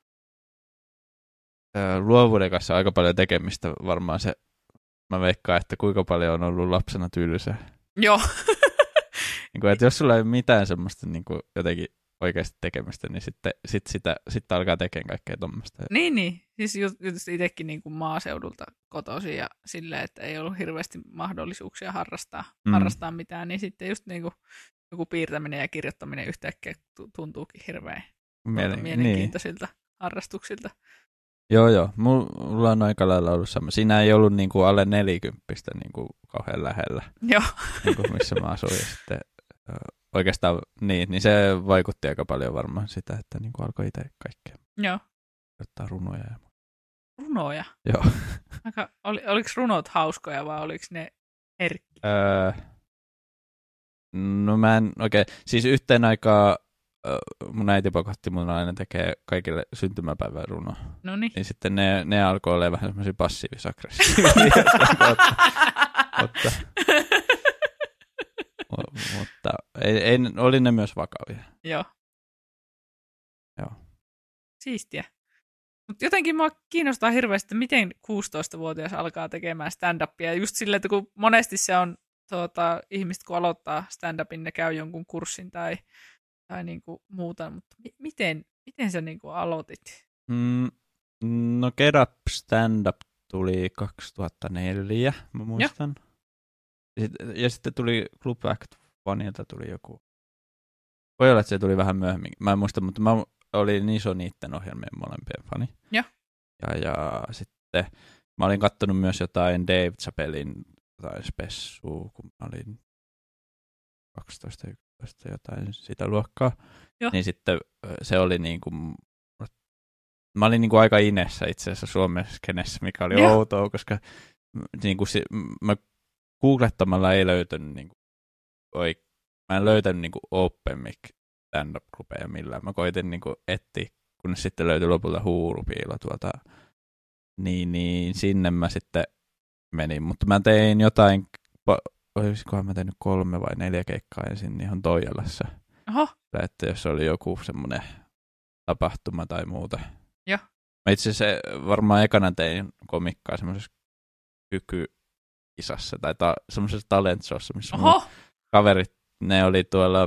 ö, luovuuden kanssa on aika paljon tekemistä varmaan se, mä veikkaan, että kuinka paljon on ollut lapsena tylsää. Joo. Niin kuin, että jos sulla ei ole mitään semmoista niin kuin jotenkin oikeasti tekemistä, niin sitten sit sitä sitten alkaa tekemään kaikkea tuommoista. Niin, niin. Siis just, just itsekin niin kuin maaseudulta kotoisin ja silleen, että ei ollut hirveästi mahdollisuuksia harrastaa, Mm. harrastaa mitään, niin sitten just niin kuin joku piirtäminen ja kirjoittaminen yhtäkkiä tu- tuntuukin hirveän Mielen- tuota, mielenkiintoisilta niin. harrastuksilta. Joo, joo. Mulla on aika lailla ollut sama. Siinä ei ollut niin kuin alle nelikymppistä niin kuin kauhean lähellä, Joo. niin kuin missä mä asuin. Ja sitten, ö, oikeastaan niin, niin se vaikutti aika paljon varmaan sitä, että niin kuin alkoi itse kaikkea Joo. ottaa runoja. Ja... Runoja. Joo. Aika, oli, oliko runot hauskoja vai oliko ne herkkiä? Öö, no mä en oikein, siis yhteen aikaan mun äiti pakotti mun aina tekee kaikille syntymäpäivän runo. Noniin. Niin sitten ne, ne alkoi olla vähän semmoisia passiivis-aggressiivisia. mutta mutta ei, ei, oli ne myös vakavia. Joo. Joo. Siistiä. Mutta jotenkin mua kiinnostaa hirveästi, miten kuusitoistavuotias alkaa tekemään stand-upia. Just silleen, että kun monesti se on tuota, ihmiset, kun aloittaa stand-upin, ne käy jonkun kurssin tai, tai niinku muuta. Mutta mi- miten, miten sä niinku aloitit? Mm, no Get Up stand-up tuli kaksituhattaneljä, mä muistan. Ja, sit, ja sitten tuli Club Act Oneilta tuli joku. Voi olla, että se tuli vähän myöhemmin. Mä en muista, mutta mä olin iso niitten ohjelmien molempien fani. Ja. Ja, ja sitten mä olin kattonut myös jotain Dave Chappellin tai spessua, kun mä olin kaksitoista yksitoista jotain sitä luokkaa. Jo. Niin sitten se oli niin kuin, mä olin niin kuin aika inessä itse asiassa Suomen skenessä, mikä oli Joo. outoa, koska niin kuin si- mä googlettamalla ei löytänyt, niin kuin, oi, mä en löytänyt niin kuin open mic stand-up-klubeja millään. Mä koitin niin kuin etsiä, kunnes sitten löytyi lopulta Huurupiilo tuolta, niin, niin sinne mä sitten menin. Mutta mä tein jotain, olisikohan mä tehnyt kolme vai neljä keikkaa ensin ihan Toijalassa. Oho. Että jos oli joku semmoinen tapahtuma tai muuta. Joo. Mä itse asiassa varmaan ekana tein komikkaa semmoisessa kykykisassa tai ta- semmoisessa talent showssa, missä Oho. mun kaverit, ne oli tuolla,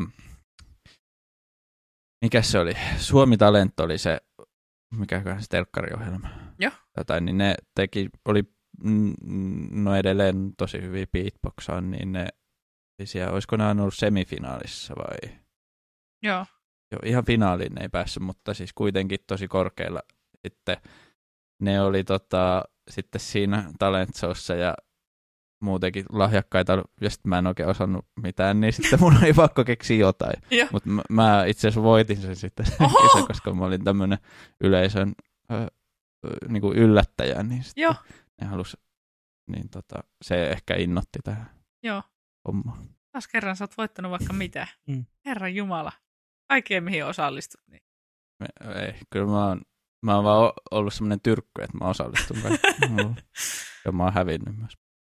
mikä se oli? Suomi Talent oli se, mikäköhän se telkkariohjelma. Joo. Jotain, niin ne teki, oli no edelleen tosi hyviä beatboxaa, niin ne, siellä, olisiko ne aina ollut semifinaalissa vai? Joo. Joo, ihan finaaliin ei päässyt, mutta siis kuitenkin tosi korkeilla. Sitten ne oli tota, sitten siinä talent showssa ja muutenkin lahjakkaita, ja sitten mä en oikein osannut mitään, niin sitten mun oli pakko keksiä jotain. Mutta mä, mä itse asiassa voitin sen sitten, isä, koska mä olin tämmöinen yleisön ö, niin kuin yllättäjä, niin sitten Joo. ne halusi, niin tota, se ehkä innotti tähän Joo. hommaan. Taas kerran sä oot voittanut vaikka mitä. Mm. Herran Jumala. Kaikkeen mihin osallistut. Niin. Me, ei, kyllä mä oon, mä oon vaan ollut semmoinen tyrkky, että mä osallistun kaikkeen. Ja mä oon hävinnyt myös.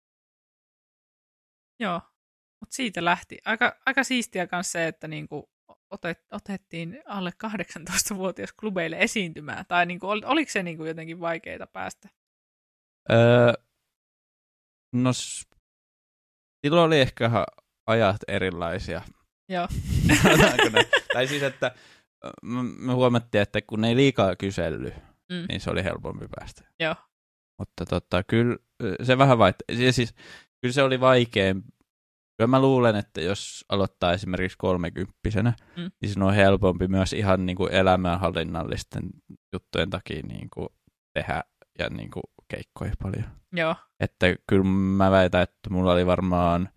Joo, mutta siitä lähti. Aika, aika siistiä myös se, että niinku otet, otettiin alle kahdeksantoistavuotias klubeille esiintymään. Tai niinku, ol, oliko se niinku jotenkin vaikeaa päästä? Öö, no, silloin oli ehkä ajat erilaisia. Joo. Tai siis, että me huomattiin, että kun ei liikaa kysellyt, mm. niin se oli helpompi päästä. Joo. Mutta tota, kyllä se vähän vaihteli. Siis, kyllä se oli vaikeampi. Kyllä mä luulen, että jos aloittaa esimerkiksi kolmekymppisenä, mm. niin se on helpompi myös ihan niin kuin elämänhallinnallisten juttujen takia niin kuin tehdä ja niin kuin keikkoja paljon. Joo. Että kyllä mä väitän, että mulla oli varmaan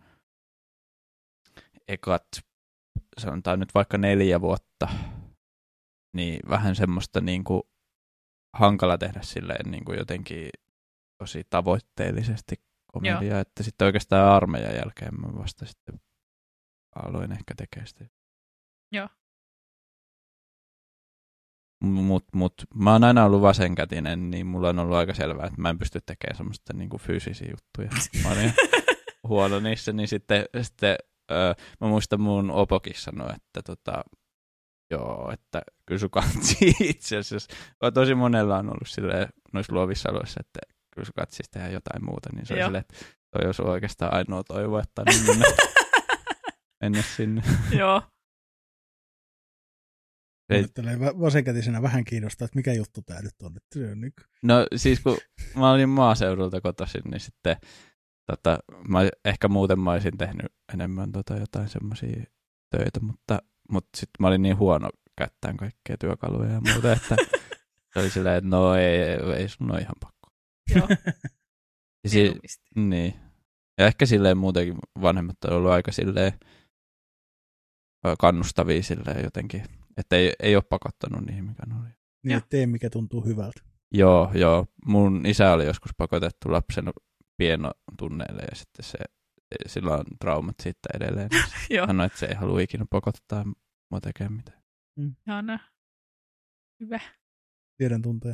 ekat, sanotaan nyt vaikka neljä vuotta, niin vähän semmoista niin kuin hankala tehdä silleen niin kuin jotenkin tosi tavoitteellisesti komediaa, Joo. että sitten oikeastaan armeijan jälkeen mä vasta sitten aloin ehkä tekemään sitä. Joo. Mut, mut mä oon aina ollut vasenkätinen, niin mulla on ollut aika selvää, että mä en pysty tekemään semmoista niinku fyysisiä juttuja. Mä olin huono niissä, niin sitten, sitten öö, mä muistan mun opokin sanoi, että tota, joo, että kyllä sun kansi itse asiassa. Tosi monella on ollut silleen noissa luovissa aloissa, että kyllä sun katsisi tehdä jotain muuta, niin se on silleen, että toi on sun oikeastaan ainoa toivo, että mennä, mennä sinne. Joo. Vasenkätisenä vähän kiinnostaa, että mikä juttu tää nyt on. Että on niin... No siis kun mä olin maaseudulta kotoisin, niin sitten tota, mä, ehkä muuten mä olisin tehnyt enemmän tota, jotain semmoisia töitä, mutta, mutta sitten mä olin niin huono käyttämään kaikkea työkaluja ja muuta, että se oli silleen, että no ei, ei sun ole ihan pakko. Joo. si- niin. Ja ehkä silleen muutenkin vanhemmat on ollut aika silleen kannustavia silleen jotenkin. Että ei, ei ole pakottanut niihin, mikä oli. Niin, että tee mikä tuntuu hyvältä. Joo, joo. Mun isä oli joskus pakotettu lapsena pienotunneille ja sitten se, sillä on traumat siitä edelleen. Sanoi, että se ei halua ikinä pakottaa mua tekemään mitään. Mm. Ihana. Hyvä. Tiedän tunteja.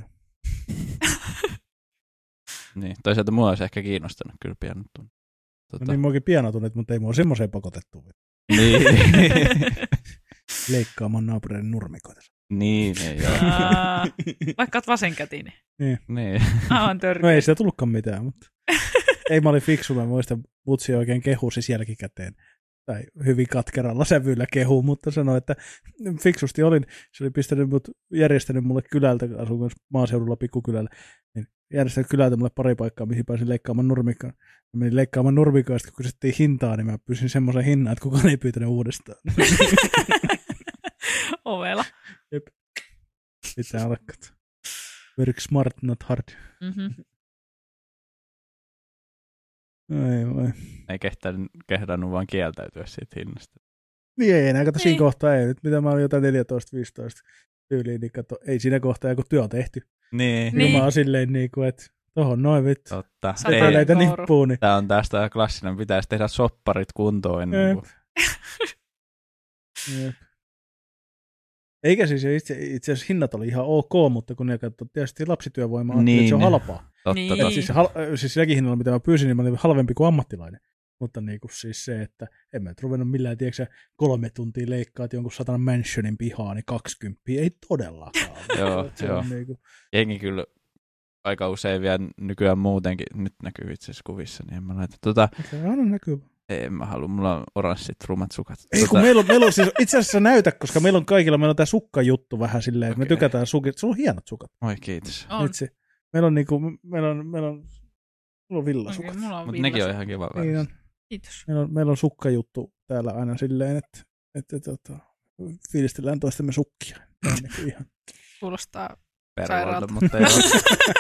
Niin, toisaalta mua olisi ehkä kiinnostanut kyllä pienot tunnet. Tota... No niin muakin pienotunnet, mutta ei mua semmoiseen pakotettu. Niin. Leikkaamaan naapureiden nurmikoita. Niin, niin joo. Aa, vaikka oot vasenkätinen. Niin. Niin. Aivan törkeä. No ei sitä tullutkaan mitään, mutta ei mä olin fiksu, mä muistan, Mutsi oikein kehu siis jälkikäteen. Tai hyvin katkeralla sävyllä kehu, mutta sanoi, että fiksusti olin. Se oli pistänyt mut, järjestänyt mulle kylältä, asun kanssa maaseudulla pikkukylällä, niin järjestänyt kylältä mulle pari paikkaa, mihin pääsin leikkaamaan nurmikkoon. Mä menin leikkaamaan nurmikkoon, ja sitten kun kysyttiin hintaa, niin mä pyysin semmoisen hinnan, että kukaan ei pyytänyt uudestaan. Ovela. Jep. Pitää olla katsoa. Work smart, not hard. Mm-hmm. Ei voi. Ei kehdannut, kehdannut vaan kieltäytyä siitä hinnasta. Niin ei enää, kato siinä Niin. kohtaa ei. Nyt mitä mä olin jotain neljätoista viisitoista tyyliin, niin kato, ei siinä kohtaa, kun työ on tehty. Niin. Niin. Niin. Mä oon silleen niin kuin, että tohon noin vittu. Totta. Sata Ei, Näitä kouru. nippuu, niin. tää on tästä klassinen. Pitäisi tehdä sopparit kuntoon ennen Jep. kuin... Jep. Eikä siis itse, itse asiassa hinnat oli ihan ok, mutta kun ne katsoi tietysti lapsityövoimaa, Niin. niin se on halpaa. Totta, Niin. totta. Siis, hal, siis silläkin hinnalla, mitä mä pyysin, niin mä olin halvempi kuin ammattilainen. Mutta niin kuin siis se, että en mä nyt ruvennut millään, tiedätkö kolme tuntia leikkaat jonkun satanan mansionin pihaa, niin kaksikymppiä ei todellakaan. Joo, Se joo. on niin kuin, Jengi kyllä aika usein vielä nykyään muutenkin, nyt näkyy itse asiassa kuvissa, niin en mä laita. Tota, se on näkyy. en mä halua, mulla on oranssit rumat sukat. Ei kun tota, meillä on, meillä on siis, itse asiassa näytä, koska meillä on kaikilla, meillä on tää sukkajuttu vähän silleen, että me Okei. tykätään sukit. Sulla on hienot sukat. Oi kiitos. On. Itse. Meillä on niinku, meillä on, meillä on, mulla on villasukat. Oikein, mulla on Mutta nekin on villasukka. ihan kiva Niin on. väriset. Kiitos. Meillä on, meillä on sukkajuttu täällä aina silleen, että, että tota, fiilistellään toistemme sukkia. Tämä on niinku ihan. Kuulostaa Pervolta, sairaalta. mutta ei ole.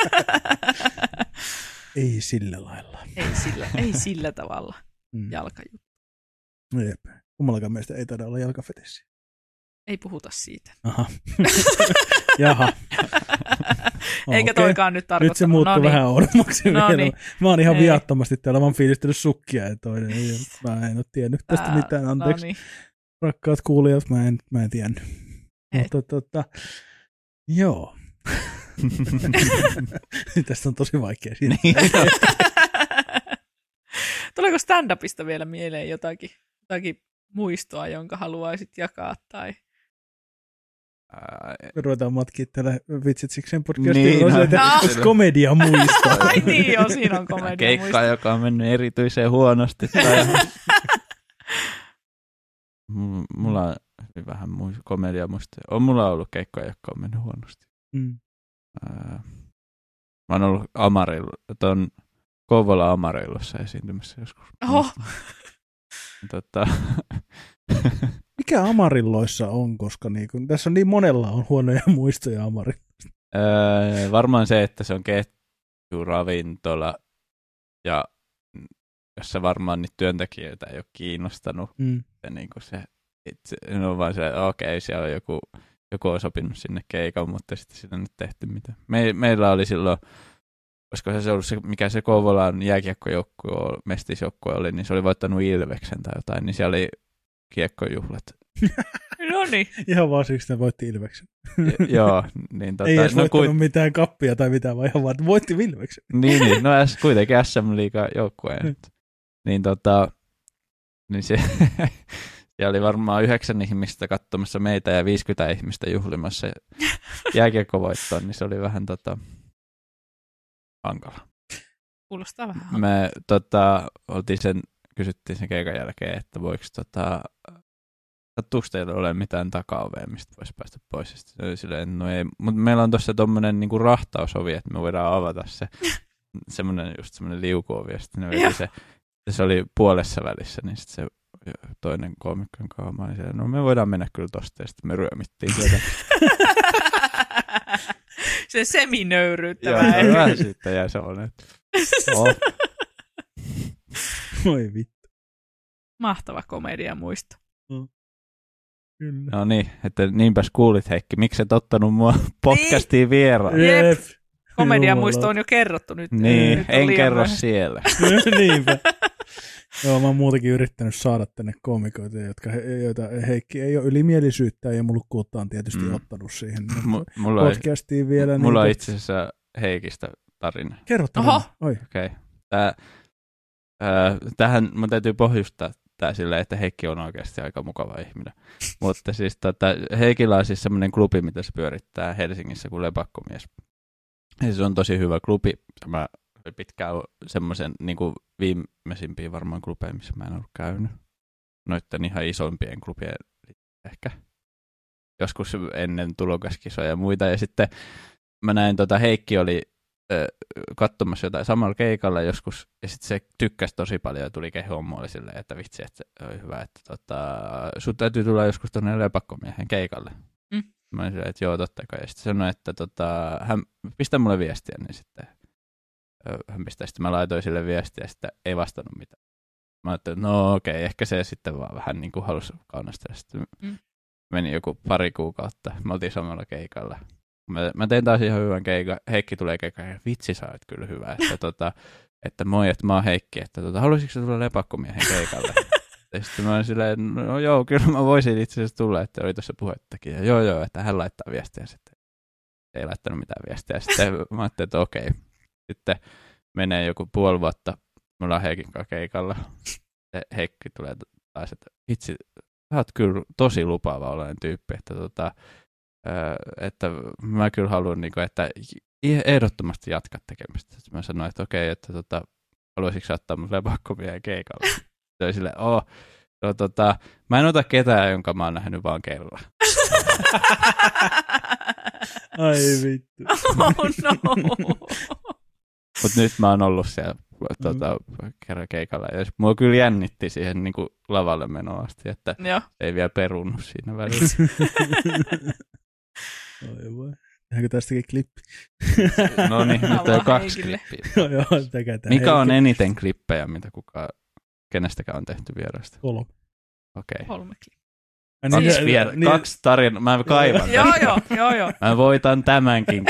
Ei sillä lailla. ei, sillä, ei sillä tavalla Mm. jalkajuttu. Jep. Kummallakaan meistä ei taida olla jalkafetissiä. Ei puhuta siitä. Aha. Jaha. Eikä Okei. toikaan nyt tarkoittanut. Nyt se muuttui no niin. vähän oudommaksi. No vielä. niin. Mä oon ihan Ei. viattomasti täällä, mä oon fiilistellyt sukkia ja toinen. Ei, mä en ole tiennyt tästä Ää, mitään, anteeksi. No niin. Rakkaat kuulijat, mä en, mä en tiennyt. Ei. Mutta tota, joo. Tästä on tosi vaikea siinä. Niin, joo. Tuleeko stand-upista vielä mieleen jotakin, jotakin muistoa, jonka haluaisit jakaa? Tai... Ää, Me ruvetaan matkimaan täällä Vitsit Siksen podcastiin. Niin, Niin, no, no, no. komedia muista. Ai niin, joo, siinä on komedia Keikka, muisto. joka on mennyt erityisen huonosti. Tai... M- mulla on hyvin vähän muist- komedia muista. On mulla ollut keikkoja, jotka on mennyt huonosti. Mm. Ää, mä oon ollut Amarillo, ton Kouvola Amarillossa esiintymässä joskus. Oho. Tota, Mikä Amarilloissa on, koska niinku, tässä on niin monella on huonoja muistoja Amarilloissa. ää, varmaan se, että se on ketjuravintola ja jossa varmaan niitä työntekijöitä ei ole kiinnostanut. Mm. Se, niin kuin se, itse, ne on vaan se, että okei, siellä on joku, joku on sopinut sinne keikan, mutta sitten siinä on nyt tehty mitään. Me, meillä oli silloin, olisiko se ollut se, mikä se Kouvolan jääkiekkojoukkue, mestisjoukkue oli, niin se oli voittanut Ilveksen tai jotain, niin siellä oli kiekkojuhlat. No niin. Ihan vaan siksi, että ne voitti Ilveksen. J- joo, niin tota, Ei edes no, voittanut kuit, mitään kappia tai mitään, vaan ihan vaan, että voitti Ilveksen. niin, niin, no S, kuitenkin S M-liigan joukkue. Mm. Niin tota, niin se, siellä oli varmaan yhdeksän ihmistä katsomassa meitä ja viisikymmentä ihmistä juhlimassa jääkiekkovoittoon, niin se oli vähän tota, hankala. Kuulostaa vähän. Me tota, oltiin sen, kysyttiin sen keikan jälkeen, että voiko tota, sattuuko teillä ole mitään takaovea, mistä voisi päästä pois. Ja sitten se oli silleen, no ei, mutta meillä on tuossa tommonen niinku rahtausovi, että me voidaan avata se, semmoinen just semmoinen liukuovi, ja sitten ne veti se, se oli puolessa välissä, niin sitten se toinen koomikon kaama oli siellä, no me voidaan mennä kyllä tosta, ja sitten me ryömittiin sieltä. Se seminöyryyttävä. Joo, se on vähän sitten jäi sellainen, että oh. Voi vittu. Mahtava komedia muisto. Kyllä. No niin, että niinpäs kuulit Heikki, miksi et ottanut mua podcastiin vieraan? Jep. Komedia Jumala. muisto on jo kerrottu nyt. Niin, nyt on en liian kerro myöhäistä. siellä. Niinpä. Joo, mä oon muutenkin yrittänyt saada tänne koomikoita, jotka, joita Heikki ei ole ylimielisyyttä ja mulkkuutta on tietysti mm. ottanut siihen M- mulla podcastiin vielä. Mulla niin on itse asiassa Heikistä tarina. Kerro tarina. Okei. Okay. Tää, äh, tähän mun täytyy pohjustaa tää silleen, että Heikki on oikeasti aika mukava ihminen. Mutta siis tota, Heikillä on siis semmoinen klubi, mitä se pyörittää Helsingissä kuin Lepakkomies. Ja se on tosi hyvä klubi. Mä pitkään semmoisen niin kuin viimeisimpiä varmaan klubeja, missä mä en ollut käynyt. Noitten ihan isompien klubien ehkä. Joskus ennen tulokaskisoja ja muita. Ja sitten mä näin, tota, Heikki oli ö, katsomassa jotain samalla keikalla joskus. Ja sitten se tykkäsi tosi paljon ja tuli kehuun mulle silleen, että vitsi, että se oli hyvä. Että tota, sun täytyy tulla joskus tuonne Lepakkomiehen keikalle. Mm. Mä olin silleen, että joo, totta kai. Ja sitten sanoin, että tota, hän pistää mulle viestiä, niin sitten hän pistää, sitten mä laitoin sille viestiä ja sitten ei vastannut mitään. Mä ajattelin, että no okei, okay, ehkä se sitten vaan vähän niin kuin halusi kaunastella. Sitten mm. meni joku pari kuukautta, me oltiin samalla keikalla. Mä, mä tein taas ihan hyvän keikan, Heikki tulee keikkaan ja vitsi sä oot kyllä hyvä, että, tota, että moi, että mä oon Heikki, että tota, haluaisitko sä tulla Lepakkomiehen keikalle? Ja sitten mä olin silleen, no joo, kyllä mä voisin itse asiassa tulla, että oli tuossa puhettakin. Ja joo joo, että hän laittaa viestiä sitten. Ei laittanut mitään viestiä. Sitten mä ajattelin, että okei. Okay. Sitten menee joku puoli vuotta, me ollaan Heikin kanssa keikalla. Heikki tulee taas, että itse, sä oot kyllä tosi lupaava olainen tyyppi, että, tota, että mä kyllä haluan, että ehdottomasti jatkaa tekemistä. Sitten mä sanoin, että okei, että tota, haluaisitko sä ottaa mun Lepakkomiehen keikalle? Se oli silleen, oh, no, tota, mä en ota ketään, jonka mä oon nähnyt vaan kerran. Ai vittu. Oh no. Mutta nyt mä oon ollut siellä tuota, mm. kerran keikalla. Ja mua kyllä jännitti siihen niin kuin lavalle menoa asti, että Joo. ei vielä perunut siinä välissä. Oi voi. Tehdäänkö tästäkin klippi? No niin, nyt on kaksi klippiä. No, joo, mikä on eniten klippejä, mitä kukaan, kenestäkään on tehty vierasta? Kolme. Okei. Okay. Kolme klippiä. Kaksi, siis, vier- niin, kaksi tarinaa. Mä kaivan. Joo, joo, joo, joo. Mä voitan tämänkin.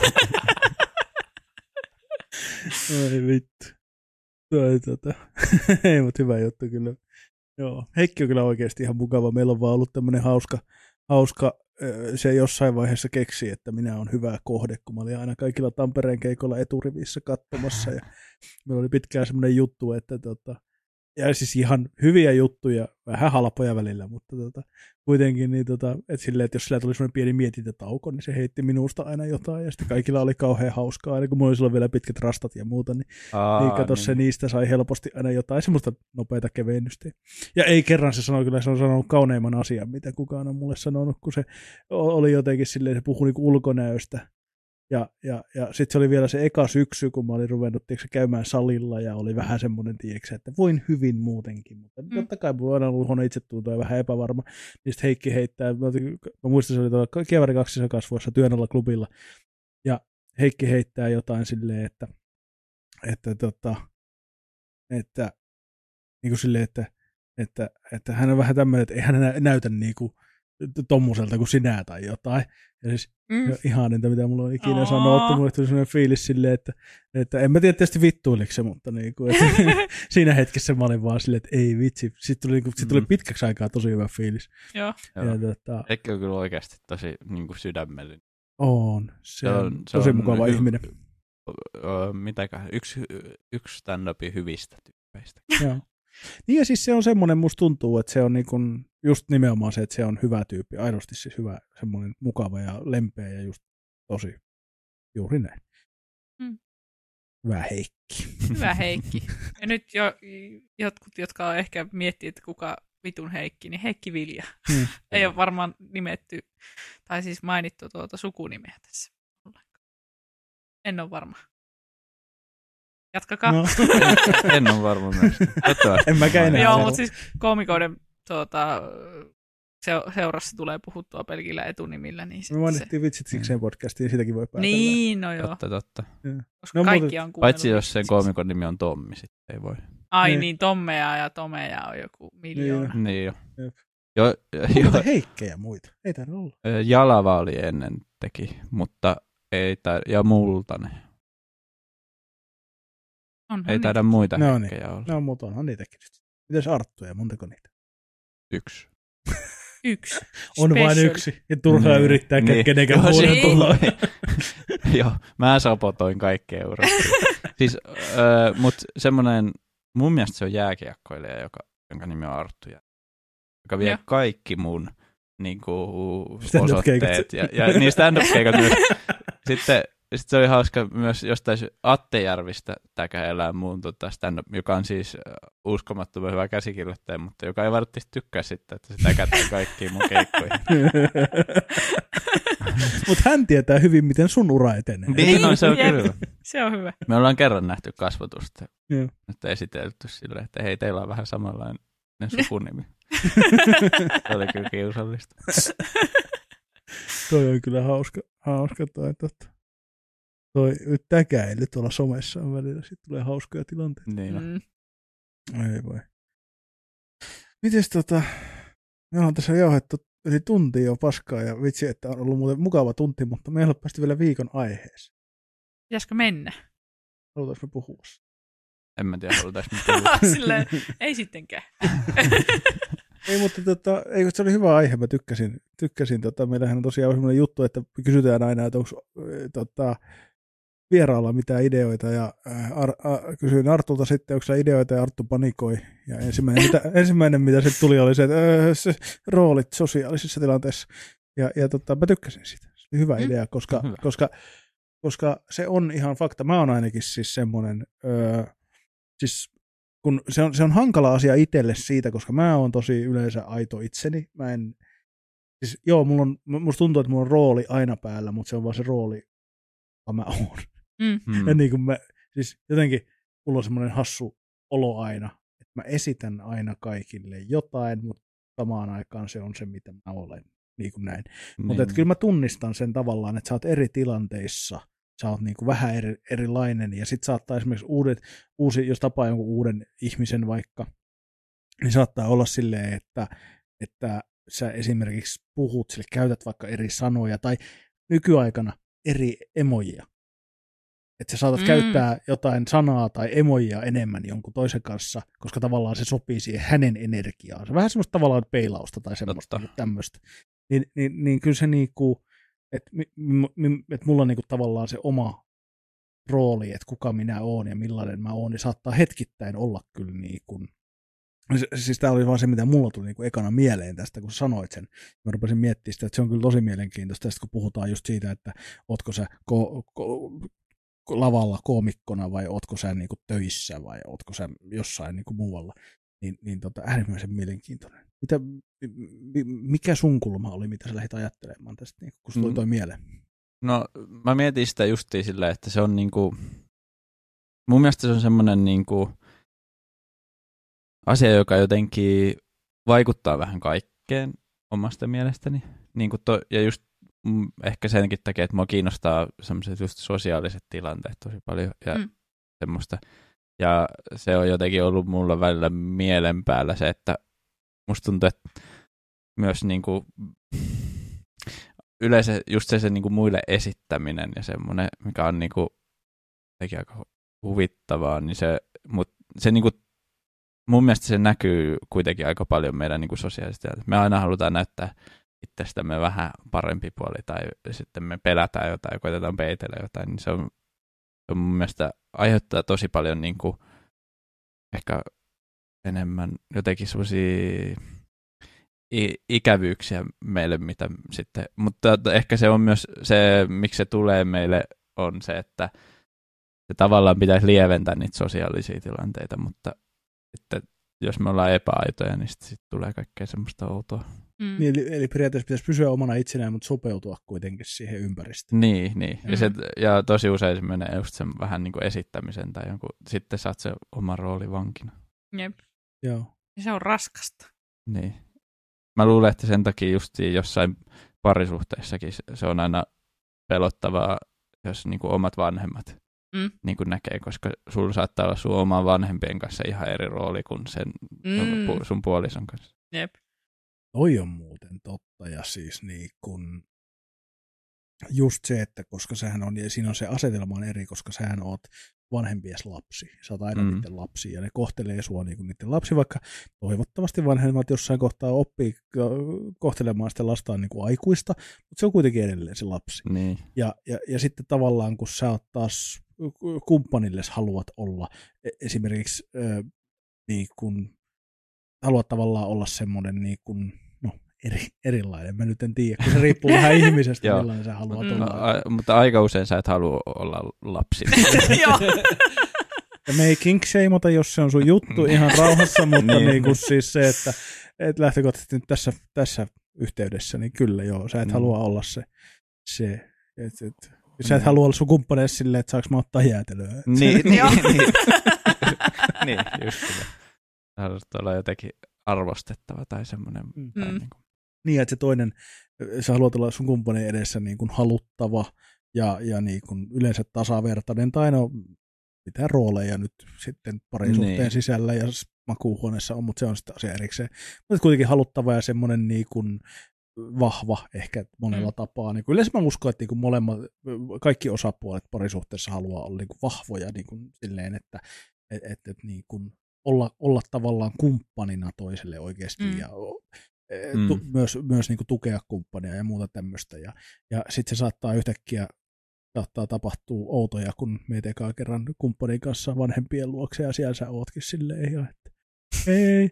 Oi vittu. Toi, tota. Ei, mutta hyvä juttu kyllä. Joo. Heikki on kyllä oikeasti ihan mukava. Meillä on vaan ollut tämmöinen hauska, hauska, se jossain vaiheessa keksi, että minä olen hyvä kohde, kun mä olin aina kaikilla Tampereen keikolla eturivissä katsomassa. Ja meillä oli pitkään semmoinen juttu, että tota, ja siis ihan hyviä juttuja, vähän halpoja välillä, mutta tota, kuitenkin niin tota, että silleen, että jos sillä tuli semmoinen pieni mietintätauko, niin se heitti minusta aina jotain, ja sitten kaikilla oli kauhean hauskaa, aina kun mulla oli silloin vielä pitkät rastat ja muuta, niin, Aa, niin kato niin. Se niistä sai helposti aina jotain semmoista nopeata kevennystä. Ja ei kerran se sanoi, kyllä se on sanonut kauneimman asian, mitä kukaan on mulle sanonut, kun se oli jotenkin silleen, se puhui niinku ulkonäöstä. Ja, ja, ja sitten se oli vielä se eka syksy, kun mä olin ruvennut tiiäksä, käymään salilla ja oli vähän semmoinen, tiiäksä, että voin hyvin muutenkin. Mutta mm. totta kai mulla on aina ollut huono itsetunto ja vähän epävarma. Niin sitten Heikki heittää, mä, mä muistan, se oli tuolla Kievarin kaksisakasvuissa työn alla klubilla. Ja Heikki heittää jotain silleen, että, että, tota, että, niin kuin silleen, että, että, että hän on vähän tämmöinen, että ei hän näytä niin kuin tommoselta kuin sinä tai jotain. Ja siis mm. ihaninta, mitä mulla on ikinä sanottu. Mulle tuli sellainen fiilis silleen, että, että en mä tiedä tietysti vittuiliko se, mutta niinku, että siinä hetkessä mä olin vaan silleen, että ei vitsi. Sitten tuli, sit tuli pitkäksi aikaa tosi hyvä fiilis. Joo. Ja, tota, Heikki on kyllä oikeasti tosi niin kuin sydämellinen. On. Se, se on, on tosi on, mukava hy- ihminen. Mitäkään, yksi, yksi stand-upin hyvistä tyyppeistä. Joo. Niin ja siis se on semmoinen, musta tuntuu, että se on niin kun just nimenomaan se, että se on hyvä tyyppi, aidosti siis hyvä, semmoinen mukava ja lempeä ja just tosi juuri näin. Mm. Hyvä Heikki. Hyvä Heikki. Ja nyt jo, jotkut, jotka on ehkä miettii, että kuka vitun Heikki, niin Heikki Vilja. Mm. Ei ole varmaan nimetty, tai siis mainittu tuota sukunimeä tässä. En ole varma. Jatkakaa. No. En ole varma myös. En mäkään enää. Joo, mutta siis koomikoiden tuota, seurassa tulee puhuttua pelkillä etunimillä. Niin me mainittiin se... vitsit sikseen podcastiin, siitäkin voi päätellä. Niin, no joo. Totta, totta. Koska no, kaikki on kuunnellut. Paitsi jos sen koomikon nimi on Tommi, sitten ei voi. Ai niin, niin Tommeja ja Tomeja on joku miljoona. Niin, niin jo. jo, jo mutta Heikkejä muita, ei tainnut olla. Jalava oli ennen teki, mutta ei tar- ja Multanen. Onhan Ei niitä. taida muita No niin. hekkejä olla. No, mutta onhan niitäkin. Mites Arttuja, montako niitä? Yksi. Yksi. On Special. vain yksi. Ja turhaa Niin, yrittää niin. kenenkään Joo, muun siis- tulla. Joo, mä sapotoin kaikki eurot. siis, äh, mut semmonen, mun mielestä se on jääkiekkoilija, joka, jonka nimi on Arttu, joka vie Joo. kaikki mun niinku, Stand-up-keikat. osoitteet. Ja, ja niin stand-up-keikat myös. Sitten sit se oli hauska myös jostain Attejärvistä täkäillään mun tota stand-up, joka on siis äh, uskomattoman hyvä käsikirjoittaja, mutta joka ei varmasti tykkää sitten, että se täkätään kaikkiin mun keikkoihin. Mutta hän tietää hyvin, miten sun ura etenee. Niin, no, se on Jep. kyllä. Se on hyvä. Me ollaan kerran nähty kasvatusta, Joo. että esitelty silleen, että hei, teillä on vähän samanlainen sukunimi. Se oli kyllä kiusallista. Toi on kyllä hauska, hauska toi, totta. Toi täkäily tuolla somessa on välillä, sitten tulee hauskoja tilanteita. Niin, no. Mm. Ei voi. Mites tota, me ollaan tässä jauhettu yli tuntia jo paskaa ja vitsi, että on ollut muuten mukava tunti, mutta me ei ole päästy vielä viikon aiheeseen. Pitäisikö mennä? Halutaanko me puhua? En mä tiedä, halutaanko me puhua. Silleen, ei sittenkään. Ei, mutta tota, ei, se oli hyvä aihe, mä tykkäsin. tykkäsin tota, meillähän on tosiaan sellainen juttu, että kysytään aina, että onko tota, vieraalla mitään ideoita, ja ää, Ar, a, kysyin Artulta sitten, onko se ideoita, ja Arttu panikoi, ja ensimmäinen, mitä, ensimmäinen mitä sitten tuli, oli se, että öö, se, roolit sosiaalisissa tilanteissa, ja, ja tota, mä tykkäsin siitä. Se oli hyvä mm. idea, koska, Hyvä. koska, koska se on ihan fakta. Mä oon ainakin siis semmoinen, öö, siis kun se on, se on hankala asia itselle siitä, koska mä oon tosi yleensä aito itseni. Mä en, siis joo, mulla on, musta tuntuu, että mulla on rooli aina päällä, mutta se on vaan se rooli, joka mä oon. Mm. Hmm. Ja niin kuin mä, siis jotenkin mulla on semmoinen hassu olo aina, että mä esitän aina kaikille jotain, mutta samaan aikaan se on se, mitä mä olen. Niin kuin näin. Niin. Mutta kyllä mä tunnistan sen tavallaan, että sä oot eri tilanteissa, sä oot niin kuin vähän eri, erilainen, ja sit saattaa esimerkiksi uudet, uusi, jos tapaa jonkun uuden ihmisen vaikka, niin saattaa olla silleen, että, että sä esimerkiksi puhut sille, käytät vaikka eri sanoja, tai nykyaikana eri emojia. Että sä saatat mm. käyttää jotain sanaa tai emojia enemmän jonkun toisen kanssa, koska tavallaan se sopii siihen hänen energiaansa. Vähän semmoista tavallaan peilausta tai semmoista tämmöistä. Niin, niin, niin kyllä se niinku, että et mulla on niinku tavallaan se oma rooli, että kuka minä oon ja millainen mä oon, niin saattaa hetkittäin olla kyllä niinku, siis tää oli vaan se, mitä mulla tuli niinku ekana mieleen tästä, kun sanoit sen. Mä rupesin miettimään sitä, että se on kyllä tosi mielenkiintoista, tästä kun puhutaan just siitä, että ootko sä ko- ko- lavalla koomikkona vai ootko sä niinku töissä vai ootko sä jossain niinku muualla, niin, niin tota, äärimmäisen mielenkiintoinen. Mitä, mikä sun kulma oli, mitä sä lähdit ajattelemaan tästä, niin, kun sulla tuli toi mieleen? No mä mietin sitä justiin silleen, että se on niinku, mun mielestä se on semmoinen niinku asia, joka jotenkin vaikuttaa vähän kaikkeen omasta mielestäni. Niinku to, ja just mm, ehkä senkin takia, että mua kiinnostaa semmoiset just sosiaaliset tilanteet tosi paljon ja mm. semmoista. Ja se on jotenkin ollut mulla välillä mielen päällä se, että musta tuntuu, että myös niinku yleensä just se, se niinku muille esittäminen ja semmoinen, mikä on niinku aika huvittavaa, niin se, mut se niinku, mun mielestä se näkyy kuitenkin aika paljon meidän niinku sosiaalisesti. Me aina halutaan näyttää itsestämme vähän parempi puoli tai sitten me pelätään jotain ja koitetaan peitellä jotain, niin se on, se on mun mielestä aiheuttaa tosi paljon niinku ehkä enemmän jotenkin semmoisia ikävyyksiä meille, mitä sitten, mutta ehkä se on myös se, miksi se tulee meille, on se, että se tavallaan pitäisi lieventää niitä sosiaalisia tilanteita, mutta että jos me ollaan epäaitoja, niin sitten sit tulee kaikkea semmoista outoa. Mm. Niin, eli, eli periaatteessa pitäisi pysyä omana itsenään, mutta sopeutua kuitenkin siihen ympäristöön. Niin, niin. Mm. Ja, se, ja tosi usein se menee just sen vähän niin kuin esittämisen tai jonkun, sitten saat se oma rooli vankina. Jep. Joo. Ja se on raskasta. Niin. Mä luulen, että sen takia just jossain parisuhteissakin se on aina pelottavaa, jos niin kuin omat vanhemmat mm. niin kuin näkee, koska sulla saattaa olla sun oman vanhempien kanssa ihan eri rooli kuin sen mm. sun puolison kanssa. Jep. Toi on muuten totta, ja siis niin kun just se, että koska sähän on, ja siinä on se asetelma on eri, koska sähän oot vanhempies lapsi. Sä oot aina Mm. niiden lapsi, ja ne kohtelee sua niin kuin niiden lapsi, vaikka toivottavasti vanhemmat jossain kohtaa oppii kohtelemaan sitä lastaan niin kuin aikuista, mutta se on kuitenkin edelleen se lapsi. Niin. Ja, ja, ja sitten tavallaan, kun sä oot taas kumppanilles haluat olla, e- esimerkiksi ö, niin kun, haluat tavallaan olla semmoinen niin kun, no, eri, erilainen, mä nyt en tiedä, kun se riippuu vähän ihmisestä, Joo. millainen sä haluat Mm. No, olla. a, mutta aika usein sä et halua olla lapsi. Joo. Ja me ei kinksheimata, jos se on sun juttu ihan rauhassa, mutta Niin. niin kuin siis se, että et lähtökohtaisesti nyt tässä, tässä yhteydessä, niin kyllä joo, sä et Mm. halua olla se, se et, et, sä et Mm. halua olla sun kumppaneessa silleen, että saaks mä ottaa jäätelöä. niin, niin, Joo. niin. niin, just sitä. Haluaisit olla jotenkin arvostettava tai semmoinen. Mm. tai Mm. niin kuin- Niin, että se toinen, sä haluat olla sun kumppanin edessä niin kuin haluttava ja, ja niin kuin yleensä tasavertainen, tai no mitään rooleja nyt sitten parisuhteen Niin. sisällä ja makuuhuoneessa on, mutta se on sitten asia erikseen. Mutta kuitenkin haluttava ja semmoinen niin kuin vahva ehkä monella Mm. tapaa. Niin kuin yleensä mä uskon, että niin kuin molemmat, kaikki osapuolet parisuhteessa haluaa olla niin kuin vahvoja niin kuin silleen, että et, et, et niin kuin olla, olla tavallaan kumppanina toiselle oikeasti Mm. ja tu, Mm. myös, myös niin kuin tukea kumppania ja muuta tämmöistä. Ja, ja sitten se saattaa yhtäkkiä saattaa tapahtua outoja, kun meitä ekaa kerran kumppanin kanssa vanhempien luokse ja siellä sä ootkin silleen ihan, että hei,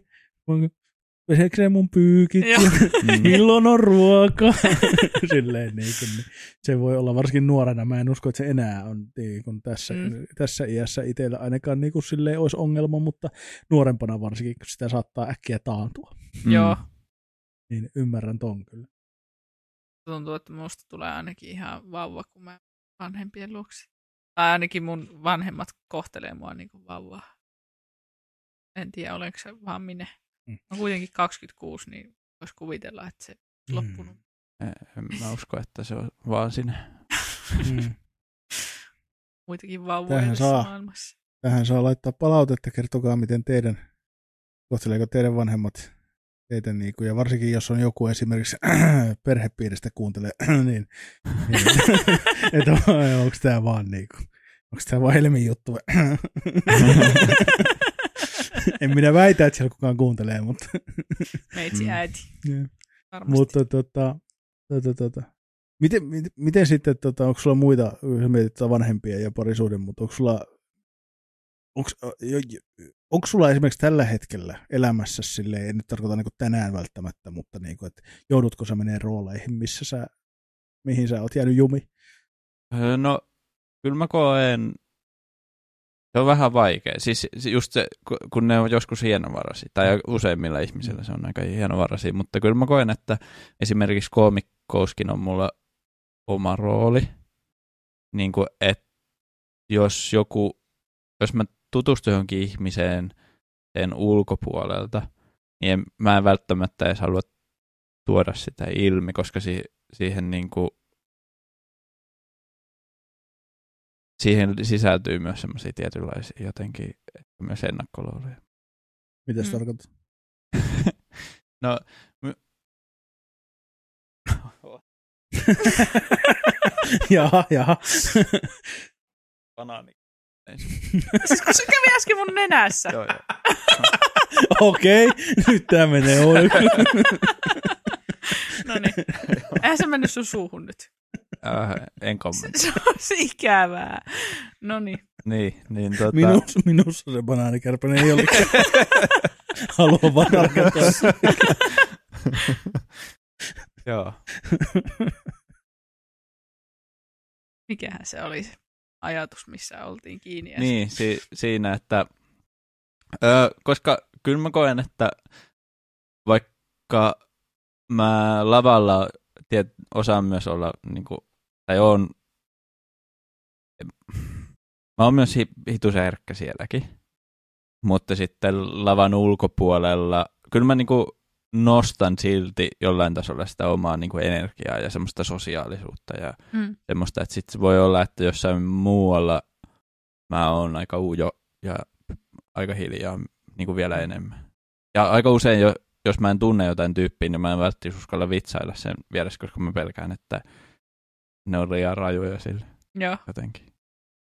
peseekö se mun pyykit? Joo. Mm. Milloin on ruoka? Silleen niin kuin, niin se voi olla varsinkin nuorena. Mä en usko, että se enää on niin kuin tässä, Mm. tässä iässä itsellä ainakaan niin kuin silleen olisi ongelma, mutta nuorempana varsinkin, kun sitä saattaa äkkiä taantua. Mm. Joo. Niin ymmärrän ton kyllä. Tuntuu, että musta tulee ainakin ihan vauva, kun mä vanhempien luoksi. Tai ainakin mun vanhemmat kohtelee mua niin kuin vauvaa. En tiedä, olenko se vaan minne. Mm. On kuitenkin kaksikymmentäkuusi, niin voisi kuvitella, että se olisi loppunut. En mä usko, että se on vaan sinne. Mm. Muitakin vauvoja Tähän tässä saa. maailmassa. Tähän saa laittaa palautetta, kertokaa miten teidän, kohteleeko teidän vanhemmat teitä, niin kuin, ja varsinkin jos on joku esimerkiksi perhepiiristä kuuntelee, niin, niin että onko tämä vaan niin kuin, onko tämä vaan Helmin juttu? En minä väitä, että siellä kukaan kuuntelee, mutta, Meitsi Mm. äiti. yeah. Varmasti. mutta tota, tota, tota. Miten, miten, miten sitten, tota, onko sulla muita, jos mietit vanhempia ja parisuuden, mutta onko sulla Onko, onko sulla esimerkiksi tällä hetkellä elämässä silleen, en nyt tarkoita niin kuin tänään välttämättä, mutta niin kuin, että joudutko sä menee rooleihin, missä sä, mihin sä oot jäänyt jumi? Öö, No, kyllä mä koen, se on vähän vaikea. Siis just se, kun ne on joskus hienovaraisia, tai useimmilla ihmisillä se on aika hienovaraisia, mutta kyllä mä koen, että esimerkiksi koomikkouskin on mulla oma rooli. Niin kuin, että jos joku, jos mä tutustun johonkin ihmiseen sen ulkopuolelta, niin en, mä en välttämättä edes halua tuoda sitä ilmi, koska si, siihen, niin kuin, siihen sisältyy myös semmoisia tietynlaisia jotenkin myös ennakkoluuloja. Mitä se Mm. tarkoittaa? No, my... jaha, jaha. Banaani. Siis kun se kävi äsken mun nenässä. Joo, joo. Okei, nyt tää menee oikein. No niin. Eihän se mennyt sun suuhun nyt. Äh, en Se, kommentoi. se on ikävää. No niin. Niin, niin tota... Minussa, minussa se banaanikärpänen ei ole. Haluan vaan tarkentaa. Joo. Mikähän se oli se ajatus, missä oltiin kiinni. Niin, si- siinä, että ö, koska kyllä mä koen, että vaikka mä lavalla tiet, osaan myös olla, niin kuin, tai on, mä oon myös hi- hitusen herkkä sielläkin, mutta sitten lavan ulkopuolella, kyllä mä niin kuin nostan silti jollain tasolla sitä omaa niin kuin energiaa ja semmoista sosiaalisuutta ja Mm. semmoista, että sitten voi olla, että jossain muualla mä oon aika ujo ja aika hiljaa niin kuin vielä enemmän. Ja aika usein, jo, jos mä en tunne jotain tyyppiä, niin mä en välttämättä uskalla vitsailla sen vieressä, koska mä pelkään, että ne on liian rajuja sille Joo. jotenkin.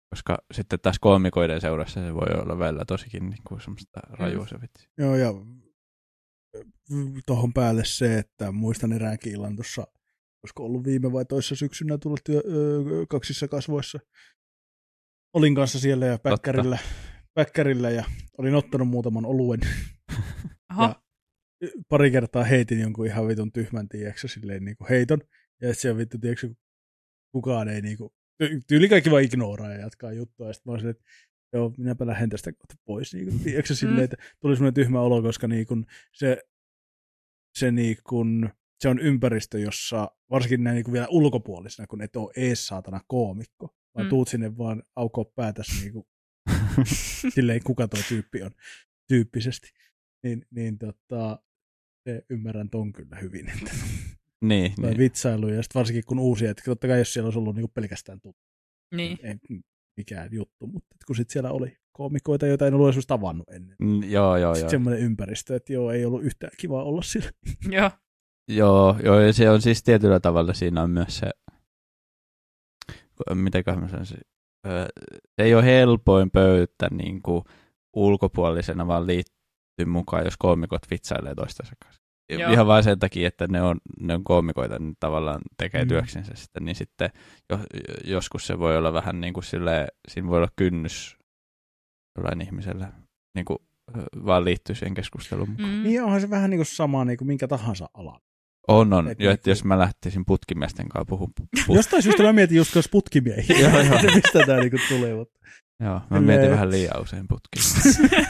Koska sitten taas koomikoiden seurassa se voi olla välillä tosikin niin kuin semmoista rajua se vitsi. Joo, ja tuohon päälle se, että muistan eräänkin illan tuossa, olisiko ollut viime vai toissa syksynä tullut työ, öö, kaksissa kasvoissa. Olin kanssa siellä ja päkkärillä, päkkärillä ja olin ottanut muutaman oluen. Ja pari kertaa heitin jonkun ihan vitun tyhmän, tiiäksä, silleen niin kuin heiton. Ja sitten se vittu, tiiäksä, kukaan ei niin kuin, tyyli kaikki vaan ignoraa ja jatkaa juttua. Ja sitten mä olin silleen, että joo, minäpä lähden tästä kohta pois. Niin kuin, tiiäksä, silleen, että tuli semmoinen tyhmä olo, koska niin kuin, se, se, niin kuin, se on ympäristö, jossa varsinkin näin niin kuin vielä ulkopuolisena, kun et ole ees saatana koomikko, vaan mm. tuut sinne vaan aukoo päätäsi niin kuin, silleen, kuka tuo tyyppi on tyyppisesti. Niin, niin tota, se ymmärrän ton kyllä hyvin. Että niin, tai niin. vitsailu, ja sitten varsinkin kun uusia, että totta kai jos siellä olisi ollut niinku pelkästään tuttu, niin. ei mikään juttu, mutta kun sitten siellä oli koomikoita, joita en ollut esimerkiksi tavannut ennen. Mm, joo, joo, sitten joo. semmoinen ympäristö, että joo, ei ollut yhtään kivaa olla siellä. Joo. Joo, joo, ja se on siis tietyllä tavalla, siinä on myös se, mitenköhän mä sanoisin, se ei ole helpoin pöytä niin kuin ulkopuolisena, vaan liittyy mukaan, jos koomikot vitsailee toistensa kanssa. Joo. Ihan vain sen takia, että ne on, ne on koomikoita, niin tavallaan tekee mm. työksensä sitten, niin sitten jo, joskus se voi olla vähän niin kuin silleen, siinä voi olla kynnys jollain ihmisellä niin kuin vaan liittyy siihen keskusteluun mukaan. Mm. Niin onhan se vähän niin kuin sama niin kuin minkä tahansa alan. On, on. Et jo, että niin jos mä lähtisin putkimiesten kanssa puhumaan. Put... Jostain syystä mä mietin just kanssa putkimiehiä. Joo, joo. Mistä tää niinku tulee? Mutta... Joo, mä mietin Ele... vähän liian usein putkimiehiä.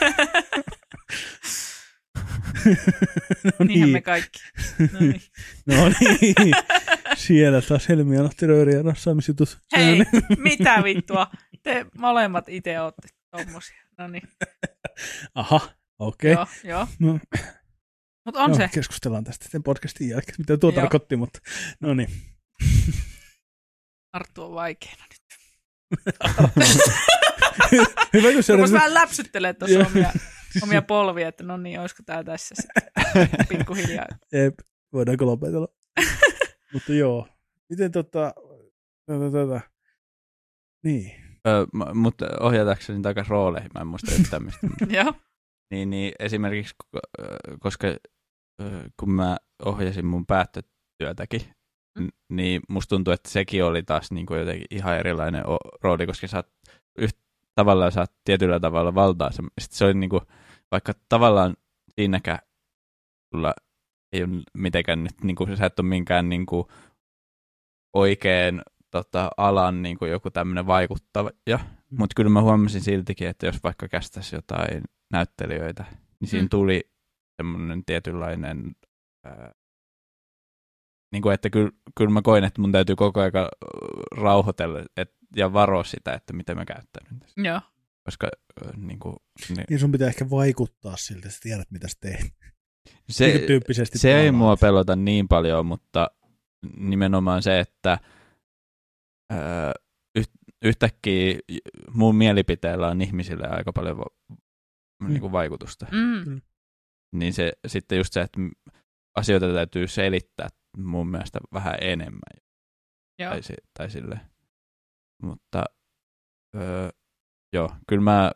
No niin. Niinhän me kaikki. No niin. No niin. Siellä taas Helmi ja Rööri ja rassaamisjutut. Hei, mitä vittua? Te molemmat itse ootte tommosia. No niin. Aha, okei. Okay. Joo, joo. No. Mut on no, se. Keskustellaan tästä sitten podcastin jälkeen, mitä tuo joo. tarkoitti, mutta no niin. Arttu on vaikeena nyt. Hyvä, kun se Rupes vähän läpsyttelee tuossa omia, omia polvia, että no niin, olisiko tää tässä sitten pikkuhiljaa. Jep, voidaanko lopetella. Mutta joo, miten tota, tota, tota. Niin. Ö, m- mutta ohjatakseni takaisin rooleihin, mä en muista yhtään mistä. Joo. Niin, niin esimerkiksi, koska kun mä ohjasin mun päättötyötäkin, mm. niin musta tuntuu, että sekin oli taas niin kuin jotenkin ihan erilainen rooli, koska sä oot yht, tavallaan saat tietyllä tavalla valtaa. Sitten se oli niin kuin, vaikka tavallaan siinäkään sulla ei ole mitenkään nyt, niin kuin, sä et ole minkään niin kuin oikein tota, alan niin kuin joku tämmöinen vaikuttava, mm. mutta kyllä mä huomasin siltikin, että jos vaikka kästäisi jotain näyttelijöitä, niin siinä mm. tuli semmoinen tietynlainen, ää, niin kuin, että kyllä, kyllä mä koin, että mun täytyy koko ajan rauhoitella et, ja varoa sitä, että miten mä käyttänyt. Joo. Koska niin kuin, niin, niin sun pitää ehkä vaikuttaa siltä, että sä tiedät, mitä sä teet. Se, niin se ei mua pelota niin paljon, mutta nimenomaan se, että ää, yht, yhtäkkiä mun mielipiteellä on ihmisille aika paljon va- mm. niin kuin vaikutusta. Mm. Niin se sitten just se, että asioita täytyy selittää mun mielestä vähän enemmän. Joo. Tai, tai silleen. Mutta öö, joo, kyllä mä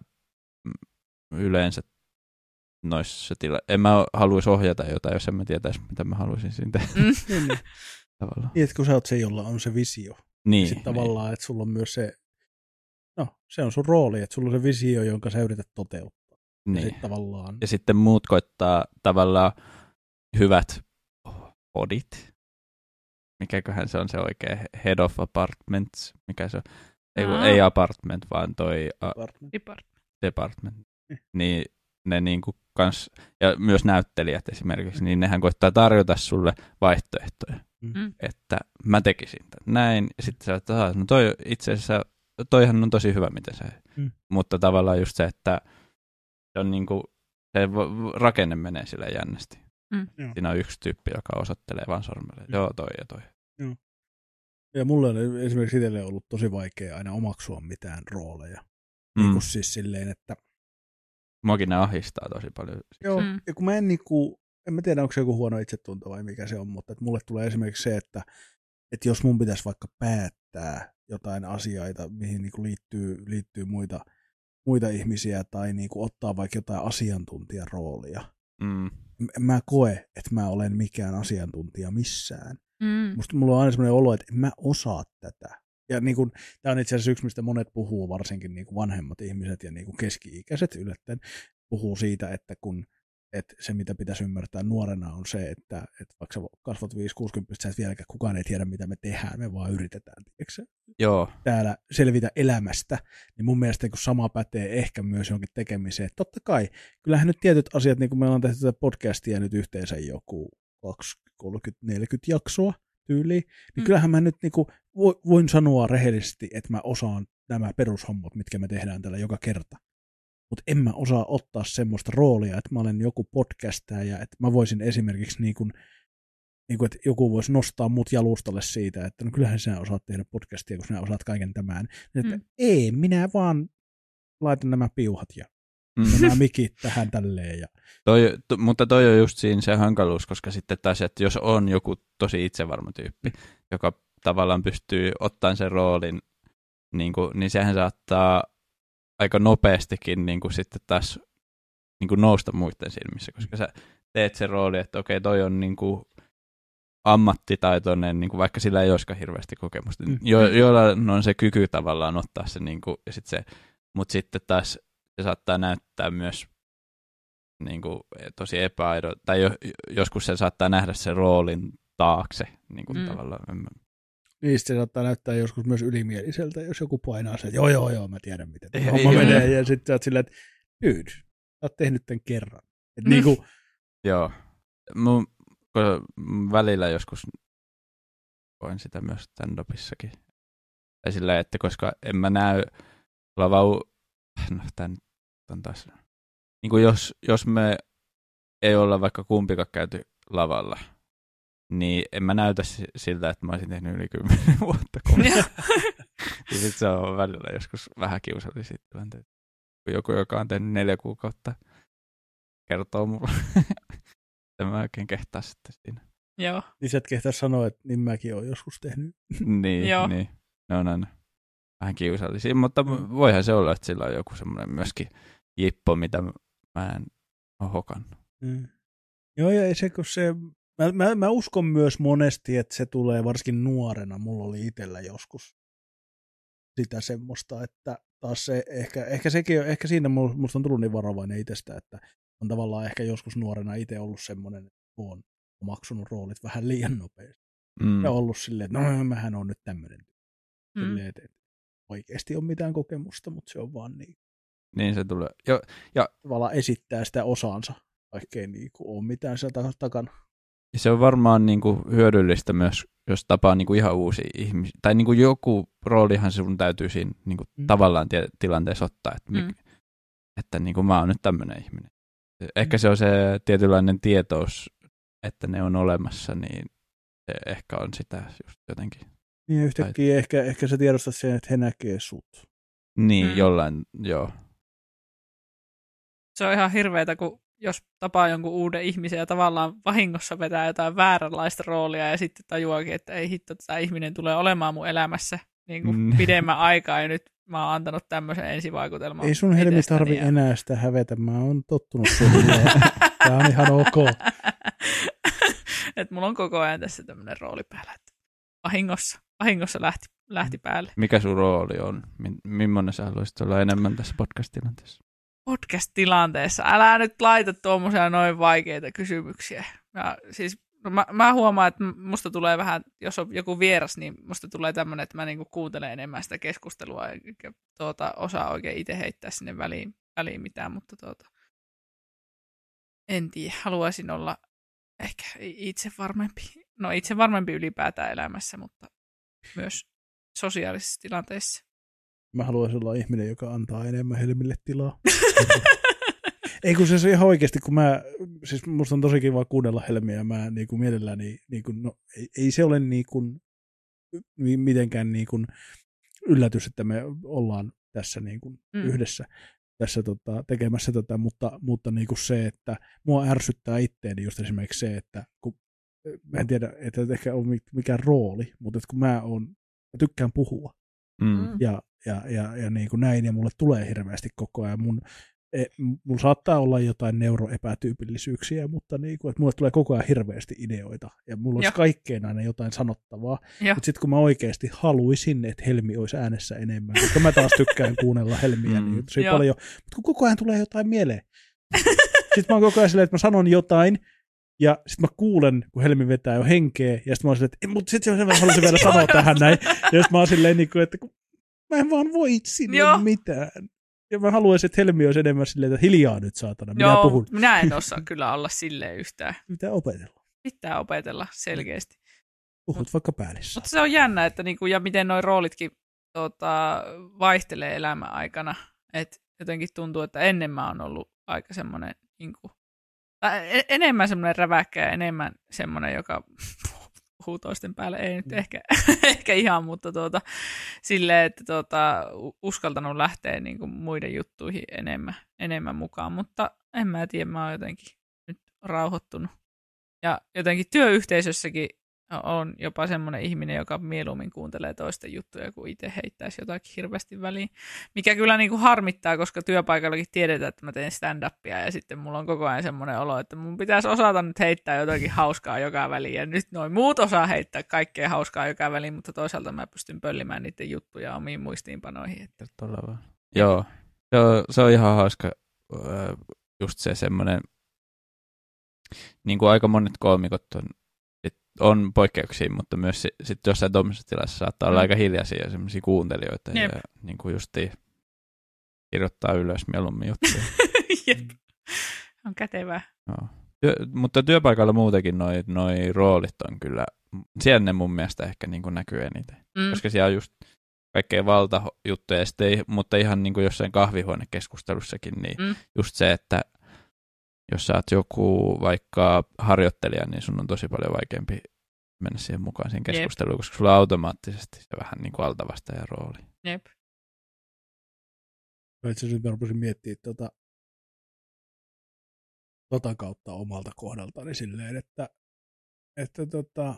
yleensä noissa tila... En mä haluaisi ohjata jotain, jos en mä tietäisi, mitä mä haluaisin siinä tehdä. Mm. Tavallaan. Niin, että kun sä oot se, jolla on se visio. Niin. Sitten niin. tavallaan, että sulla on myös se, no, se on sun rooli, että sulla on se visio, jonka sä yrität toteuttaa. Niin. Ja, sit tavallaan... ja sitten muut koittaa tavallaan hyvät podit. Mikäköhän se on se oikea head of apartments? Mikä se on? Ei, Aa. ei apartment, vaan toi Department. Department. department. Eh. Niin ne niinku kans, ja myös näyttelijät esimerkiksi, niin nehän koittaa tarjota sulle vaihtoehtoja. Mm. Että mä tekisin tämän näin, ja sitten sä että no toi itse asiassa, toihan on tosi hyvä, miten se mm. mutta tavallaan just se, että se on niinku, se rakenne menee sille jännästi. Mm. Siinä on yksi tyyppi, joka osoittelee vaan sormelle, mm. joo toi ja toi. Joo. Ja mulle on esimerkiksi itselle ollut tosi vaikea aina omaksua mitään rooleja. Mm. Niin kuin siis silleen, että... Muakin ne ahdistaa tosi paljon. Joo, mm. ja kun mä en niinku, en mä tiedä onko se joku huono itsetunto vai mikä se on, mutta että mulle tulee esimerkiksi se, että että jos mun pitäisi vaikka päättää jotain asioita, mihin niin kuin liittyy, liittyy muita, muita ihmisiä tai niin kuin ottaa vaikka jotain asiantuntijan roolia, Mm. mä koe, että mä olen mikään asiantuntija missään. Mm. Musta mulla on aina sellainen olo, että en mä osaa tätä. Ja niin kuin, tämä on itse asiassa yksi, mistä monet puhuu, varsinkin niin kuin vanhemmat ihmiset ja niin kuin keski-ikäiset yllättäen, puhuu siitä, että kun että se, mitä pitäisi ymmärtää nuorena, on se, että, että vaikka sä kasvat viisi kuusikymmentä, sä et vieläkään kukaan ei tiedä, mitä me tehdään, me vaan yritetään Joo. täällä selvitä elämästä, niin mun mielestä niin sama pätee ehkä myös jonkin tekemiseen. Totta kai, kyllähän nyt tietyt asiat, niin kuin meillä on tehty tätä podcastia nyt yhteensä joku kaksikymmentä, kolmekymmentä, neljäkymmentä jaksoa tyyliin, niin mm. kyllähän mä nyt niin kuin voin sanoa rehellisesti, että mä osaan nämä perushommat, mitkä me tehdään täällä joka kerta. Mutta en mä osaa ottaa semmoista roolia, että mä olen joku podcastaja, että mä voisin esimerkiksi, niin kuin, niin kuin, että joku voisi nostaa mut jalustalle siitä, että no kyllähän sinä osaat tehdä podcastia, kun sinä osaat kaiken tämän. Että mm. ei, minä vaan laitan nämä piuhat ja mm. nämä mikit tähän tälleen. Ja... Toi, to, mutta toi on just siinä se hankaluus, koska sitten taas, että jos on joku tosi itsevarma tyyppi, joka tavallaan pystyy ottamaan sen roolin, niin, kuin, niin sehän saattaa aika nopeastikin niin kuin sitten taas niin kuin nousta muiden silmissä, koska sä teet sen rooli, että okei, toi on niin kuin ammattitaitoinen, niin kuin vaikka sillä ei olisikaan hirveästi kokemusta, mm. jo, joilla on se kyky tavallaan ottaa se, niin kuin, ja sit se mutta sitten taas se saattaa näyttää myös niin kuin, tosi epäaido, tai jo, joskus se saattaa nähdä sen roolin taakse niin kuin mm. tavallaan. Niin, se saattaa näyttää joskus myös ylimieliseltä, jos joku painaa sen, että joo, joo, joo, mä tiedän, miten tämä homma menee. Ja sitten sä oot silleen, että dude, sä oot tehnyt tämän kerran. Et mm. niin kuin... Joo. Mun, välillä joskus koen sitä myös stand-upissakin. Tai silleen, että koska en mä näy lavau... No, tää nyt on taas... Niin kuin jos, jos me ei olla vaikka kumpikaan käyty lavalla, niin en mä näytä siltä, että mä olisin tehnyt yli kymmenen vuotta. Ja sitten se on välillä joskus vähän kiusallisia tilanteita. Joku, joka on tehnyt neljä kuukautta, kertoo mulle, että mä oikein kehtaa sitten siinä. Joo. Niin sä et kehtaa sanoa, että niin mäkin olen joskus tehnyt. niin, Joo. niin. Ne on aina vähän kiusallisia, mutta voihan se olla, että sillä on joku semmoinen myöskin jippo, mitä mä en ole hokannut. Mm. Joo, ja se, kun se... Mä, mä, mä uskon myös monesti, että se tulee varsinkin nuorena. Mulla oli itsellä joskus sitä semmoista, että taas se, ehkä, ehkä, sekin, ehkä siinä musta on tullut niin varovainen itsestä, että on tavallaan ehkä joskus nuorena itse ollut semmoinen, että olen omaksunut roolit vähän liian nopeasti. Mm. Ja ollut silleen, että no mähän on nyt tämmöinen. Mm. Silleen, että oikeasti on mitään kokemusta, mutta se on vaan niin. Niin se tulee. Jo, ja tavallaan esittää sitä osaansa, vaikkei niin ole mitään sieltä takana. Ja se on varmaan niin kuin hyödyllistä myös, jos tapaa niin kuin ihan uusia ihmisiä. Tai niin kuin joku roolihan sinun täytyy siinä niin kuin mm. tavallaan t- tilanteessa ottaa, että, mik, mm. että niin kuin mä oon nyt tämmöinen ihminen. Ehkä se on se tietynlainen tietous, että ne on olemassa, niin se ehkä on sitä just jotenkin. Niin yhtäkkiä ehkä, ehkä sä tiedostat sen, että he näkee sut. Niin, mm. jollain, joo. Se on ihan hirveetä, kun jos tapaa jonkun uuden ihmisen ja tavallaan vahingossa vetää jotain vääränlaista roolia ja sitten tajuakin, että ei hitto, tämä ihminen tulee olemaan mun elämässä niin kuin mm. pidemmän aikaa ja nyt mä oon antanut tämmöisen ensivaikutelman. Ei sun Helmi tarvi ja... enää sitä hävetä, mä oon tottunut sulle. Tää on ihan ok. Että mulla on koko ajan tässä tämmöinen rooli päällä, että vahingossa, vahingossa lähti, lähti päälle. Mikä sun rooli on? Millainen sä haluaisit olla enemmän tässä podcast-tilanteessa? Podcast-tilanteessa. Älä nyt laita tuommoisia noin vaikeita kysymyksiä. Ja siis, no mä, mä huomaan, että musta tulee vähän, jos on joku vieras, niin musta tulee tämmöinen, että mä niinku kuuntelen enemmän sitä keskustelua eikä tuota, osaa oikein itse heittää sinne väliin, väliin mitään, mutta tuota, en tiedä. Haluaisin olla ehkä itse varmempi. No itse varmempi ylipäätään elämässä, mutta myös sosiaalisissa tilanteissa. Mä haluaisin olla ihminen, joka antaa enemmän Helmille tilaa. Ei kun se on ihan oikeasti, kun mä, siis musta on tosi kiva kuunnella Helmiä ja mä niin kuin mielelläni, niin kuin, no, ei, ei se ole niin kuin, mitenkään niin kuin yllätys, että me ollaan tässä niin kuin mm. yhdessä tässä tota, tekemässä tätä, mutta, mutta niin kuin se, että mua ärsyttää itteeni just esimerkiksi se, että kun mä en tiedä, että ehkä on mikään rooli, mutta että kun mä, on, mä tykkään puhua Mm. ja, ja, ja, ja niin kuin näin, ja mulle tulee hirveästi koko ajan. Mun, e, mulla saattaa olla jotain neuroepätyypillisyyksiä, mutta niin kuin, että mulle tulee koko ajan hirveästi ideoita, ja mulla olisi Joo. kaikkeen aina jotain sanottavaa. Joo. Mutta sitten kun mä oikeasti haluaisin, että Helmi olisi äänessä enemmän, koska mä taas tykkään kuunnella Helmiä, Mm. niin se Joo. paljon, mutta kun koko ajan tulee jotain mieleen. Sitten mä oon koko ajan silleen, että mä sanon jotain, ja sitten mä kuulen, kun Helmi vetää jo henkeä, ja sitten mä oon silleen, että mutta sitten se haluaisin vielä sanoa tähän näin. Ja sitten mä oon silleen, että kun mä en vaan voi sille Joo. mitään. Ja mä haluaisin, että Helmi olisi enemmän silleen, että hiljaa nyt saatana, minä Joo, puhun. minä en osaa kyllä olla silleen yhtään. Mitä opetella? Pitää opetella selkeästi. Puhut Mut- vaikka päällissä. Mutta se on jännä, että niinku, ja miten nuo roolitkin tota, vaihtelee elämän aikana. Et jotenkin tuntuu, että ennen mä oon ollut aika semmoinen, niinku, tai e- enemmän semmoinen räväkkä ja enemmän semmoinen, joka puhuu toisten päälle. Ei nyt ehkä, ehkä ihan, mutta tuota, silleen, että tuota, u- uskaltanut lähteä niinku, muiden juttuihin enemmän, enemmän mukaan. Mutta en mä tiedä, mä oon jotenkin nyt rauhoittunut. Ja jotenkin työyhteisössäkin on jopa semmoinen ihminen, joka mieluummin kuuntelee toisten juttuja, kuin itse heittäisi jotakin hirveästi väliin. Mikä kyllä niin kuin harmittaa, koska työpaikallakin tiedetään, että mä teen stand-upia ja sitten mulla on koko ajan semmoinen olo, että mun pitäisi osata nyt heittää jotakin hauskaa joka väliin. Ja nyt noin muut osaa heittää kaikkea hauskaa joka väliin, mutta toisaalta mä pystyn pöllimään niiden juttuja omiin muistiinpanoihin. Että... Joo, se on, se on ihan hauska just se semmoinen, niin kuin aika monet koomikot on, on poikkeuksia, mutta myös sitten sit jossain tuollaisessa tilassa saattaa olla Mm. aika hiljaisia semmoisia kuuntelijoita Jep. ja niin kuin justiin kirjoittaa ylös mieluummin juttuja. Jep. On kätevää. Joo. Työ, mutta työpaikalla muutenkin noi, noi roolit on kyllä, siellä ne mun mielestä ehkä niin kuin näkyy eniten. Mm. Koska siellä on just kaikkea valtajuttuja, ja ei, mutta ihan niin kuin jossain kahvihuonekeskustelussakin, niin Mm. just se, että jos sä oot joku vaikka harjoittelija, niin sun on tosi paljon vaikeampi mennä siihen mukaan siihen keskusteluun, koska sulla on automaattisesti se vähän niin kuin altavastaajan rooli. Jep. Itse asiassa nyt mä rupesin miettimään tota, tota kautta omalta kohdaltani silleen, että, että tota,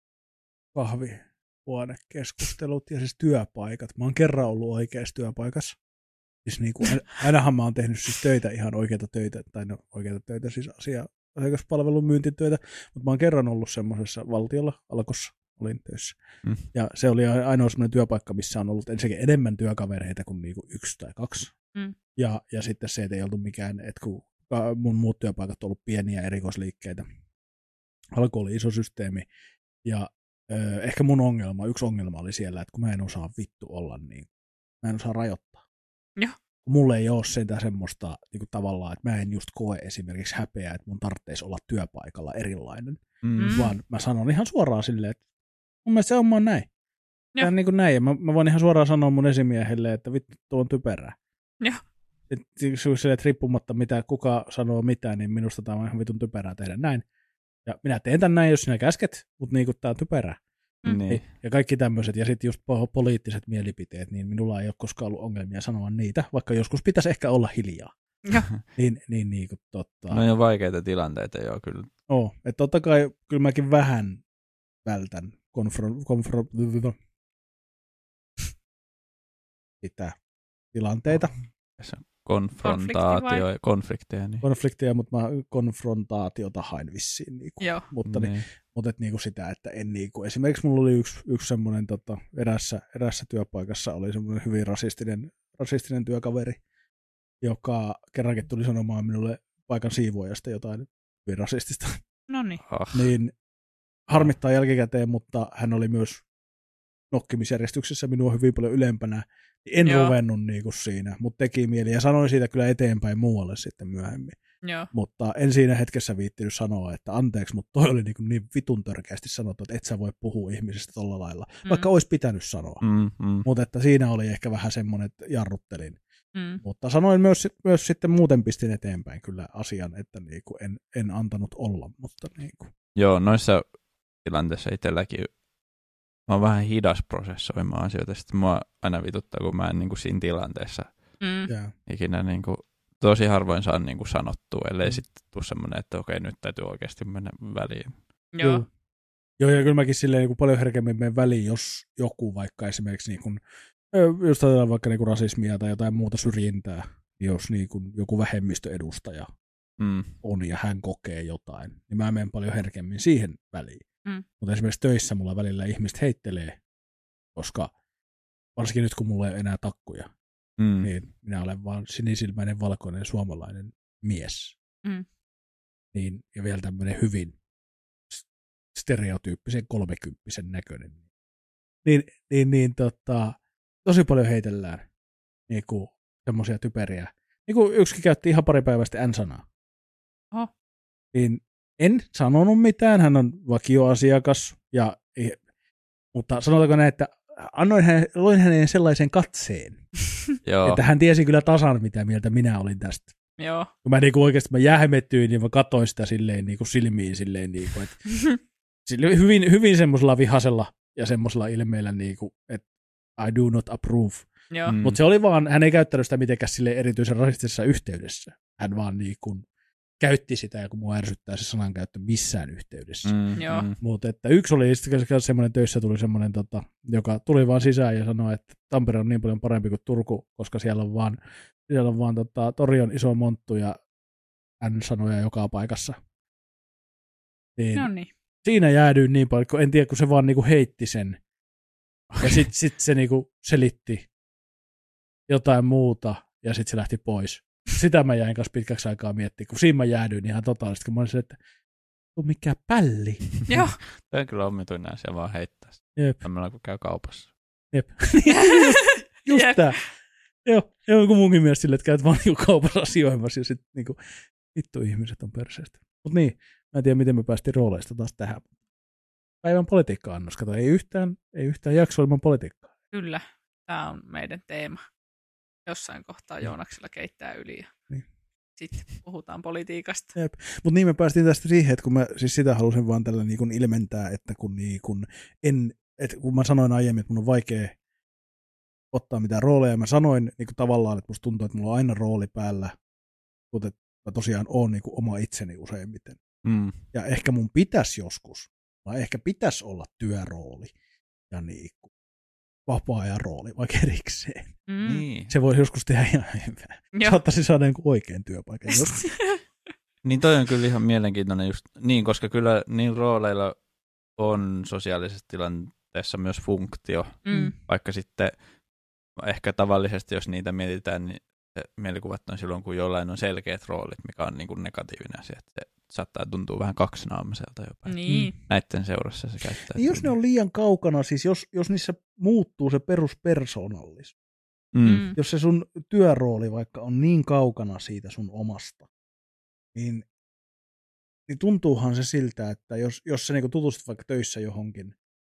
kahvihuonekeskustelut ja siis työpaikat. Mä oon kerran ollut oikeassa työpaikassa. Siis niin kuin, ainahan mä oon tehnyt siis töitä, ihan oikeita töitä, tai no oikeita töitä, siis asia, asiakaspalvelun myyntitöitä, mutta mä oon kerran ollut semmoisessa valtiolla, Alkossa olin töissä. Mm. Ja se oli ainoa semmoinen työpaikka, missä on ollut ensinnäkin enemmän työkavereita kuin niinku yksi tai kaksi. Mm. Ja, ja sitten se, että ei oltu mikään, että kun mun muut työpaikat on ollut pieniä erikoisliikkeitä. Alko oli iso systeemi. Ja ö, ehkä mun ongelma, yksi ongelma oli siellä, että kun mä en osaa vittu olla, niin mä en osaa rajoittaa. Joo. Mulla ei ole sitä semmoista niin kuin tavallaan, että mä en just koe esimerkiksi häpeää, että mun tarvitsisi olla työpaikalla erilainen. Mm. Mm. Vaan mä sanon ihan suoraan silleen, että mun mielestä se on vaan näin. Joo. Tämä on niin kuin näin. Ja mä, mä voin ihan suoraan sanoa mun esimiehelle, että vittu, tuo on typerää. Joo. Et, silleen, että riippumatta mitä kuka sanoo mitään, niin minusta tämä on ihan vitun typerää tehdä näin. Ja minä teen tämän näin, jos sinä käsket, mutta niin kuin tämä on typerää. Mm. Niin. Ja kaikki tämmöiset, ja sitten just poliittiset mielipiteet, niin minulla ei ole koskaan ollut ongelmia sanoa niitä, vaikka joskus pitäisi ehkä olla hiljaa. Joo. Niin, niin, niin kuin totta. No on vaikeita tilanteita, joo, kyllä. Oo, että totta kai kyllä mäkin vähän vältän konfron... konfron sitä tilanteita, Konfrontaatio ja konflikteja. Niin. konflikteja, mutta mä konfrontaatiota hain vissiin. Niinku. Joo. Mutta, niin. Niin. mutta et niinku sitä, että en niinku, esimerkiksi mulla oli yksi, yksi semmoinen tota, erässä, erässä työpaikassa oli semmoinen hyvin rasistinen, rasistinen työkaveri, joka kerrankin tuli sanomaan minulle paikan siivoajasta jotain hyvin rasistista. No niin. Ah. Niin harmittaa jälkikäteen, mutta hän oli myös nokkimisjärjestyksessä minua hyvin paljon ylempänä. En Joo. ruvennut niinku siinä, mutta teki mieli ja sanoin siitä kyllä eteenpäin muualle sitten myöhemmin. Joo. Mutta en siinä hetkessä viittinyt sanoa, että anteeksi, mutta toi oli niin, niin vitun törkeästi sanottu, että et sä voi puhua ihmisistä tolla lailla, Mm. vaikka olisi pitänyt sanoa. Mm, mm. Mutta että siinä oli ehkä vähän semmoinen, että jarruttelin. Mm. Mutta sanoin myös, myös sitten muuten pistin eteenpäin kyllä asian, että niin kuin en, en antanut olla. Mutta niin kuin. Joo, noissa tilanteissa itselläkin mä oon vähän hidas prosessoimaan asioita. Sitten mua aina vituttaa, kun mä en niin kuin siinä tilanteessa Mm. Ja, ikinä niin kuin, tosi harvoin saan niin kuin sanottua, ellei Mm. sitten tule semmoinen, että okei, nyt täytyy oikeasti mennä väliin. Joo. Joo, ja kyllä mäkin silleen niin kuin paljon herkemmin menen väliin, jos joku vaikka esimerkiksi, niin kuin, jos ajatellaan vaikka niin kuin rasismia tai jotain muuta syrjintää, jos niin kuin joku vähemmistöedustaja Mm. on ja hän kokee jotain, niin mä menen paljon herkemmin siihen väliin. Mm. Mutta esimerkiksi töissä mulla välillä ihmiset heittelee, koska varsinkin nyt kun mulla ei ole enää takkuja, Mm. niin minä olen vaan sinisilmäinen valkoinen suomalainen mies. Mm. Niin, ja vielä tämmöinen hyvin stereotyyppisen kolmekymppisen näköinen. Niin, niin, niin tota, tosi paljon heitellään niinku semmoisia typeriä. Niinku yksikin käytti ihan pari päivästä N-sanaa. Oho. Niin en sanonut mitään, hän on vakioasiakas, ja, mutta sanotaanko näin, että annoin hän, loin hänen sellaisen katseen, Joo. että hän tiesi kyllä tasan, mitä mieltä minä olin tästä. Joo. Kun mä niinku oikeasti mä jähmettyin, niin mä katsoin sitä silleen niinku silmiin silleen niinku, että silleen hyvin, hyvin semmoisella vihasella ja semmoisella ilmeellä niinku, että I do not approve. Joo. Mm. Mutta se oli vaan, hän ei käyttänyt sitä mitenkään silleen erityisen rasistisessa yhteydessä. Hän vaan niinku käytti sitä, ja kun mua ärsyttää se sanankäyttö missään yhteydessä. Mm. Joo. Mm. Mutta että yksi oli sitten semmoinen töissä tuli semmoinen, tota, joka tuli vaan sisään ja sanoi, että Tampere on niin paljon parempi kuin Turku, koska siellä on vaan, siellä on vaan tota, Torion iso monttu ja N-sanoja joka paikassa. Niin, No niin. siinä jäädyin niin paljon, kun en tiedä, kun se vaan niinku heitti sen. Ja sitten sit se niinku selitti jotain muuta ja sitten se lähti pois. Sitä mä jäin kanssa pitkäksi aikaa miettimään, kun siinä mä jäädyin ihan totaalisesti, kun mä olin se, että on mikä pälli. Joo. Tämä on kyllä omituinen asia vaan heittää sitä. Jep. Tämmöinen kun käy kaupassa. Jep. just just Jep. tää. Joo, joo, kun munkin mielestä silleen, että käyt vaan niinku kaupassa asioimassa ja sitten niinku, vittu ihmiset on perseestä. Mut niin, mä en tiedä, miten me päästiin rooleista taas tähän. Päivän politiikka-annos, kato, ei yhtään, ei yhtään jaksoa ilman politiikkaa. Kyllä. Tämä on meidän teema. Jossain kohtaa Joonaksella keittää yli ja Niin. sitten puhutaan politiikasta. Mutta niin me päästiin tästä siihen, että kun mä siis sitä halusin vaan tällä niin kun ilmentää, että kun, niin kun, en, että kun mä sanoin aiemmin, että mun on vaikea ottaa mitään rooleja, mä sanoin niin kun tavallaan, että musta tuntuu, että mulla on aina rooli päällä, mutta mä tosiaan oon niin kun oma itseni useimmiten. Mm. Ja ehkä mun pitäisi joskus, tai ehkä pitäisi olla työrooli ja niin kun vapaa-ajan rooli, vaikka erikseen. Mm. Niin. Se voisi joskus tehdä ihan hyvää. Joo. Saattaisi saada niin oikein työpaikan joskus. Niin toi on kyllä ihan mielenkiintoinen just niin, koska kyllä niin rooleilla on sosiaalisessa tilanteessa myös funktio, Mm. vaikka sitten ehkä tavallisesti, jos niitä mietitään, niin se mielikuvat on silloin, kun jollain on selkeät roolit, mikä on niin kuin negatiivinen asia, että se saattaa tuntua vähän kaksinaamaiselta jopa. Niin. Näiden seurassa se käyttää. Niin jos ne on liian kaukana, siis jos, jos niissä muuttuu se peruspersoonallisuus, Mm. Mm. jos se sun työrooli vaikka on niin kaukana siitä sun omasta, niin, niin tuntuuhan se siltä, että jos, jos sä niinku tutustut vaikka töissä johonkin,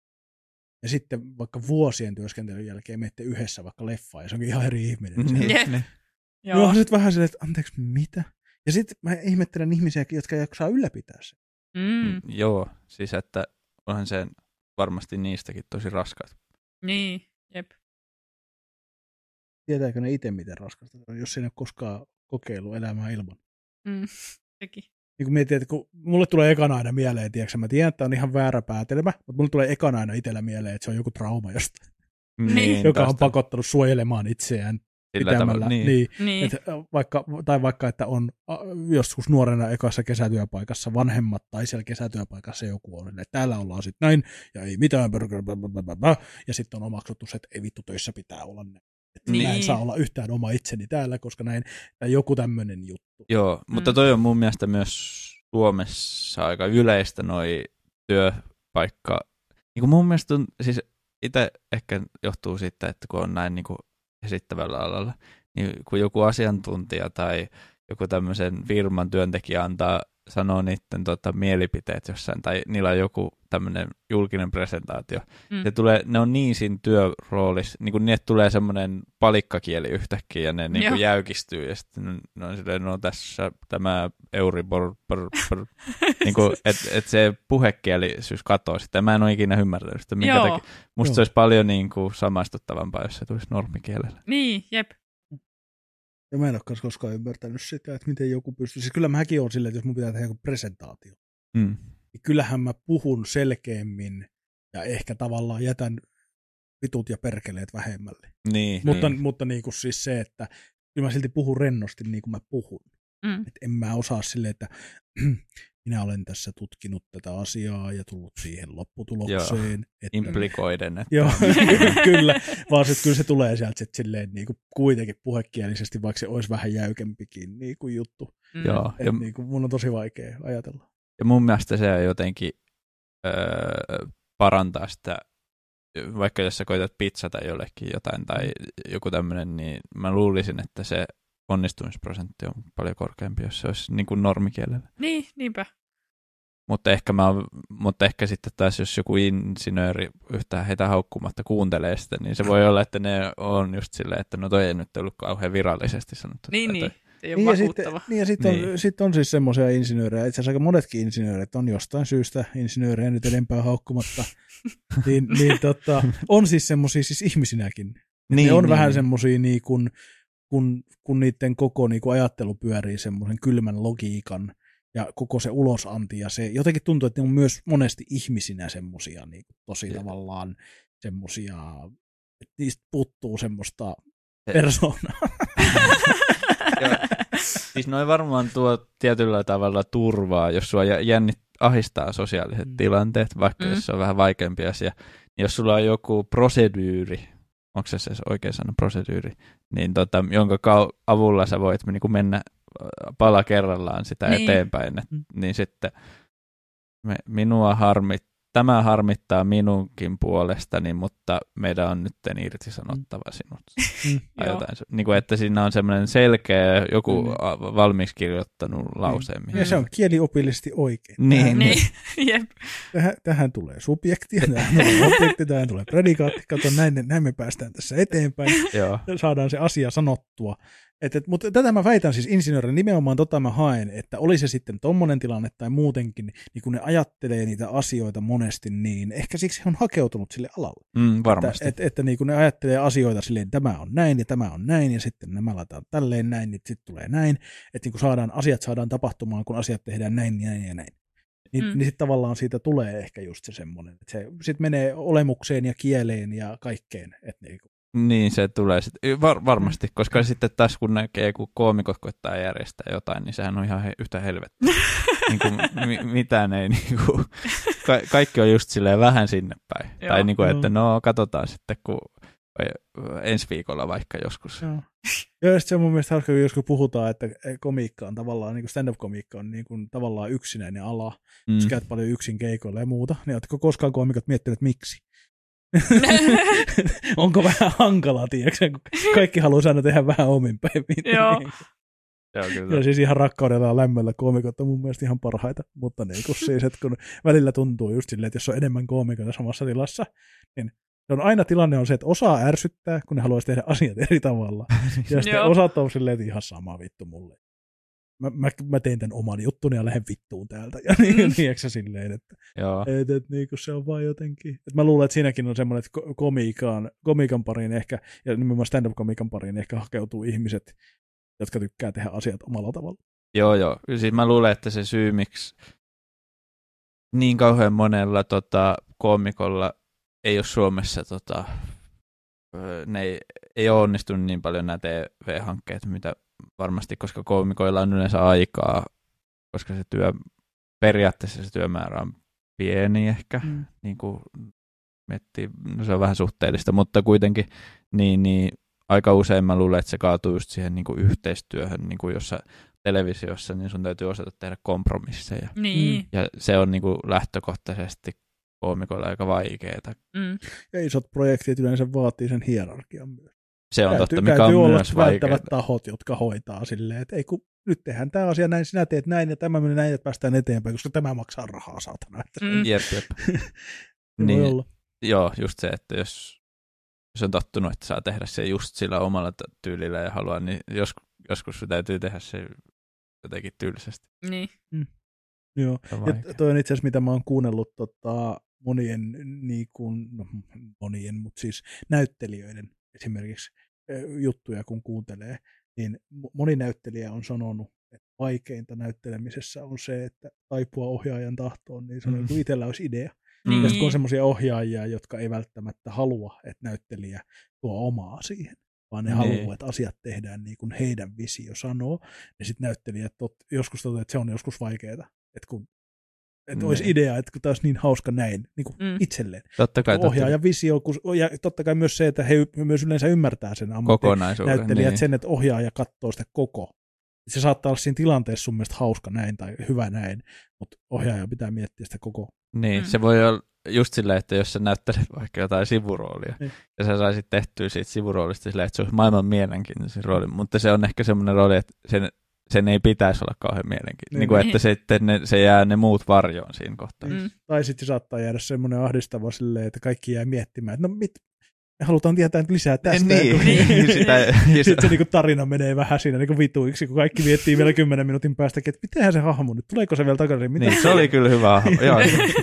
ja sitten vaikka vuosien työskentelyn jälkeen menette yhdessä vaikka leffaan, ja se onkin ihan eri ihminen. Niin, Se- Jep. niin. Joo. Joo. No sitten vähän silleen, että anteeksi, mitä? Ja sitten mä ihmettelen ihmisiä, jotka jaksaa ylläpitää sen. Mm. Joo, siis että onhan se varmasti niistäkin tosi raskaat. Niin. Jep. Tietääkö ne itse, miten raskasta se on, jos ei ne ole koskaan kokeillut elämää ilman. Mm. Sekin. Niin kun mietin, että kun mulle tulee ekana aina mieleen, tiedätkö, mä tiedän, että on ihan väärä päätelmä, mutta mulle tulee ekana aina itsellä mieleen, että se on joku trauma jostain, Niin. joka on tästä pakottanut suojelemaan itseään sillä pitämällä. tavalla, Niin. niin. Niin, Niin. että vaikka, tai vaikka, että on a, joskus nuorena ekassa kesätyöpaikassa vanhemmat tai siellä kesätyöpaikassa joku on, että täällä ollaan sitten näin ja ei mitään, ja sitten on omaksuttu se, että ei vittu töissä pitää olla näin. Että Niin. mä en saa olla yhtään oma itseni täällä, koska näin, tai joku tämmöinen juttu. Joo, mutta Mm. toi on mun mielestä myös Suomessa aika yleistä noi työpaikka. Niin kuin mun mielestä on, siis itse ehkä johtuu siitä, että kun on näin niin kuin esittävällä alalla, niin kun joku asiantuntija tai joku tämmöisen firman työntekijä antaa sanoo niiden tota, mielipiteet jossain, tai niillä on joku tämmöinen julkinen presentaatio. Mm. Se tulee, ne on niin siinä työroolissa, niin kuin niille tulee semmoinen palikkakieli yhtäkkiä, ja ne niin kuin jäykistyy, ja sitten ne- ne on silleen, no tässä tämä Euribor, pr, pr. niin kuin, että et se puhekielisyys katoo sitten. Mä en ole ikinä ymmärtänyt sitä, minkä Joo. takia. Musta Joo. se olisi paljon niin kuin samaistuttavampaa, jos se tulisi normikielellä. Niin. Jep. Ja mä en ole koskaan ymmärtänyt sitä, että miten joku pystyy. Siis kyllä mäkin olen silleen, että jos mun pitää tehdä joku presentaatio, Mm. niin kyllähän mä puhun selkeämmin ja ehkä tavallaan jätän vitut ja perkeleet vähemmälle. Niin, mutta niin. mutta niin kuin siis se, että kyllä mä silti puhun rennosti niin kuin mä puhun. Mm. Et en mä osaa silleen, että minä olen tässä tutkinut tätä asiaa ja tullut siihen lopputulokseen. Että, implikoiden. Että... Joo, kyllä, vaan sit, kyllä se tulee sieltä sit silleen niin kuin kuitenkin puhekielisesti, vaikka se olisi vähän jäykempikin niin kuin juttu. Mm. Joo, Et ja, niin kuin mun on tosi vaikea ajatella. ja mun mielestä se jotenkin öö, parantaa sitä, vaikka jos sä koitat pizzata jollekin jotain tai joku tämmöinen, niin mä luulisin, että se onnistumisprosentti on paljon korkeampi, jos se olisi niin kuin normikielellä. Niin, niinpä. Mutta ehkä, mä, mutta ehkä sitten taas, jos joku insinööri yhtään heitä haukkumatta kuuntelee sitä, niin se voi olla, että ne on just silleen, että no toi ei nyt ollut kauhean virallisesti sanottu. Niin, tai niin. Toi. Ei ole Niin ja vakuuttava. sitten, niin ja sitten Niin. on, sit on siis semmoisia insinöörejä, itse asiassa aika monetkin insinöörit on jostain syystä, insinöörejä nyt enempää haukkumatta, niin, niin tota, on siis semmoisia siis ihmisinäkin. Niin, ne on niin, vähän niin. semmoisia, niin kun, kun, kun niiden koko niin kun ajattelu pyörii semmoisen kylmän logiikan ja koko se ulosanti ja se jotenkin tuntuu, että ne on myös monesti ihmisinä semmoisia niin tosi Ja. tavallaan semmoisia, että niistä puuttuu semmoista Se- persoonaa. Ja, siis noin varmaan tuo tietyllä tavalla turvaa, jos sua jä- jännit ahistaa sosiaaliset Mm. tilanteet, vaikka Mm. jos se on vähän vaikeampi asia, niin jos sulla on joku prosedyyri, onko se se oikein sana prosedyyri, niin tota, jonka kau- avulla sä voit niin kuin mennä äh, pala kerrallaan sitä Niin. eteenpäin, et, Mm. niin sitten me, minua harmit, tämä harmittaa minunkin puolestani, mutta meidän on nyt irtisanottava sinut. Mm. Tai Joo. jotain, niin kuin, että siinä on semmoinen selkeä joku Mm. a- valmiiksi kirjoittanut lause. mihin- Ja se on kieliopillisesti oikein. Niin, Tähän, Niin, jep. tähän, tähän tulee subjekti, tähän tulee objekti, tähän tulee predikaatti. Kato, näin, näin me päästään tässä eteenpäin. Joo. Saadaan se asia sanottua. Et, et, mutta tätä mä väitän siis insinöörin, nimenomaan tota mä haen, että oli se sitten tommonen tilanne tai muutenkin, niin kun ne ajattelee niitä asioita monesti niin, ehkä siksi he on hakeutunut sille alalle. Mm, varmasti. Että, että, että niin kun ne ajattelee asioita silleen, tämä on näin ja tämä on näin ja sitten nämä laitetaan tälleen näin, niin sitten tulee näin. Että niin kun saadaan, asiat saadaan tapahtumaan, kun asiat tehdään näin ja näin ja näin. Niin, Mm. niin sitten tavallaan siitä tulee ehkä just se semmoinen, että se sitten menee olemukseen ja kieleen ja kaikkeen. Että niin Niin se tulee sitten, var, varmasti, koska sitten taas kun näkee, kun koomikot koittaa järjestää jotain, niin sehän on ihan he, yhtä helvettiä. niin kuin, mi, mitään ei, niin kuin, ka, kaikki on just silleen vähän sinne päin. Joo. Tai niin kuin, että Joo. no katsotaan sitten, kun ensi viikolla vaikka joskus. Joo. Ja sitten se on mun mielestä hauska, jos puhutaan, että komiikka on tavallaan, niin kuin stand-up-komiikka on niin kuin tavallaan yksinäinen ala, Mm. jos käyt paljon yksin keikoilla ja muuta, niin ootko koskaan koomikot miettinyt, että miksi? Onko vähän hankalaa, tiedätkö, kun kaikki haluaa aina tehdä vähän omin päin. Joo. Se on kyllä. Ja siis ihan rakkaudella ja lämmöllä koomikot on mun mielestä ihan parhaita, mutta niin kuin siis, että kun välillä tuntuu just silleen, että jos on enemmän koomikoita samassa tilassa, niin se on aina tilanne on se, että osa ärsyttää, kun ne haluaisi tehdä asiat eri tavalla. Ja sitten Joo. osat on silleen, että ihan sama vittu mulle. Mä, mä, mä tein tämän oman juttuni ja lähden vittuun täältä. Ja niin, Mm. niin se silleen, että Joo. et, et, niin kuin se on vaan jotenkin. Et mä luulen, että siinäkin on semmoinen, että ko- komiikan, komiikan pariin ehkä, ja nimenomaan stand-up-komiikan pariin ehkä hakeutuu ihmiset, jotka tykkää tehdä asiat omalla tavalla. Joo, joo. Siis mä luulen, että se syy, miksi niin kauhean monella tota, koomikolla ei ole Suomessa, tota, öö, ne ei, ei ole onnistunut niin paljon nämä T V-hankkeet, mitä varmasti, koska koomikoilla on yleensä aikaa, koska se työ, periaatteessa se työmäärä on pieni ehkä, Mm. niin kuin miettii, no se on vähän suhteellista, mutta kuitenkin niin, niin aika usein mä luulen, että se kaatuu just siihen niin kuin yhteistyöhön, niin kuin jossa televisiossa, niin sun täytyy osata tehdä kompromisseja. Niin. Ja se on niin kuin lähtökohtaisesti koomikoilla aika vaikeaa. Mm. Ja isot projektit yleensä vaatii sen hierarkian myös. Se on Täytyy, totta, mikä täytyy on olla myös välttävät vaikeaa. tahot, jotka hoitaa silleen, että ei kun nyt tehdään tämä asia näin, sinä teet näin ja tämä menee näin, että päästään eteenpäin, koska tämä maksaa rahaa, saatana. Että Mm. Jep, jep. se voi Niin, olla. joo, just se, että jos, jos on tottunut, että saa tehdä se just sillä omalla t- tyylillä ja haluaa, niin jos, joskus se täytyy tehdä se jotenkin tylsästi. Niin. Joo. Se on Ja vaikea. toi on itse asiassa, mitä mä oon kuunnellut tota, monien, niin kuin, no, monien, mutta siis näyttelijöiden esimerkiksi ö, juttuja, kun kuuntelee, niin mo- moni näyttelijä on sanonut, että vaikeinta näyttelemisessä on se, että taipua ohjaajan tahtoon, niin se on mm. kuin itsellä olisi idea. Niin. Ja sitten kun on semmoisia ohjaajia, jotka ei välttämättä halua, että näyttelijä tuo omaa siihen, vaan ne niin. haluaa, että asiat tehdään niin kuin heidän visio sanoo, ja sitten näyttelijät tot, joskus toteavat, että se on joskus vaikeaa, että kun että olisi idea, että kun tämä olisi niin hauska näin niin kuin mm. itselleen. Totta kai, ohjaajan totta. visio, kun, ja totta kai myös se, että he myös yleensä ymmärtää sen kokonaisuuden. Näyttelijät niin. sen, että ohjaaja katsoo sitä koko. Se saattaa olla siinä tilanteessa sun mielestä hauska näin tai hyvä näin, mutta ohjaaja pitää miettiä sitä koko. Niin, mm. se voi olla just silleen, että jos sä näyttelet vaikka jotain sivuroolia, niin. ja sä saisit tehtyä siitä sivuroolista silleen, että se olisi maailman mielenkiintoisin rooli, mutta se on ehkä semmoinen rooli, että sen, sen ei pitäisi olla kauhean mielenkiintoinen, niin. Niin kuin, että se, ne, se jää ne muut varjoon siinä kohtaa. Mm. Tai sitten saattaa jäädä semmoinen ahdistava silleen, että kaikki jää miettimään, että no mit, me halutaan tietää lisää tästä. Niin, niin. Sitten se niinku tarina menee vähän siinä niinku vituiksi, kun kaikki miettii vielä kymmenen minuutin päästäkin, että mitenhän se hahmo nyt, tuleeko se vielä takaisin? Mitä niin, se oli kyllä hyvä hahmo. Joo.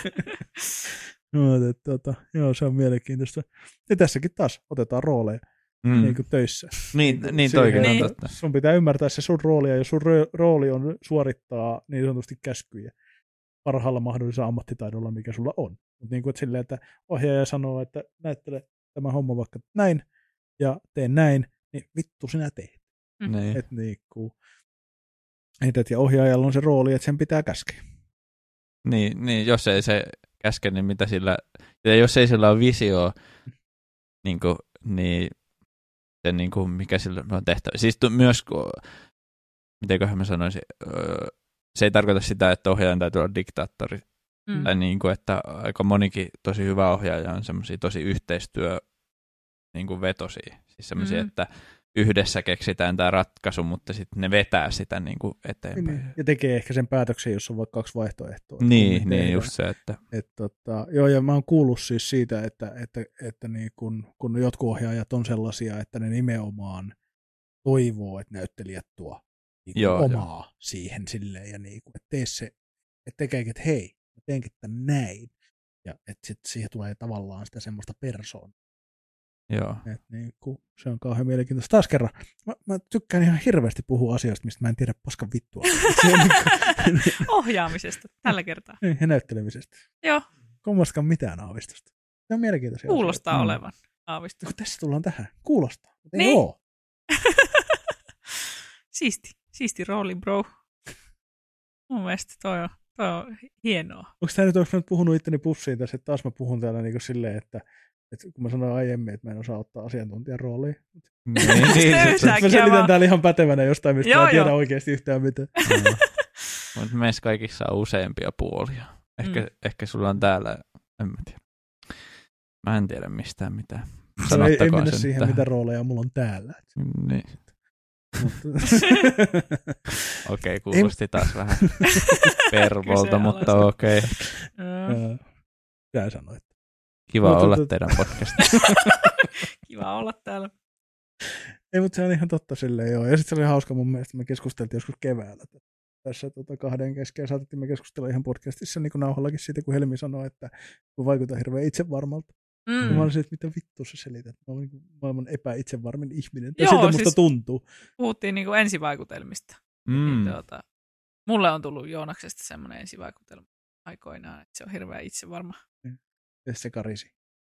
No, että, tota, joo, se on mielenkiintoista. Ja tässäkin taas otetaan rooleja mm. niin kuin töissä. Niin, niin toikin on totta. Sun pitää ymmärtää se sun rooli, ja jos sun rooli on suorittaa niin sanotusti käskyjä parhaalla mahdollisella ammattitaidolla, mikä sulla on. Mutta niin kuin että silleen, että ohjaaja sanoo, että näyttele tämä homma vaikka näin, ja teen näin, niin vittu sinä teet. Mm. Että niinku, ja ohjaajalla on se rooli, että sen pitää käskeä. Niin, niin jos ei se käske, niin mitä sillä, ja jos ei sillä ole visio, niin, kuin, niin se niin kuin, mikä sillä on tehtävä. Siis myös, mitenköhän mä sanoisin, se ei tarkoita sitä, että ohjaajan täytyy olla diktaattori. Mm. Tai niin kuin, että aika monikin tosi hyvä ohjaaja on semmoisia tosi yhteistyö niin kuin vetosia. Siis semmoisia, mm. että yhdessä keksitään tämä ratkaisu, mutta sitten ne vetää sitä niin kuin eteenpäin. Niin, ja tekee ehkä sen päätöksen, jos on vaikka kaksi vaihtoehtoa. Niin, niin just se, että... Et, tota, joo, ja mä oon kuullut siis siitä, että, että, että niin kun, kun jotkut ohjaajat on sellaisia, että ne nimenomaan toivoo, että näyttelijät tuo niin joo, omaa jo. siihen silleen, ja niin kuin, että tee se, että tekeekin, että hei, mä teenkin tämän näin, ja että sitten siihen tulee tavallaan sitä semmoista persoonaa. Joo. Et niin, se on kauhean mielenkiintoista. Taas kerran, mä, mä tykkään ihan hirveästi puhua asioista, mistä mä en tiedä paskan vittua. niin ohjaamisesta tällä kertaa. Niin, ja näyttelemisestä. Joo. Kummastakaan mitään aavistusta. Se on mielenkiintoisia Kuulostaa asioita. olevan aavistusta. Kun tässä tullaan tähän. Kuulostaa, mutta niin. ei oo. Siisti. Siisti rooli, bro. Mun mielestä toi on, toi on hienoa. Onko tää nyt, onko mä nyt puhunut itteni pussiin tässä, että taas mä puhun täällä niin kuin silleen, että että kun mä sanoin aiemmin, että mä en osaa ottaa asiantuntijan roolia. Niin, mä selitän täällä ihan pätevänä jostain, mistä joo, mä en tiedä joo. oikeasti yhtään mitään. No. Mutta meissä kaikissa on useampia puolia. Ehkä, mm. ehkä sulla on täällä, en mä tiedä. Mä en tiedä mistään mitään. No ei, ei mennä siihen, tähän. Mitä rooleja mulla on täällä. Niin. Okei, okay, kuulosti taas vähän pervolta, mutta okei. Okay. Sä sanoit. Kiva no, olla tuota... teidän podcastissa. Kiva olla täällä. Ei, mutta se on ihan totta silleen, joo. Ja sitten se oli hauska mun mielestä, me keskusteltiin joskus keväällä. Tässä tota, kahden kesken saatettiin me keskustella ihan podcastissa niin kuin nauhallakin siitä, kun Helmi sanoi, että kun vaikuttaa hirveän itsevarmalta. Mm. Ja mä olin se, että mitä vittu sä selität. Mä olen niin maailman epäitsevarmin ihminen. Tai siitä musta siis tuntuu. Puhuttiin niin kuin ensivaikutelmista. Mm. Niin, tuota, mulle on tullut Joonaksesta semmoinen ensivaikutelma aikoinaan, että se on hirveän itsevarma. Ja se karisi.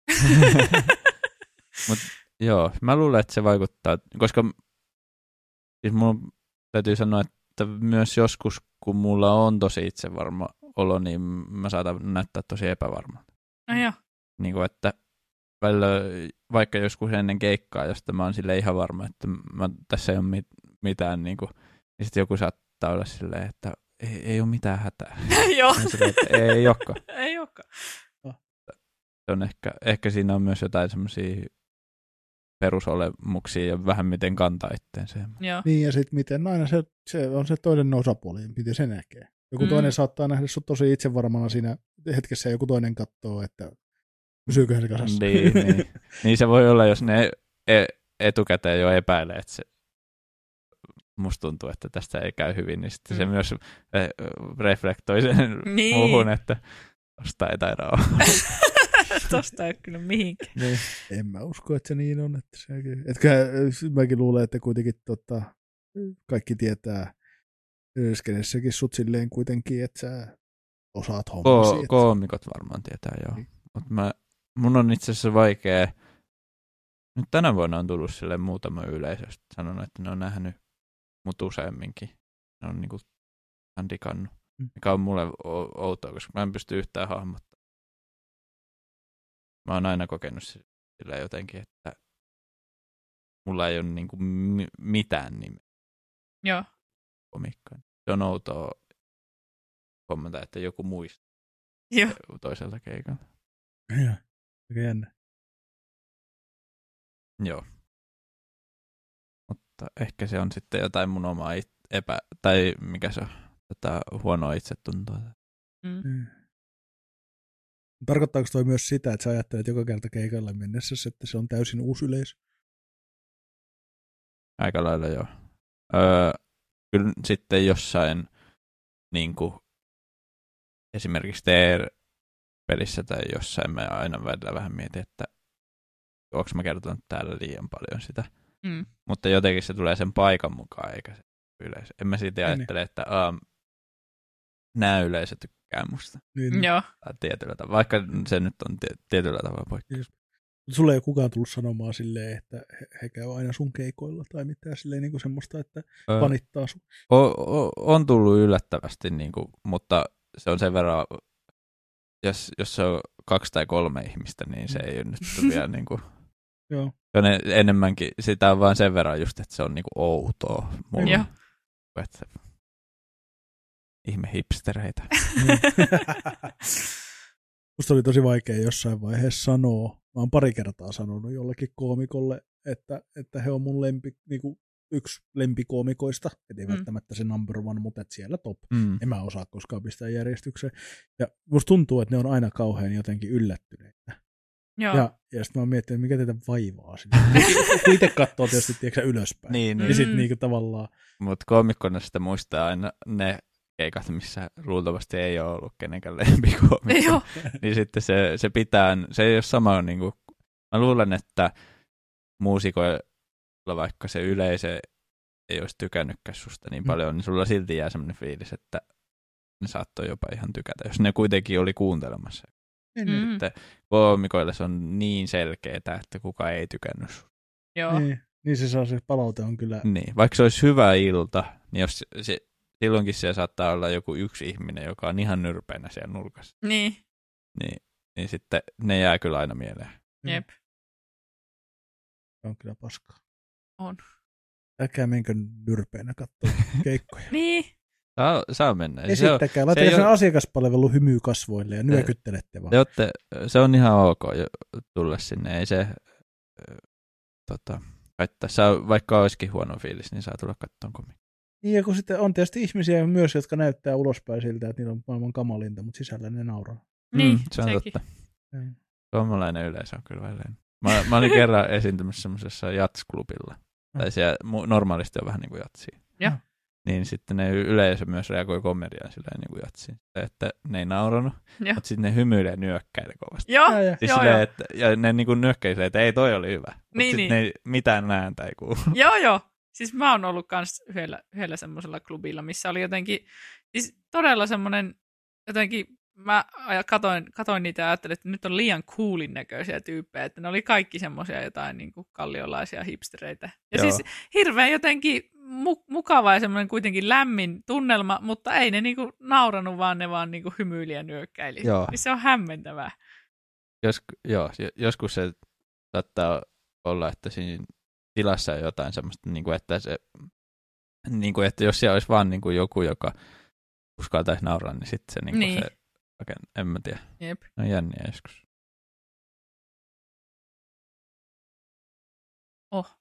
Mut, joo, mä luulen, että se vaikuttaa, koska siis mun täytyy sanoa, että myös joskus, kun mulla on tosi itsevarma olo, niin mä saatan näyttää tosi epävarmalta. No joo. Niin kuin, että välillä, vaikka joskus ennen keikkaa, josta mä oon sille ihan varma, että mä, tässä ei ole mit, mitään, niin, kuin, niin sitten joku saattaa olla silleen, että ei, ei ole mitään hätää. Joo. Silleen, että ei olekaan. Ei olekaan. On ehkä, ehkä siinä on myös jotain semmoisia perusolemuksia ja vähän miten kantaa itteensä. Niin ja sitten miten aina se, se on se toinen osapuoli, miten se näkee. Joku mm. toinen saattaa nähdä sut tosi itsevarmana siinä hetkessä ja joku toinen katsoo, että pysyyköhän se kasassa. Niin, niin. niin se voi olla, jos ne etukäteen jo epäilee, että se musta tuntuu, että tästä ei käy hyvin, niin sitten mm. se myös reflektoi sen niin. muuhun, että tosta ei taida olla. Tosta ei kyllä mihinkään. Niin. En mä usko, että se niin on. Että se, etkä, mäkin luulen, että kuitenkin tota, kaikki tietää Skenessäkin sut silleen kuitenkin, että sä osaat hommasi. Ko- koomikot varmaan tietää, joo. Mm. Mutta mä, mun on itse asiassa vaikea. Nyt tänä vuonna on tullut silleen muutama yleisöstä sanonut, että ne on nähnyt mut useamminkin. Ne on niinku digannut, mikä on mulle outoa, koska mä en pysty yhtään hahmottamaan. Mä oon aina kokenut sillä jotenkin, että mulla ei ole niinku mitään nimeä. Joo. Komikkaan. Se on outoa kommentoida, että joku muistaa Joo. toiselta keikalta. Joo, aika jännä. Joo. Mutta ehkä se on sitten jotain mun omaa it- epä... Tai mikä se on? Tätä huonoa itsetuntoa. Mm. Tarkoittaako toi myös sitä, että sä ajattelet joka kerta keikalle mennessä, että se on täysin uusi yleisö? Aika lailla joo. Öö, kyllä sitten jossain niin kuin, esimerkiksi T R-pelissä tai jossain mä aina välillä vähän mietin, että onko mä kertonut täällä liian paljon sitä. Mm. Mutta jotenkin se tulee sen paikan mukaan, eikä se yleisö. En mä siitä Niin. ajattele, että aah, nämä yleisö tykkää musta. Niin. Joo. Tietyllä tavalla, vaikka se nyt on tie- tietyllä tavalla poikkeus. Sulle ei ole kukaan tullut sanomaan silleen, että he, he käy aina sun keikoilla tai mitään silleen niin kuin semmoista, että Öö, panittaa sun. o, o, on tullut yllättävästi, niin kuin, mutta se on sen verran, jos, jos se on kaksi tai kolme ihmistä, niin se ei nyt vielä niin kuin, Joo. se on enemmänkin, sitä on vaan sen verran just, että se on niin kuin outoa mulle. Joo. Että ihme hipstereitä. Musta oli tosi vaikea jossain vaiheessa sanoa. Mä oon pari kertaa sanonut jollekin koomikolle, että, että he on mun lempi, niin kuin yksi lempikoomikoista. Et ei mm. välttämättä se number one, mutta et siellä top. Mm. En mä osaa koskaan pistää järjestykseen. Ja musta tuntuu, että ne on aina kauhean jotenkin yllättyneitä. Joo. Ja, ja sitten mä oon miettinyt, mikä teitä vaivaa sinne. Kun itse katsoo tietysti tiedätkö, ylöspäin. Niin, niin. Ja sitten niinku tavallaan... Mutta koomikkona sitä muistaa aina ne keikat, missä luultavasti ei ole ollut kenenkään lempikoomikko. Joo. Niin sitten se, se pitää, se ei ole sama, niin kuin, mä luulen, että muusikoilla vaikka se yleisö ei olisi tykännytkään susta niin paljon, mm. niin sulla silti jää semmoinen fiilis, että ne saattoi jopa ihan tykätä, jos ne kuitenkin oli kuuntelemassa. Mm. Että koomikoille se on niin selkeää, että kuka ei tykännyt susta. Joo. Niin, niin se saa, se palaute on kyllä... Niin, vaikka se olisi hyvä ilta, niin jos se, silloinkin siellä saattaa olla joku yksi ihminen, joka on ihan nyrpeänä siellä nurkassa. Niin. Niin, niin sitten ne jää kyllä aina mieleen. Jep. Se on kyllä paskaa. On. Älkää menkö nyrpeänä katsoa keikkoja. Niin. Saa, saa mennä. Esittäkää, laitakaa sen ole... asiakaspalvelu hymy kasvoille ja nyökyttelette vaan. Jotte, se on ihan ok tulla sinne. Ei se, tota, haittaa. Saa, vaikka olisikin huono fiilis, niin saa tulla katsomaan komikkoa. Niin, ja kun sitten on tietysti ihmisiä myös, jotka näyttää ulospäin siltä, että niillä on maailman kamalinta, mutta sisällä ne nauraa. Niin, mm, se on sekin. totta. Mm. Suomalainen yleisö on kyllä välillä. Mä, mä olin kerran esiintymässä semmoisessa jatsklubilla. Mm. Tai siellä normaalisti on vähän niin kuin jatsia. Ja. Niin sitten ne yleisö myös reagoi komediaan silleen niin kuin jatsiin. Että ne ei nauranut, ja. Mutta sitten ne hymyilee ja nyökkäilee kovasti. Joo, ja, ja. Siis joo, silleen, joo. Että, ja ne niin kuin nyökkäilee, että ei toi oli hyvä. Mutta niin, sitten niin. ne ei mitään ääntä ei kuulu. Joo, joo. Siis mä oon ollut kans yhdellä, yhdellä semmoisella klubilla, missä oli jotenkin, siis todella semmoinen, jotenkin mä katoin, katoin niitä ja ajattelin, että nyt on liian coolin näköisiä tyyppejä, että ne oli kaikki semmoisia jotain niin kuin kalliolaisia hipstereitä. Ja Joo. siis hirveän jotenkin mu- mukava ja semmoinen kuitenkin lämmin tunnelma, mutta ei ne niin kuin nauranut, vaan ne vaan niin kuin hymyili ja nyökkäili. Joo. Niin se on hämmentävää. Jos, joo, joskus se saattaa olla, että siinä tilassa on jotain semmoista, niin kuin, että, se, niin kuin, että jos siellä olisi vaan niin kuin joku, joka uskaltaisi nauraa, niin sitten se, niin kuin Niin. se en mä tiedä. Jep. No jänniä joskus. Oh.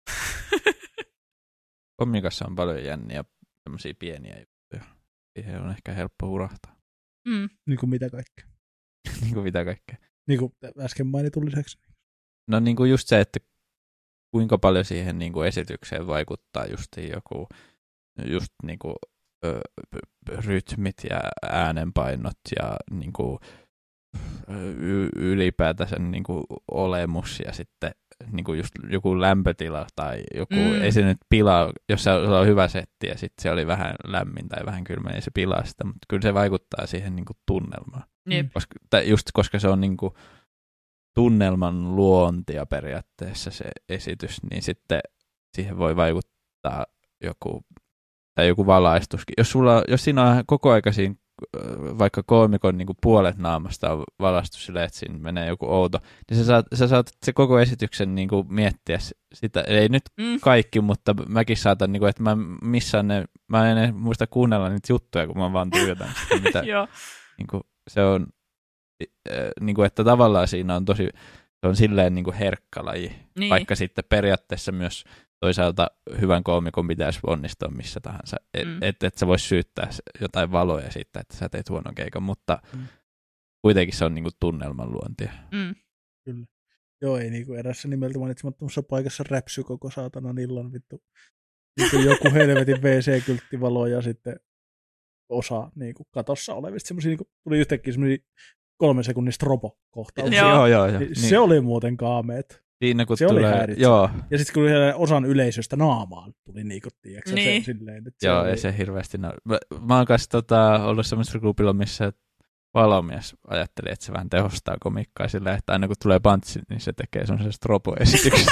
Komikassa on paljon jänniä, semmoisia pieniä juttuja. Siihen on ehkä helppo hurahtaa. Mm. Niin kuin mitä kaikkea. niin kuin mitä kaikkea. Niin kuin äsken mainitun lisäksi. No niin kuin just se, että kuinka paljon siihen niin kuin esitykseen vaikuttaa just joku just niin kuin, ö, rytmit ja äänenpainot ja niin kuin, y- ylipäätänsä niin kuin olemus ja sitten niin kuin just joku lämpötila tai joku Mm. esimerkiksi pila, jos se on hyvä setti ja sitten se oli vähän lämmin tai vähän kylmä, niin se pilaa sitä, mutta kyllä se vaikuttaa siihen niin kuin tunnelmaan. Jep. Koska, tai just koska se on niin kuin tunnelman luontia periaatteessa se esitys, niin sitten siihen voi vaikuttaa joku, tai joku valaistuskin. Jos, sulla, jos siinä on koko aika siinä, vaikka koomikon niin kuin puolet naamasta on valaistus silleen, että siinä menee joku outo, niin sä saat, sä saat se koko esityksen niin kuin miettiä sitä. Ei nyt Mm. kaikki, mutta mäkin saatan, niin kuin, että mä missään ne, mä en edes muista kuunnella niitä juttuja, kun mä vaan tuijotan sitä, mitä Joo. niin kuin, se on, niin kuin, että tavallaan siinä on tosi, se on silleen niin kuin herkkä laji, Niin. vaikka sitten periaatteessa myös toisaalta hyvän koomikon pitäisi onnistua missä tahansa, että Mm. et, et sä vois syyttää jotain valoja siitä, että sä teet huonon keikan, mutta Mm. kuitenkin se on niin kuin tunnelman luontia. Mm. Kyllä. Joo, ei niinku erässä nimeltä mainitsemattomassa paikassa räpsy koko saatanan illan vittu. Vittu joku helvetin W C-kylttivalo ja sitten osa niinku katossa olevista semmosia, niinku, tuli yhtäkkiä semmosia kolmen sekunnin strobo-kohtauksia. Joo. joo, joo, joo. Niin. Niin. Se oli muuten kaameet. Siinä, kun se oli tulee, häiritsevä. joo, Ja sitten kun vielä osan yleisöstä naamaan tuli niinku, tiiäksä, Niin. se silleen, että se joo oli... ja se hirveästi. No, mä, mä oon kanssa tota, ollut semmoisessa grupilla, missä valomies ajatteli, että se vähän tehostaa komikkaa silleen, että aina kun tulee pantsi, niin se tekee semmoisen strobo-esityksen.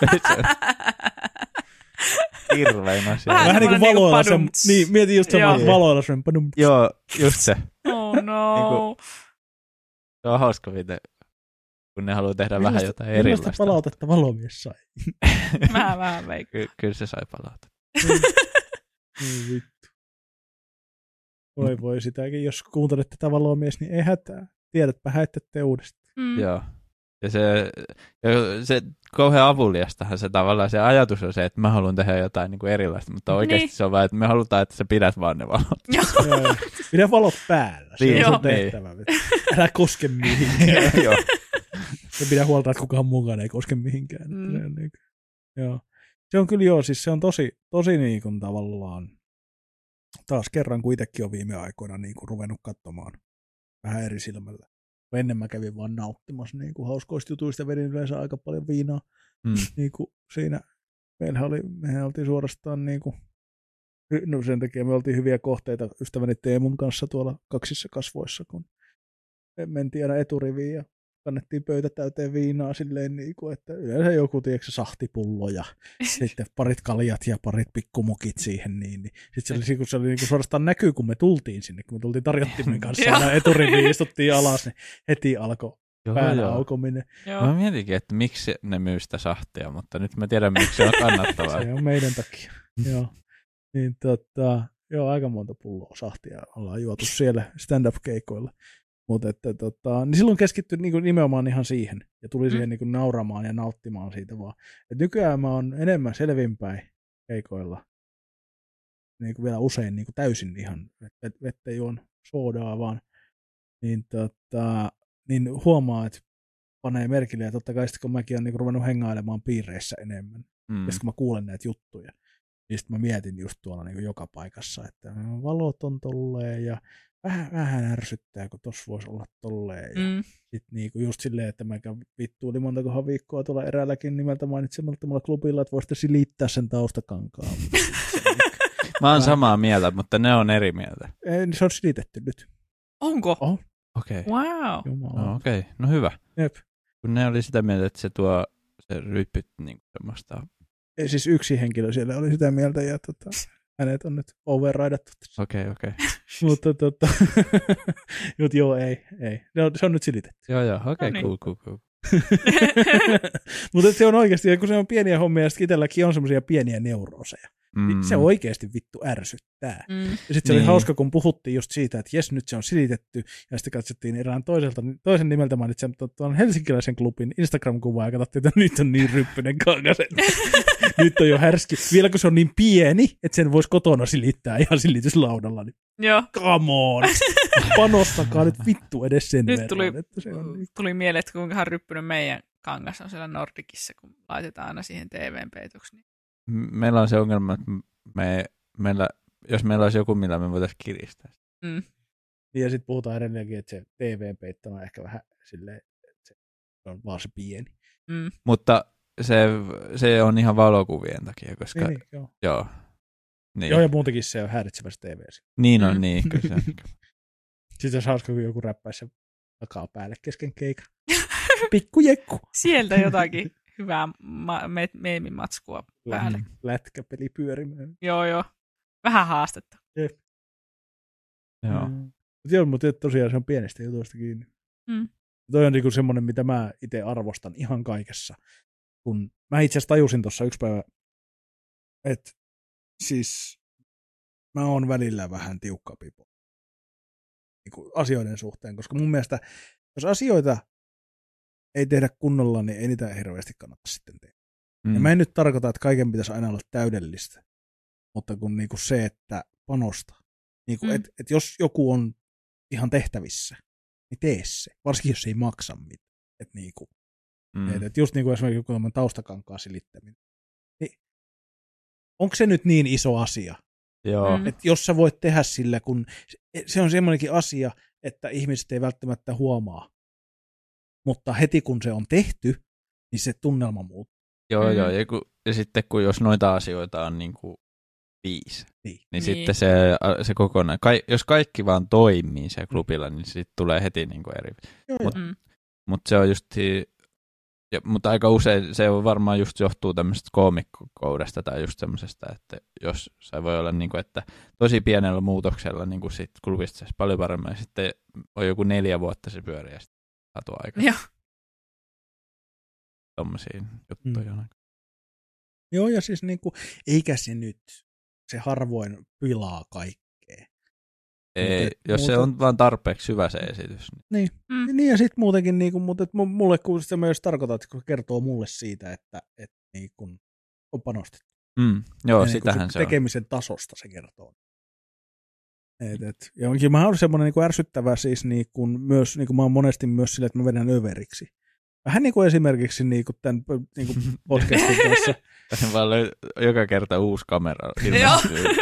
Hirvein asia. Vähän Vähän niin kuin semmoinen valoilla niinku sen, padumts. niin, mietin just samaa, Joo. valoilla sen padum. Joo, just se. Oh no. Niinku- Se on hauska miten, kun ne haluaa tehdä vähän jotain Millaista erilaista. palautetta valomies sai? Vähän vähän veikko. Ky- kyllä se sai palautetta. Niin vittu. Voi voi sitäkin, jos kuuntelet tätä valomies, niin ei hätää. Tiedätpä häittätte uudestaan. Mm. Joo. Ja se, ja se kauhean avuliastahan se tavallaan se ajatus on se, että mä haluan tehdä jotain niin kuin erilaista, mutta oikeasti Niin. se on vaan, että me halutaan, että sä pidät vaan ne valot. Joo. Joo, joo. Pidä valot päällä. Se Niin, on joo. sun tehtävä. Älä koske mihinkään. Joo. Ja pidä huolta, että kukaan mukaan ei koske mihinkään. Mm. Se on niin kuin, joo. Se on kyllä joo, siis se on tosi, tosi niin kuin tavallaan, taas kerran kun itsekin on viime aikoina niin kuin ruvennut katsomaan vähän eri silmällä. Ennen mä kävin vaan nauttimassa niin kuin hauskoista jutuista ja vedin yleensä aika paljon viinaa. Mm. Niin kuin siinä, meillä oli, mehän oltiin suorastaan niin kuin, no sen takia me oltiin hyviä kohteita ystäväni Teemun kanssa tuolla kaksissa kasvoissa, kun mentiin aina eturiviin ja kannettiin pöytä täyteen viinaa silleen, niin kuin, että yleensä joku, tiedätkö, sahtipullo ja sitten parit kaljat ja parit pikkumukit siihen. Niin, niin. Sitten se oli, kun se oli niin kuin suorastaan näkyy, kun me tultiin sinne, kun me tultiin tarjottimen kanssa aina eturiviin, istuttiin alas, niin heti alkoi Joo, pään joo. aukominen. Joo. Mä mietinkin, että miksi ne myy sitä sahtia, mutta nyt mä tiedän, miksi se on kannattavaa. Se on meidän takia. Joo. Niin, tota, joo, aika monta pulloa sahtia ollaan juotu siellä stand-up-keikoilla. Mutta että, tota, niin silloin keskittyi niin kuin nimenomaan ihan siihen ja tuli Mm. siihen niin kuin nauramaan ja nauttimaan siitä vaan. Et nykyään mä oon enemmän selvinpäin keikoilla niin kuin vielä usein niin kuin täysin ihan vet, vettä juon soodaa vaan. Niin, tota, niin huomaa, että panee merkille ja totta kai sitten kun mäkin olen niin kuin ruvennut hengailemaan piireissä enemmän. Mm. Ja sitten kun mä kuulen näitä juttuja, niin sitten mä mietin just tuolla niin kuin joka paikassa, että valot on tolleen ja vähän, vähän ärsyttää, kun tossa voisi olla tolleen. Ja Mm. sitten niinku just silleen, että mä käyn vittuili montakohan viikkoa tuolla eräälläkin nimeltä mainitsemattomalla klubilla, että voisitte silittää sen taustakankaan. Mä oon samaa mieltä, mutta ne on eri mieltä. Ei, se on silitetty nyt. Onko? Oh, Okei. Okay. Wow. jumala. No, okei. Okay. No hyvä. Jep. Kun ne oli sitä mieltä, että se tuo se ryppyt niin semmoista. Ei, siis yksi henkilö siellä oli sitä mieltä ja tota, hänet on nyt overridattu. Okei, okay, okei. Okay. Mutta tota, mut joo, ei, ei. Se on, se on nyt silitetty. Joo, joo, okei, okay, No niin. cool, cool, cool. Mutta se on oikeasti, kun se on pieniä hommia ja sitten itselläkin on semmoisia pieniä neurooseja, Mm. niin se oikeasti vittu ärsyttää. Mm. Ja sitten se Niin. oli hauska, kun puhuttiin just siitä, että jes, nyt se on silitetty, ja sitten katsottiin erään toiselta, toisen nimeltä mainitsemaan tuon helsinkiläisen klubin Instagram-kuvaa, ja katsottiin, että nyt on niin ryppyinen kangas, että nyt on jo härski. Vielä kun se on niin pieni, että sen voisi kotona silittää ihan silityslaudalla, niin Joo. come on, panostakaa nyt vittu edes sen Nyt verran. tuli, Että se on niin. tuli mieleen, että kuinkahan ryppyinen meidän kangas on siellä Nordicissa, kun laitetaan aina siihen T V:n peitoksi. Niin. Meillä on se ongelma, että me, meillä, jos meillä olisi joku, millä me voitaisiin kiristää. Mm. Ja sitten puhutaan edelleenkin, että se T V-peitto on ehkä vähän silleen, että se on vaan se pieni. Mm. Mutta se, se on ihan valokuvien takia, koska... Niin, niin, joo. Joo. Niin. Joo, ja muutenkin se on häiritsevässä T V:ssä. Niin on, Mm. niin. Kyllä se on. Sitten jos hauska, kun joku räppäisi sen takaa päälle kesken keikan. Pikku jekku. Sieltä jotakin hyvää ma- me- meemimatskua päälle. Lätkäpeli pyörimään. Joo, joo. Vähän haastetta. Joo. Mm. Joo, mutta tosiaan se on pienestä jutuista kiinni. Mm. Toi on niinku semmoinen, mitä mä itse arvostan ihan kaikessa. Kun mä itse asiassa tajusin tuossa yksi päivä, että siis mä oon välillä vähän tiukka pipo niinku asioiden suhteen, koska mun mielestä jos asioita ei tehdä kunnolla, niin ei niitä hirveästi kannata sitten tehdä. Mm. Ja mä en nyt tarkoita, että kaiken pitäisi aina olla täydellistä, mutta kun niinku se, että panostaa. Niinku, mm. että et jos joku on ihan tehtävissä, niin tee se, varsinkin jos ei maksa mitään. Et niinku, mm. et, et just niin kuin esimerkiksi joku taustakankaan silittäminen. Niin, onko se nyt niin iso asia? Joo. Mm. Että jos sä voit tehdä sillä, kun se on semmoinenkin asia, että ihmiset ei välttämättä huomaa. Mutta heti kun se on tehty, niin se tunnelma muuttuu. Joo, Mm. joo. Ja, kun, ja sitten kun jos noita asioita on niin kuin viisi, Niin. niin, Niin. sitten se, se kokonaan, ka, jos kaikki vaan toimii siellä klubilla, niin sitten tulee heti niin kuin eri. Joo, Mutta Mm. mut se on just, ja, mutta aika usein se on varmaan just johtuu tämmöisestä koomikkokoudesta tai just semmoisesta, että jos se voi olla niin kuin, että tosi pienellä muutoksella niin kuin sit klubista saisi paljon paremmin, ja sitten on joku neljä vuotta se pyörii ja sitten saatu aika. Joo. Tommosia juttuja. Mm. Joo, ja siis niinku, eikä se nyt, se harvoin pilaa kaikkea. Ei, Mut et, jos se muuta... on vaan tarpeeksi hyvä se esitys. Niin, Mm. niin ja sitten muutenkin, niinku, mutta et mulle kun sitä myös tarkoittaa, että kun kertoo mulle siitä, että et, niinku, on panostettu. Mm, joo, ja sitähän niinku se on. tekemisen tasosta se kertoo. Et, et, ja onkin, mä oon semmoinen niinku ärsyttävä siis, niinku, myös, niinku, mä oon monesti myös sille, että mä vedän överiksi. Vähän niin kuin esimerkiksi niinku tämän niinku podcastin kanssa. Vaan löy- joka kerta uusi kamera. Joo.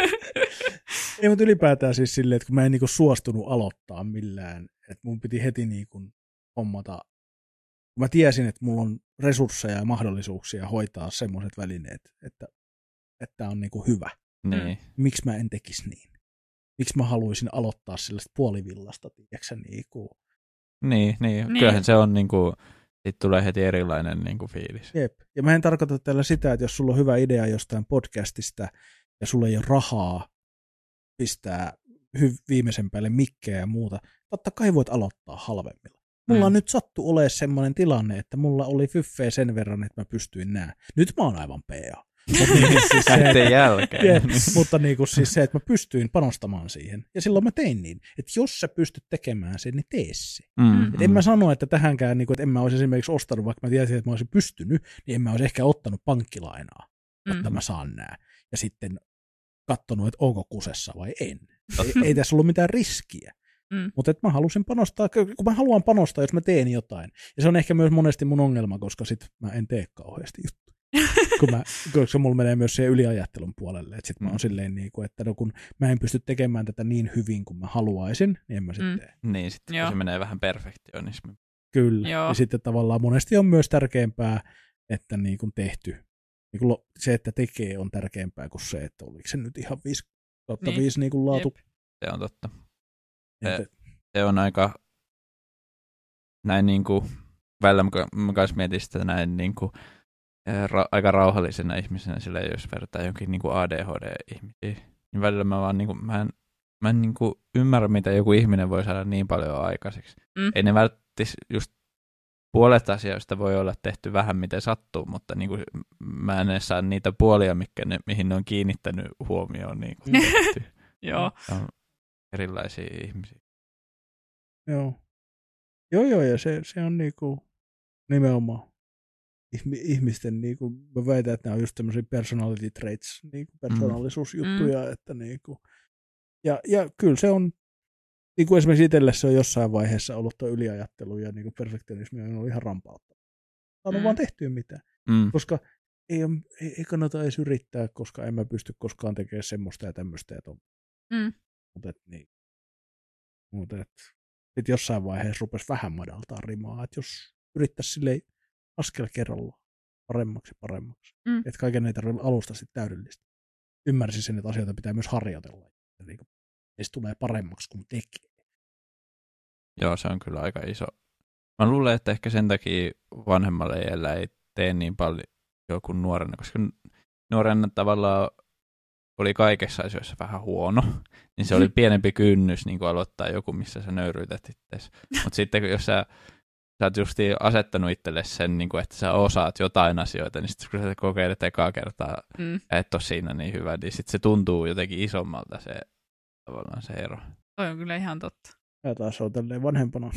Ei, mutta ylipäätään siis silleen, että kun mä en niinku suostunut aloittaa millään, että mun piti heti niinku hommata, mä tiesin, että mulla on resursseja ja mahdollisuuksia hoitaa semmoiset välineet, että että on niinku hyvä. Niin. Miksi mä en tekisi niin? Miksi mä haluaisin aloittaa sellaista puolivillasta, tiedätkö niinku? Niin, niin, Niin. kyllähän se on niinku, sit tulee heti erilainen niinku fiilis. Jep. Ja mä en tarkoita tällä sitä, että jos sulla on hyvä idea jostain podcastista ja sulla ei ole rahaa pistää hy- viimeisen päälle mikkejä ja muuta, totta kai voit aloittaa halvemmilla. Mulla Mm. on nyt sattu olemaan semmoinen tilanne, että mulla oli fyffeä sen verran, että mä pystyin nää. Nyt mä oon aivan P A. Mutta niin, siis se, Sitten jälkeen. jep, mutta niin kuin siis se, että mä pystyin panostamaan siihen. Ja silloin mä tein niin. Että jos sä pystyt tekemään sen, niin tee se. Mm, Et en mä sano, että tähänkään, niin kuin, että en mä olisi esimerkiksi ostanut, vaikka mä tiesin, että mä olisin pystynyt, niin en mä olisi ehkä ottanut pankkilainaa, jotta Mm. mä saan nää. Ja sitten katsonut, että onko kusessa vai en. Ei, Totta. ei tässä ollut mitään riskiä. Mm. Mutta että mä halusin panostaa, kun mä haluan panostaa, jos mä teen jotain. Ja se on ehkä myös monesti mun ongelma, koska sit mä en tee kauheasti juttuja. kun mä, koska mulla menee myös siihen yliajattelun puolelle. Että sit mä oon silleen, niin kuin, että no kun mä en pysty tekemään tätä niin hyvin kuin mä haluaisin, niin en mä sitten Mm. tee. Niin, sitten Joo. kun se menee vähän perfektionismiin. Kyllä. Joo. Ja sitten tavallaan monesti on myös tärkeämpää, että niin kuin tehty. Niin kuin se, että tekee, on tärkeämpää kuin se, että oliko se nyt ihan viisi kautta Niin. viisi niin kuin laatu. Jep. Se on totta. Että- Se, se on aika näin niinku, välillä mä, mä kanssa mietin sitä näin niinku, ra, aika rauhallisena ihmisenä, sillä jos vertaa jonkin niinku A D H D-ihmisiä, niin välillä mä vaan niinku, mä en, mä en niinku ymmärrä, mitä joku ihminen voi saada niin paljon aikaiseksi. Mm. Ei ne välttis just puolet asioista voi olla tehty vähän miten sattuu, mutta niinku, mä en edes saa niitä puolia, mitkä ne, mihin ne on kiinnittänyt huomioon niinku tehty. Joo. Se on erilaisia ihmisiä. Joo. Joo, joo, ja se, se on niinku nimenomaan ihmi, ihmisten, niinku, mä väitän, että nämä on just tämmöisiä personality traits, niinku persoonallisuusjuttuja, mm. että niinku, ja, ja kyllä se on, niinku esimerkiksi itselle se on jossain vaiheessa ollut tuo yliajattelu ja niinku perfektionismi on ollut ihan rampauttava. On Mm. vaan tehty mitään, Mm. koska ei, ole, ei, ei kannata edes yrittää, koska en mä pysty koskaan tekemään semmoista ja tämmöistä ja tuon. Mm. Mutta et niin. Mutta sitten jossain vaiheessa rupesi vähän madaltaa rimaa, että jos yrittäisi silleen askel kerrallaan paremmaksi paremmaksi, mm. että kaiken ei tarvitse alusta sitten täydellistä. Ymmärsin sen, että asioita pitää myös harjoitella. Niin kuin, ja se tulee paremmaksi kuin tekee. Joo, se on kyllä aika iso. Mä luulen, että ehkä sen takia vanhemmalle iällä ei tee niin paljon joku nuorena, koska nuorena tavallaan oli kaikessa asioissa vähän huono, niin se oli pienempi kynnys niin kuin aloittaa joku, missä sä nöyryytät itseäsi. Mutta sitten jos sä, sä oot justiin asettanut itsellesi sen, niin kuin, että sä osaat jotain asioita, niin sitten kun sä kokeilet ekaa kertaa mm. ja et ole siinä niin hyvä, niin sitten se tuntuu jotenkin isommalta se, tavallaan se ero. Toi on kyllä ihan totta. Ja taas on tälleen vanhempana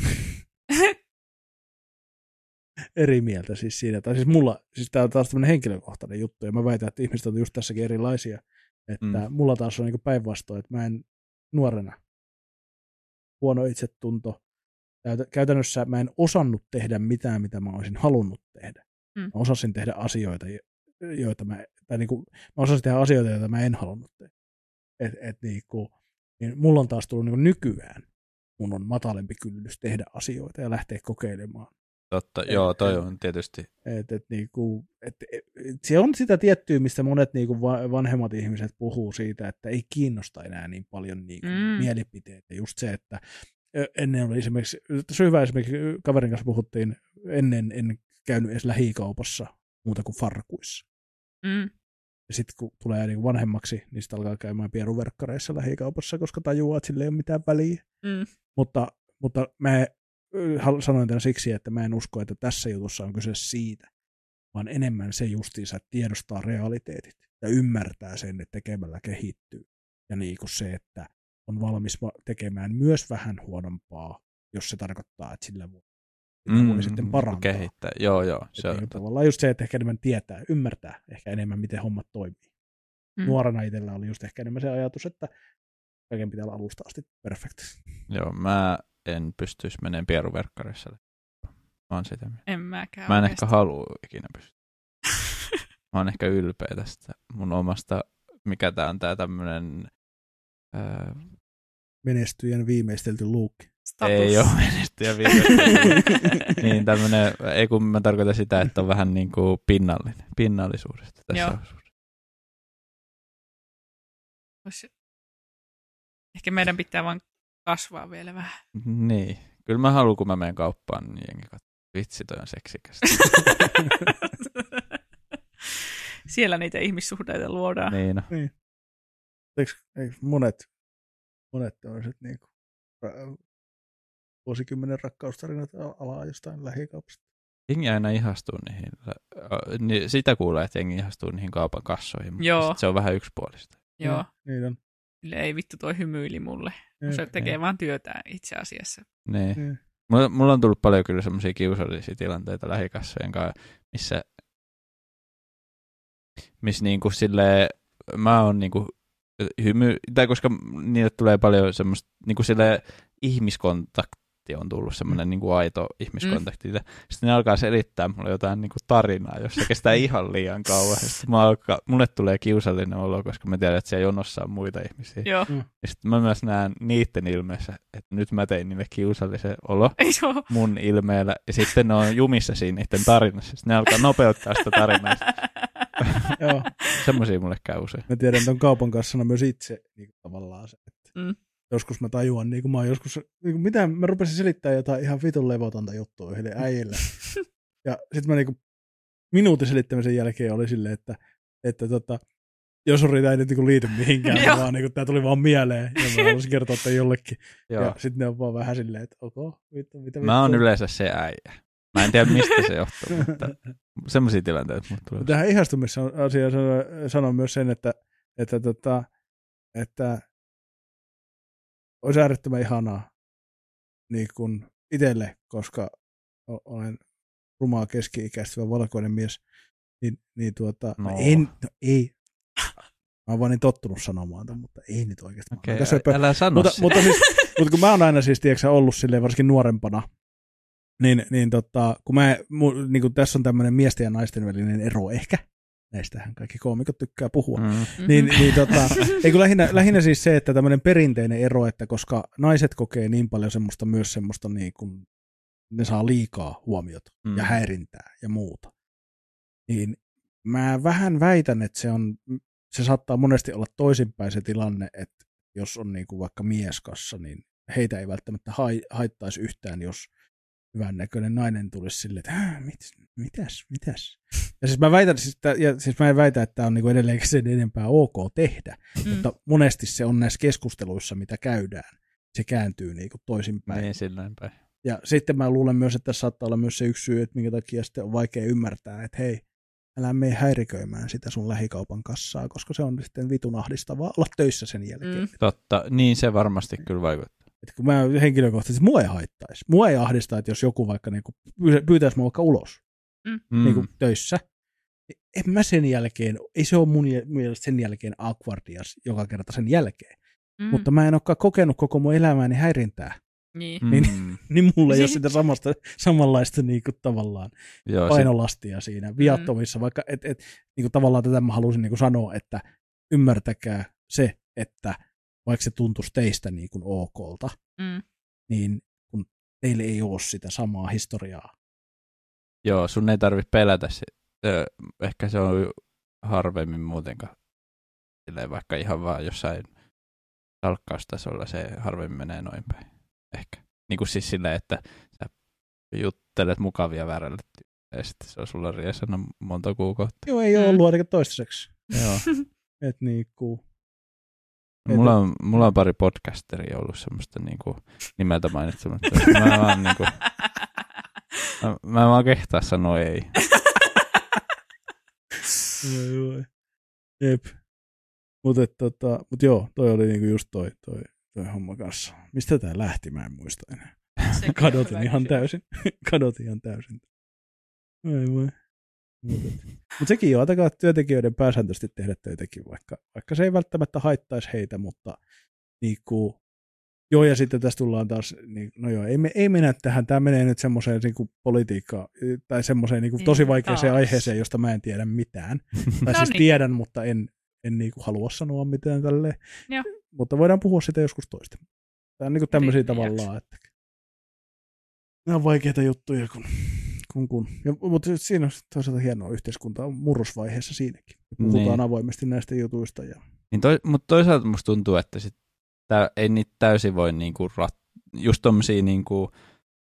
eri mieltä siis siinä. Tai siis mulla, siis tää on taas tämmöinen henkilökohtainen juttu, ja mä väitän, että ihmiset on just tässäkin erilaisia. Että mm. mulla taas on niinku päinvastoin, että mä en nuorena huono itsetunto. Käytännössä mä en osannut tehdä mitään, mitä mä olisin halunnut tehdä. Mm. Mä osasin tehdä asioita, joita mä, tai niinku, mä osasin tehdä asioita, joita mä en halunnut tehdä. Et, et niinku, niin mulla on taas tullut niinku nykyään, mun on matalempi kynnys tehdä asioita ja lähteä kokeilemaan. Totta, et, joo, toi on tietysti. Et, et, niinku, et, et, et, se on sitä tiettyä, mistä monet niinku vanhemmat ihmiset puhuu siitä, että ei kiinnosta enää niin paljon niinku mm. mielipiteitä. Just se, että ennen oli esimerkiksi, tässä on hyvä esimerkiksi, kaverin kanssa puhuttiin, ennen en käynyt edes lähikaupassa muuta kuin farkuissa. Mm. Ja sitten kun tulee niin vanhemmaksi, niin sitten alkaa käymään pieruverkkareissa lähikaupassa, koska tajuaa, että sillä ei ole mitään väliä. Mm. Mutta, mutta mä sanoin tämän siksi, että mä en usko, että tässä jutussa on kyse siitä, vaan enemmän se justiinsa, että tiedostaa realiteetit ja ymmärtää sen, että tekemällä kehittyy. Ja niin kuin se, että on valmis tekemään myös vähän huonompaa, jos se tarkoittaa, että sillä voi, mm, voi sitten parantaa. Kehittää, joo joo. Se on niin tavallaan just se, että ehkä enemmän tietää, ymmärtää ehkä enemmän, miten hommat toimii. Mm. Nuorena itsellä oli just ehkä enemmän se ajatus, että kaiken pitää olla alusta asti perfect. Joo, mä en pystyisi menemään pieruverkkarissa. Mä oon sitä mieltä. En mäkään. Mä en oikeasti ehkä halua ikinä pystyä. Mä oon ehkä ylpeä tästä mun omasta, mikä tää on tää tämmönen Öö, menestyjän viimeistelty luukki. Status. Ei ole menestyjän viimeistelty. Niin tämmönen, ei kun mä tarkoitan sitä, että on vähän niin kuin pinnallinen, pinnallisuudesta tässä osuudessa. Ehkä meidän pitää vaan kasvaa vielä vähän. Niin, kyllä mä haluan, kun mä menen kauppaan, niin jengi katsoo, vitsi toi on seksikästä. Siellä niitä ihmissuhteita luodaan. Niin no. Niin. Eikö, eikö monet, monet tämmöiset niin kuin, vuosikymmenen rakkaustarinat alaa jostain lähikaupasta? Jengi aina ihastuu niihin. Sitä kuulee, että jengi ihastuu niihin kaupan kassoihin, mutta se on vähän yksipuolista. Joo. Niin on. Ei vittu toi hymyili mulle. Ei, se tekee ei. vaan työtään itse asiassa. Niin. Mulla, mulla on tullut paljon kyllä semmoisia kiusallisia tilanteita lähikassojen kanssa, missä, missä niinku silleen, mä oon niinku hymy, tai koska niille tulee paljon semmoista, niin kuin sille ihmiskontakti on tullut semmoinen mm. niin kuin aito ihmiskontakti. Mm. Sitten ne alkaa selittää mulle jotain niin kuin tarinaa, jos se kestää ihan liian kauan. Sitten alkaa, mulle tulee kiusallinen olo, koska mä tiedän, että siellä jonossa on muita ihmisiä. Joo. Ja sitten mä myös näen niiden ilmeessä, että nyt mä tein niille kiusallisen olo Joo. mun ilmeellä. Ja sitten ne on jumissa siinä niiden tarinassa. Sitten ne alkaa nopeuttaa sitä tarinaa. Joo. Semmoisia mulle käy usein. Mä tiedän ton kaupan kanssa myös itse niin tavallaan se, että mm. joskus mä tajuan, niin kuin mä oon joskus, niin kuin mitä, mä rupesin selittämään jotain ihan vitun levotonta juttua yhdelle äijälle. Ja sit mä niinku minuutin selittämisen jälkeen oli silleen, että, että tota, jos on riitä ei nyt niinku liity mihinkään, vaan niinku tää tuli vaan mieleen, ja mä haluaisin kertoa tämän jollekin. Joo. Ja sit ne on vaan vähän silleen, että ok, vittu, mitä Mä oon yleensä se äijä. Mä en tiedä, mistä se johtuu, mutta semmoisia tilanteita mulle tulee. Tähän ihastumisen-asiaan sanon myös sen, että, että, tota, että olisi äärettömän ihanaa niin kuin itselle, koska olen rumaa keski-ikäistyvä valkoinen mies, niin, niin tuota, no. en, no, ei, mä oon vaan niin tottunut sanomaan tämän, mutta ei nyt oikeasti. Okei, okay, älä sano mutta, mutta, siis, mutta kun mä oon aina siis, tiedätkö, ollut silleen varsinkin nuorempana, Niin, niin tota, kun mä, mu, niin kuin tässä on tämmöinen miesten ja naisten välinen ero ehkä, näistähän kaikki koomikot tykkää puhua. Mm. Niin, niin tota, ei kun lähinnä, lähinnä siis se, että tämmöinen perinteinen ero, että koska naiset kokee niin paljon semmoista myös semmoista niin kuin, ne saa liikaa huomiota mm. ja häirintää ja muuta, niin mä vähän väitän, että se on, se saattaa monesti olla toisinpäin se tilanne, että jos on niin kuin vaikka mieskassa, niin heitä ei välttämättä haittaisi yhtään, jos hyvännäköinen nainen tulisi silleen, että mit, mitäs, mitäs. Ja siis mä väitän, siis, ja siis mä en väitä, että tämä on niinku edelleenkin sen enempää ok tehdä, mm. mutta monesti se on näissä keskusteluissa, mitä käydään, se kääntyy niinku toisinpäin. Niin, silleen päin. Ja sitten mä luulen myös, että tässä saattaa olla myös se yksi syy, että minkä takia sitten on vaikea ymmärtää, että hei, älä mene häiriköimään sitä sun lähikaupan kassaa, koska se on sitten vitun ahdistavaa olla töissä sen jälkeen. Mm. Totta, niin se varmasti kyllä vaikuttaa. Että kun mä henkilökohtaisesti, mua ei haittaisi. Mua ei ahdista, että jos joku vaikka niinku pyytäisi mua vaikka ulos mm. niinku töissä, niin en mä sen jälkeen, ei se ole mun mielestä sen jälkeen awkwardias joka kerta sen jälkeen. Mm. Mutta mä en olekaan kokenut koko mun elämääni häirintää. Niin, mm. niin, niin mulla ei ole sitä samasta, samanlaista niinku tavallaan Joo, painolastia se... siinä viattomissa, mm. vaikka et, et, niinku tavallaan tätä mä halusin niinku sanoa, että ymmärtäkää se, että vaikka se tuntuisi teistä niin kuin okolta, mm. niin kun teille ei ole sitä samaa historiaa. Joo, sun ei tarvitse pelätä. Ehkä se on harvemmin muutenkaan. Silleen vaikka ihan vaan jossain talkkaustasolla se harvemmin menee noin päin. Ehkä. Niin kuin siis silleen, että sä juttelet mukavia väärällä ja sitten se on sulla riesana monta kuukautta. Joo, ei ole ollut ainakaan toistaiseksi. Joo. Että niinku... Mulla on, mulla on pari podcasteria ollut semmoista niinku nimeltä mainitsematta. Mä vaan niinku... Mä, mä vaan kehtaa sanoa ei. Jep. Mutta tota, mut joo, toi oli niinku just toi, toi, toi homma kanssa. Mistä tää lähti, mä en muista enää. Kadotin ihan täysin. Kadotin ihan täysin. Ai voi. Mutta sekin on, atakaa työntekijöiden pääsääntöisesti tehdä töitäkin, vaikka, vaikka se ei välttämättä haittaisi heitä, mutta niinku, joo, ja sitten tässä tullaan taas, niin, no joo, ei, me, ei mennä tähän, tämä menee nyt semmoiseen niinku, politiikkaan, tai semmoiseen niinku, tosi vaikeaseen aiheeseen, josta mä en tiedä mitään. Tai no siis niin. tiedän, mutta en, en niinku, halua sanoa mitään tälleen. Joo. Mutta voidaan puhua sitä joskus toista. Tämä on niinku, tämmöisiä tavallaan, että nämä on vaikeita juttuja, kun... Kun, kun. Ja, mutta siinä on toisaalta hienoa yhteiskuntaa on murrosvaiheessa siinäkin. Puhutaan niin. avoimesti näistä jutuista. Ja... Niin toi, mutta toisaalta musta tuntuu, että sit, tää, ei niitä täysin voi niinku rat, just tommosia niinku,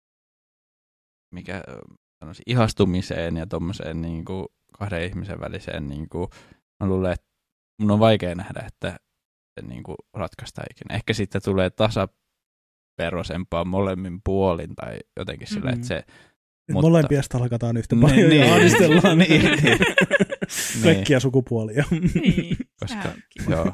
mikä sanoisi, ihastumiseen ja tommoseen niinku kahden ihmisen väliseen niinku, mä luulen, että mun on vaikea nähdä, että se niinku ratkaistaan ikinä. Ehkä sitten tulee tasaperosempaa molemmin puolin tai jotenkin mm-hmm. sillä, että se mutta... molempia stalkataan yhtä paljon niin, ja ahdistellaan niin, niin. Kaikkia sukupuolia. Niin, koska, joo.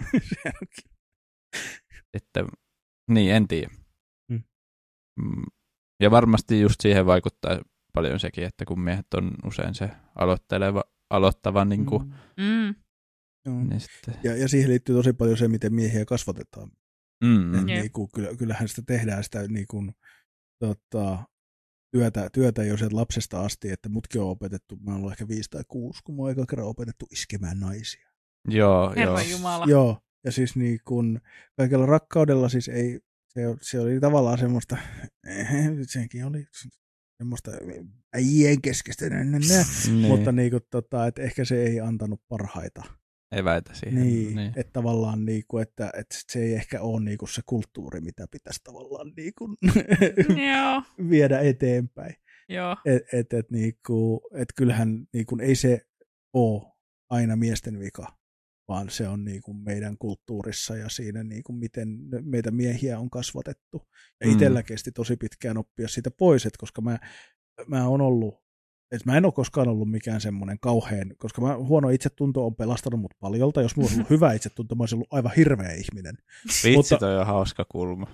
Sitten, niin, en tiedä. Hmm. Ja varmasti just siihen vaikuttaa paljon sekin, että kun miehet on usein se aloitteleva, aloittava niin kuin, mm. niin sitten... ja, ja siihen liittyy tosi paljon se, miten miehiä kasvatetaan. Mm. Et, niin kuin, kyllähän sitä tehdään sitä niin kuin, tota, Työtä, työtä jo sieltä lapsesta asti, että mutkin on opetettu, mä oon ollut ehkä viisi tai kuusi, kun mä oon eka kerran opetettu iskemään naisia. Joo, Herra joo. Jumala. Joo, ja siis niin kun kaikella rakkaudella siis ei, se, se oli tavallaan semmoista, senkin oli semmoista äijien keskeistä, nä, nä, nä. niin. Mutta niin kun, tota, että ehkä se ei antanut parhaita. Eväitä siihen. Niin, niin. Että tavallaan niinku, että, että se ei ehkä ole niinku se kulttuuri, mitä pitäisi tavallaan niinku viedä eteenpäin. Joo. Et, et, et, niinku, et kyllähän niinku, ei se ole aina miesten vika, vaan se on niinku meidän kulttuurissa ja siinä, niinku, miten meitä miehiä on kasvatettu. Ja mm. itsellä kesti tosi pitkään oppia siitä pois, et koska mä, mä oon ollut Et mä en ole koskaan ollut mikään semmoinen kauhean, koska mä huono itsetunto on pelastanut mut paljolta. Jos mulla olisi ollut hyvä itsetunto, mä olisin ollut aivan hirveä ihminen. Vitsi, mutta... toi on hauska kulma.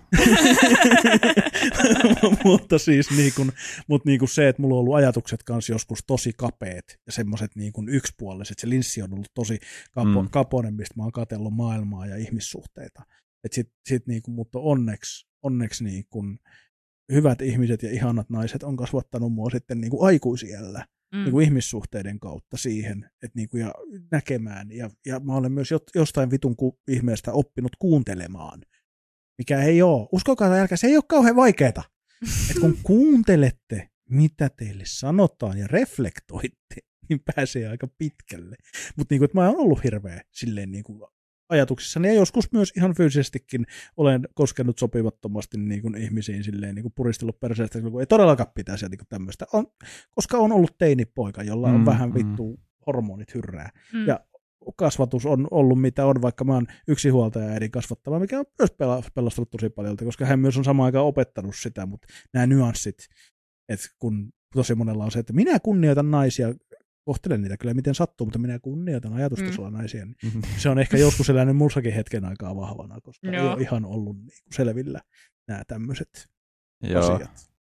mutta siis niin kun, mut niin kun se, että mulla on ollut ajatukset kanssa joskus tosi kapeet ja semmoiset niin kun yksipuoliset. Se linssi on ollut tosi kapo, mm. kaponen, mistä mä oon katsellut maailmaa ja ihmissuhteita. Et sit, sit niin kun, mutta onneksi, onneksi niin kun, hyvät ihmiset ja ihanat naiset on kasvattanut mua sitten niin kuin aikuisiellä mm. niin kuin ihmissuhteiden kautta siihen, että niin kuin, ja näkemään. Ja, ja mä olen myös jostain vitun ku, ihmeestä oppinut kuuntelemaan, mikä ei ole. Uskokaa tai älkää, se ei ole kauhean vaikeaa. Että kun kuuntelette, mitä teille sanotaan ja reflektoitte, niin pääsee aika pitkälle. Mutta niin mä oon ollut hirveä silleen niin kuin ajatuksissani ja joskus myös ihan fyysisestikin olen koskenut sopivattomasti niin kuin ihmisiin silleen niin kuin puristellut perseestä, kun ei todellakaan pitäisi niin tämmöistä. On, koska on ollut teinipoika, jolla on mm, vähän vittu mm. hormonit hyrrää. Mm. Ja kasvatus on ollut mitä on, vaikka mä oon yksinhuoltaja äidin kasvattava, mikä on myös pelastanut tosi paljon, koska hän myös on samaan aikaan opettanut sitä, mutta nämä nyanssit, että kun tosi monella on se, että minä kunnioitan naisia, kohtelen niitä kyllä miten sattuu, mutta minä kunnioitan ajatustasolla mm. naisia. Niin mm-hmm. Se on ehkä joskus elänyt mulsakin hetken aikaa vahvana, koska Joo. ei ole ihan ollut niin kuin selvillä nämä tämmöiset Joo. asiat.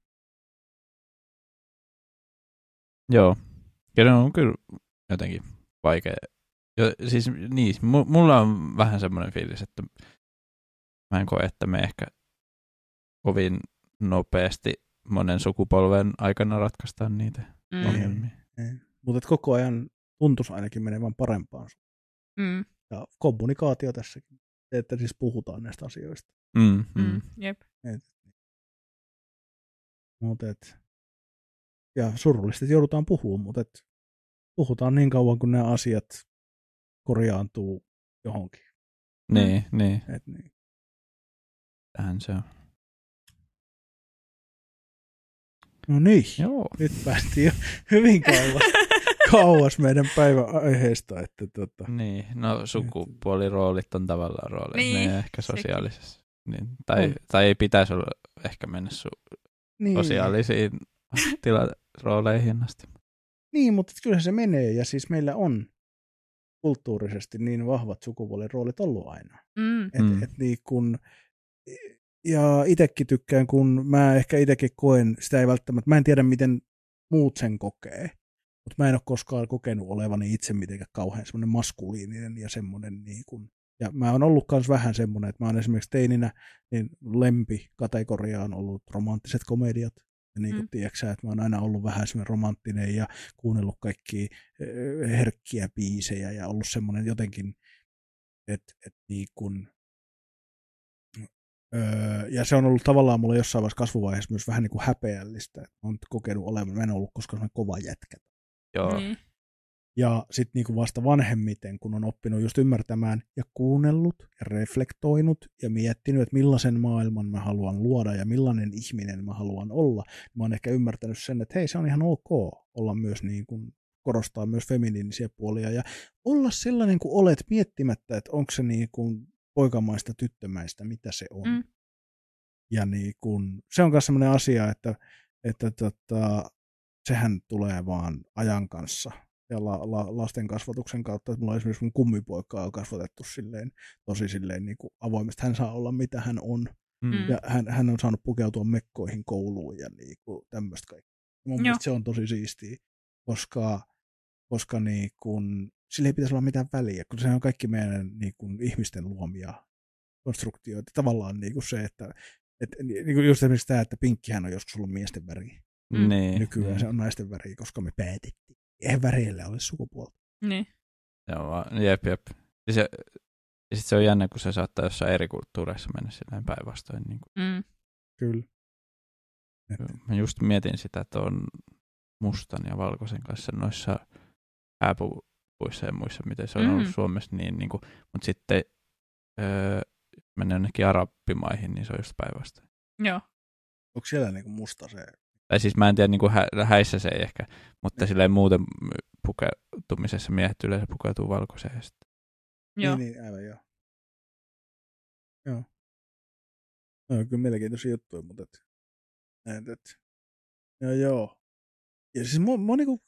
Joo. Kyllä on kyllä jotenkin vaikea. Jo, siis niin, mulla on vähän semmoinen fiilis, että mä en koe, että me ehkä kovin nopeasti monen sukupolven aikana ratkaistaan niitä mm. ongelmia. Mutta koko ajan tuntuisi ainakin menevän parempaan. Mm. Ja kommunikaatio tässäkin, että siis puhutaan näistä asioista. Mm, mm. Mm, jep. Et, mut et, ja surullisesti joudutaan puhumaan, mutta et, puhutaan niin kauan, kun nämä asiat korjaantuu johonkin. Niin, mm. niin. Et, niin. Tähän se on. No niin, Joo. Nyt päästiin jo hyvin kauas, kauas meidän päivän aiheesta. Että tota. Niin, no sukupuoliroolit on tavallaan rooleja, niin, ne ehkä sosiaalisessa. Niin, tai, no. tai ei pitäisi olla, ehkä mennä su- niin. sosiaalisiin tila- rooleihin asti. Niin, mutta kyllä se menee, ja siis meillä on kulttuurisesti niin vahvat sukupuoliroolit ollut aina. Mm. Et, mm. et niin kun, ja itsekin tykkään, kun mä ehkä itsekin koen, sitä ei välttämättä, mä en tiedä miten muut sen kokee, mutta mä en ole koskaan kokenut olevani itse mitenkään kauhean semmoinen maskuliininen ja semmoinen niin kuin, ja mä oon ollut myös vähän semmoinen, että mä oon esimerkiksi teininä, niin lempikategoria on ollut romanttiset komediat, ja niin kuin mm. tiedätkö, että mä oon aina ollut vähän semmoinen romanttinen ja kuunnellut kaikkia herkkiä biisejä ja ollut semmoinen jotenkin, että et niin kuin Öö, ja se on ollut tavallaan mulle jossain vaiheessa kasvuvaiheessa myös vähän niin kuin häpeällistä. Mä oon kokenut olevan, mä en ollut koskaan sellainen kova jätkä. Joo. Mm. Ja sitten niin kuin vasta vanhemmiten, kun on oppinut just ymmärtämään ja kuunnellut ja reflektoinut ja miettinyt, että millaisen maailman mä haluan luoda ja millainen ihminen mä haluan olla, mä oon ehkä ymmärtänyt sen, että hei, se on ihan ok olla myös niin kuin, korostaa myös feminiinisiä puolia ja olla sellainen kuin olet miettimättä, että onko se niin kuin poikamaista, tyttömäistä, mitä se on. Mm. Ja niin kun, se on myös sellainen asia, että, että tota, sehän tulee vaan ajan kanssa ja la, la, lasten kasvatuksen kautta. Mulla on esimerkiksi mun kummipoikaa on kasvatettu silleen, tosi silleen niin kuin avoimesti. Hän saa olla mitä hän on. Mm. Ja hän, hän on saanut pukeutua mekkoihin kouluun ja niin kuin tämmöistä kaikkea. Mun Joo. mielestä se on tosi siistiä, koska, koska niin kun, sillä ei pitäisi olla mitään väliä, kun se on kaikki meidän niin kuin, ihmisten luomia konstruktioita. Tavallaan niin kuin se, että et, niin kuin just esimerkiksi tämä, että pinkkihän on joskus ollut miesten väri. Mm. Nee, Nykyään nee. se on naisten väri, koska me päätettiin. Eihän väreillä ole sukupuolta. Niin. Joo, jep, jep. Ja, se, ja sit se on jännä, kun se saattaa jossain eri kulttuureissa mennä silleen päinvastoin. Niin mm. Kyllä. Mä just mietin sitä, että on mustan ja valkoisen kanssa noissa hääpuvuissa ja muissa, miten se on mm. ollut Suomessa. Niin, niin kuin, mutta sitten öö, mennä jonnekin arabbimaihin, niin se on just päinvastoin. Joo. Onko siellä niinku musta se? Tai siis mä en tiedä, niin kuin hä- häissä se ei ehkä, mutta silleen muuten pukeutumisessa miehet yleensä pukeutuu valkoiseen. Joo. Niin, niin, aivan joo. Joo. No, on kyllä mielenkiintoisia juttuja, mutta et, et, et. Ja joo. Ja siis mua, mua niinku,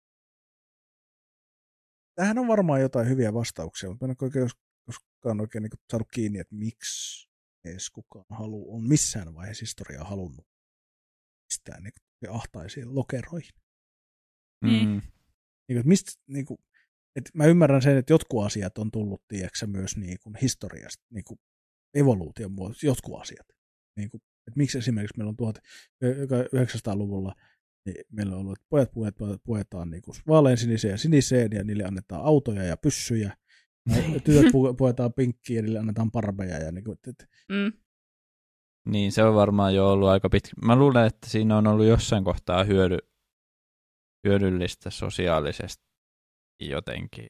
tämähän on varmaan jotain hyviä vastauksia, mutta mä en oikein koskaan oikein niinku saanut kiinni, että miksi edes kukaan halu, on missään vaiheessa historiaa halunnut mistään niinku ahtaisiin lokeroihin. Mm. Niinku, että mistä, niinku, et mä ymmärrän sen, että jotkut asiat on tullut, tiedäksä, myös niinku historiasta, niinku evoluution muodossa, jotkut asiat. Niinku, että miksi esimerkiksi meillä on tuhatyhdeksänsataaluvulla Niin meillä on ollut, että pojat puetaan, puetaan niin kuin vaaleansiniseen ja siniseen, ja niille annetaan autoja ja pyssyjä. Ja tytöt puetaan pinkkiin, ja niille annetaan parbeja. Ja niin kuin, että... mm. Niin, se on varmaan jo ollut aika pitkä. Mä luulen, että siinä on ollut jossain kohtaa hyödy, hyödyllistä sosiaalisesti jotenkin.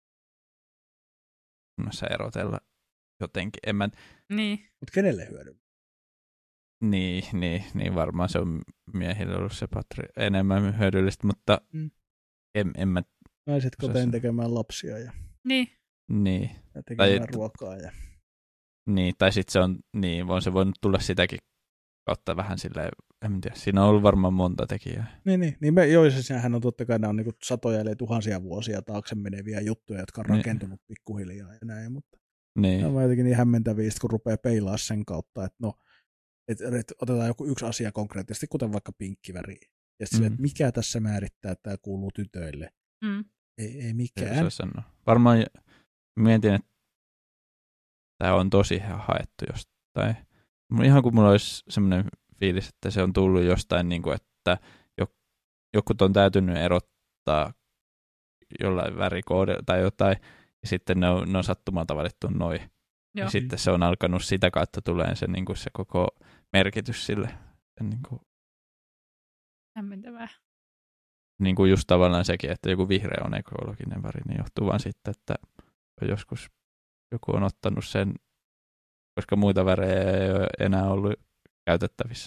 Mä erotella jotenkin. En mä... Niin. Mutta kenelle hyödyllistä? Niin, niin, niin, varmaan se on miehille ollut se patri enemmän hyödyllistä, mutta mm. en, en mä... Naiset koteen tekemään lapsia ja, niin. Niin. ja tekemään tai, ruokaa. Ja... Niin, tai sitten se on, niin, on se voinut tulla sitäkin kautta vähän silleen, en tiedä, siinä on ollut varmaan monta tekijää. Niin, niin, niin me, joo, sehän on totta kai, nämä on niin satoja eli tuhansia vuosia taakse meneviä juttuja, jotka on rakentunut niin. pikkuhiljaa ja näin, mutta niin. ne on jotenkin niin hämmentäviä, kun rupeaa peilaa sen kautta, että no, että et otetaan joku yksi asia konkreettisesti, kuten vaikka pinkkiväri, ja sitten mm. että mikä tässä määrittää, että tämä kuuluu tytöille. Mm. Ei, ei mikään. Se on varmaan mietin, että tämä on tosi haettu jostain. Ihan kuin mulla olisi semmoinen fiilis, että se on tullut jostain, niin kuin, että joku on täytynyt erottaa jollain värikoodilla tai jotain, ja sitten ne on, ne on sattumalta valittu noin. Ja sitten se on alkanut sitä kautta tulee se, niin kuin se koko merkitys sille. Niin kuin, hämmentävää. Niin kuin just tavallaan sekin, että joku vihreä on ekologinen väri, niin johtuu vaan siitä, että joskus joku on ottanut sen, koska muita värejä ei ole enää ollut käytettävissä.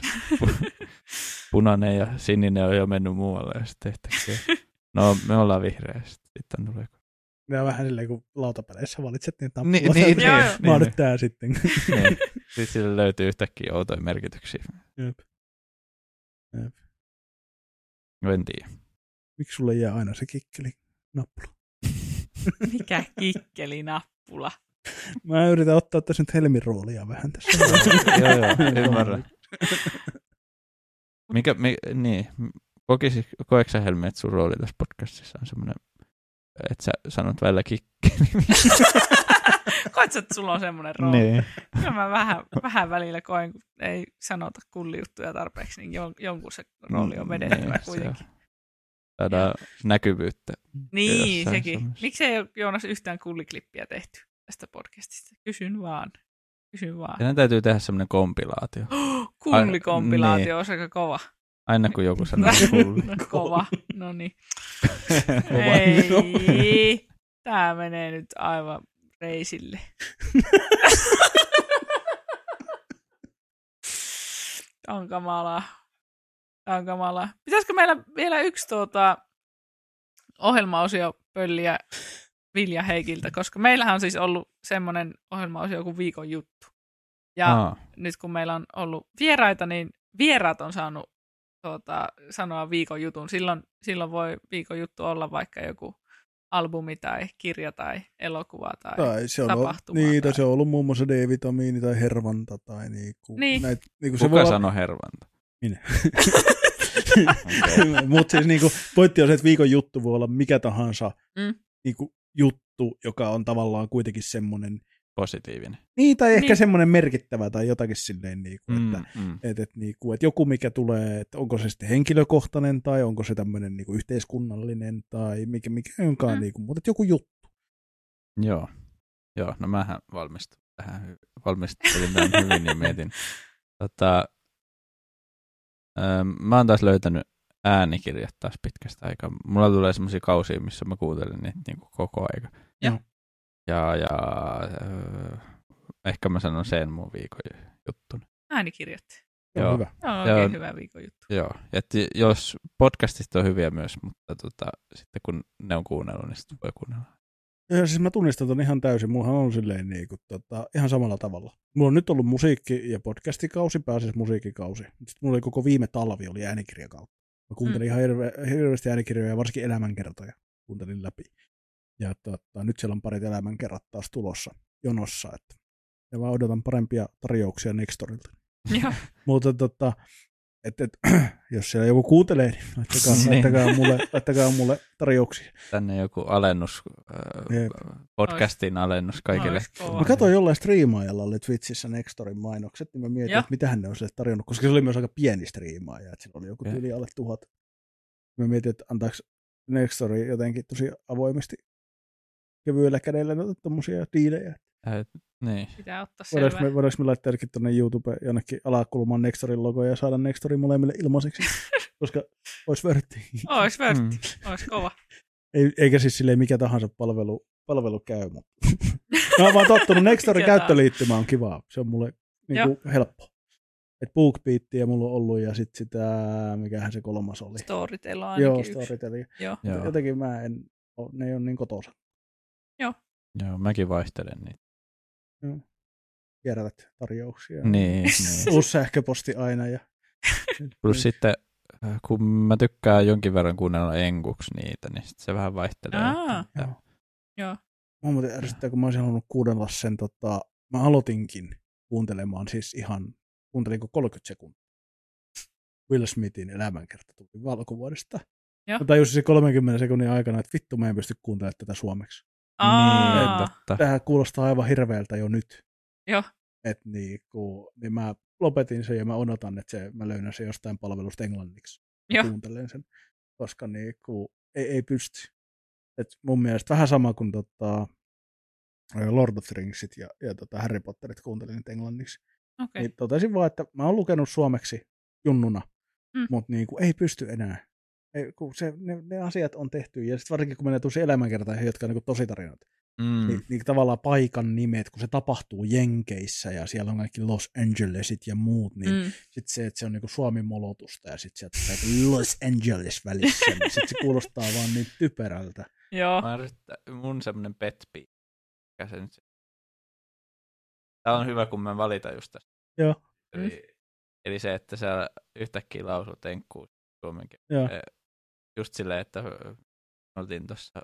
Punainen ja sininen on jo mennyt muualle ja sitten tehtäisiin. No, me ollaan vihreä. Sitten tulee. Ne on vähän silleen, kun lautapeleissä valitset niin tappuja. Niin, niin, niin, niin, mä oon nyt tää sitten. Niin. Sitten sille löytyy yhtäkkiä outoja merkityksiä. Jep. Jep. En tiedä. Miksi sulle jää aina se kikkeli-nappula? Mikä kikkeli-nappula? Mä yritän ottaa tässä nyt Helmin roolia vähän tässä. Joo, joo, ymmärrän. Mikä, mi, niin, kokisi, koetko sä Helmi, että sun rooli tässä podcastissa on semmoinen, että sä sanot välillä kikkeli? Koetko, että sulla on semmoinen rooli? Niin. Kyllä mä vähän, vähän välillä koen, kun ei sanota kullijuttuja tarpeeksi, niin jon, jonkun se rooli on vedettävä niin, kuitenkin. Saadaan näkyvyyttä. Niin, sekin. Miksi ei ole, Joonas, yhtään kulliklippiä tehty tästä podcastista? Kysyn vaan. Kysyn vaan. Ja täytyy tehdä semmoinen kompilaatio. Kullikompilaatio niin. olisi aika kova. Aina kun joku sanoo kulli. No, kova, no niin. Ei, tää menee nyt aivan reisille. Tää on kamalaa. Tää on kamalaa. Pitäisikö meillä vielä yksi tuota ohjelmaosio pölliä Vilja Heikiltä, koska meillähän on siis ollut semmoinen ohjelmaosio kuin viikon juttu. Ja Aa. nyt kun meillä on ollut vieraita, niin vieraat on saanut tuota, sanoa viikon jutun. Silloin, silloin voi viikon juttu olla vaikka joku albumi tai kirja tai elokuva tai, tai se on tapahtuma. Niin, tai se on ollut muun muassa D-vitamiini tai hervanta. Tai niinku, niin. näit, niinku Kuka se sanoi hervanta? Minä. Okay. Mutta siis niinku, pointti on se, että viikon juttu voi olla mikä tahansa mm. niinku, juttu, joka on tavallaan kuitenkin semmoinen positiivinen. Niin, tai ehkä niin. semmoinen merkittävä tai jotakin silleen, niin kuin, mm, että, mm. et, et, niin kuin, että joku mikä tulee, että onko se sitten henkilökohtainen tai onko se tämmöinen niin kuin yhteiskunnallinen tai mikä, mikä onkaan, mm. niin kuin, mutta joku juttu. Joo, Joo no mähän valmistun tähän, valmistelin tämän hyvin niin mietin. Tota, ähm, mä oon taas löytänyt äänikirjat taas pitkästä aikaa. Mulla tulee semmoisia kausia, missä mä kuuntelen niitä niin kuin koko aika. Joo. Ja, ja äh, ehkä mä sanon sen mun viikon juttuna. Äänikirjat. Joo, hyvä. Joo, oikein ja, hyvä viikon juttu. Joo, että jos podcastit on hyviä myös, mutta tota, sitten kun ne on kuunnellut, niin sitten voi kuunnella. Ja siis mä tunnistan ton ihan täysin. Mullahan on silleen niin kuin, tota, ihan samalla tavalla. Mulla on nyt ollut musiikki- ja podcastikausi, pääasiassa musiikkikausi. Sitten mulla oli koko viime talvi oli äänikirjakautta. Mä kuuntelin mm. ihan hirve- hirveästi äänikirjoja ja varsinkin elämänkertoja kuuntelin läpi. Ja tota, nyt siellä on parit elämänkerrat taas tulossa jonossa. Että, ja mä odotan parempia tarjouksia Nextorilta. Mutta tota, et, et, jos siellä joku kuuntelee, niin laittakaa, laittakaa, mulle, laittakaa mulle tarjouksia. Tänne joku alennus, äh, podcastin alennus kaikille. Mä katsoin jollain striimaajalla oli Twitchissä Nextorin mainokset, niin mä mietin, että mitähän ne on sille tarjonnut, koska se oli myös aika pieni striimaaja, että sillä oli joku tyyli alle tuhat Mä mietin, että antaako Nextory jotenkin tosi avoimesti kevyellä kädellä noita tommosia diilejä. Äh, niin. Pitää ottaa Voidaanko selvää. me, voidaanko me laittaa jotenkin tuonne YouTube jonnekin alakulmaan Nextorin logoja ja saada Nextorin molemmille ilmaiseksi? Koska ois vörtti. Ois vörtti. Mm. Ois kova. Ei, eikä siis silleen mikä tahansa palvelu, palvelu käy, mutta mä oon vaan tottunut. Nextorin Mikä käyttöliittymä on kivaa. Se on mulle niinku helppo. Et BookBeatia mulla on ollut ja sit sitä, mikähän se kolmas oli. Storytel on ainakin Joo, yksi. Storytel. Joo. Joo. Jotenkin mä en, oo, ne ei ole niin kotoisa. Joo, mäkin vaihtelen niitä. Kierrät tarjouksia. Niin, niin. Uusi sähköposti aina. Ja... Plus sitten, äh, kun mä tykkään jonkin verran kuunnella enkuksi niitä, niin sit se vähän vaihtelee. Aa. Että, Joo. Joo. Mä muuten ärsyttää, kun mä olisin halunnut kuunnella sen, tota, mä aloitinkin kuuntelemaan siis ihan, kuuntelinko kolmekymmentä sekuntia. Will Smithin elämänkerta tuli valkovuodesta. Joo. Mä tajusin se kolmenkymmenen sekunnin aikana, että vittu mä en pysty kuuntelemaan tätä suomeksi. Aa. Niin, totta. Tämähän kuulostaa aivan hirveältä jo nyt. Joo. Et niin, kun, niin mä lopetin sen ja mä odotan, että se, mä löydän sen jostain palvelusta englanniksi. Joo. Kuuntelen sen, koska niin, kun, ei, ei pysty. Et mun mielestä vähän sama kuin tota, Lord of the Ringsit ja, ja tota Harry Potterit kuuntelin nyt englanniksi. Okei. Niin totesin vaan, että mä oon lukenut suomeksi junnuna, Mm. mutta niin ei pysty enää. Ei, kun se, ne, ne asiat on tehty, ja sitten varsinkin kun menee tosi elämänkertaihin, jotka on niin tositarinoita, Mm. niin, niin tavallaan paikan nimet, kun se tapahtuu Jenkeissä ja siellä on kaikki Los Angelesit ja muut, niin Mm. sitten se, että se on niin Suomi-molotusta ja sitten sieltä tulee Los Angeles välissä, niin sitten se kuulostaa vaan niin typerältä. Joo. Mä yritän, mun semmonen pet peeve. Mikä se nyt se- Tää on hyvä, kun mä valitan just tästä. Joo, Eli, eli se, että sä yhtäkkiä lausut enkkuun suomenkin. joo. Just silleen, että me oltiin tuossa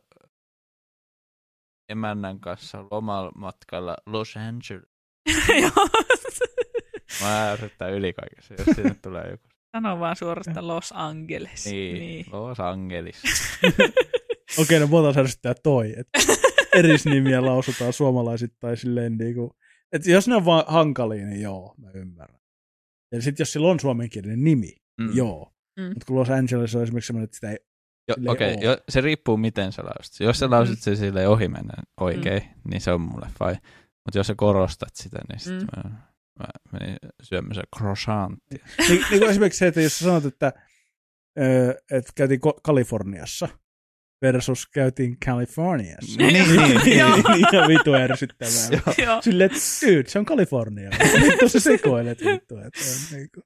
emännän kanssa lomamatkalla Los Angeles. Joo. Mä yritän yli kaikessa, jos sinne tulee joku. Sano vaan suorasta Los Angeles. Niin, Niin. Los Angeles. Okei, no voitaisiin ärsyttää toi, että erisnimiä lausutaan suomalaisittain silleen niinku, että jos ne on vaan hankalia, niin joo, mä ymmärrän. Ja sitten jos sillä on suomenkielinen nimi, Mm. mm. joo. Mm. Mutta kun Los Angeles on esimerkiksi sellainen, että sitä ei, Jo, Silleen Okei, oo. jo, se riippuu miten sä lausit. Jos sä Mm. lausit sen silleen ohimennen oikein, mm. niin se on mulle fine. Mutta jos sä korostat sitä, niin sit Mm. mä, mä menin syömään se croissantia. niin, niin kuin esimerkiksi se, että jos sä sanot, että, ö, että käytiin Ko- Kaliforniassa versus käytiin Californiassa. Niin, niin, niin, niin, joo. niin, ihan vitu ärsyttävää. Joo. Joo. Silleen, että dude, se on Kalifornia. Vittu sä sekoilet vittu. Että on niinku.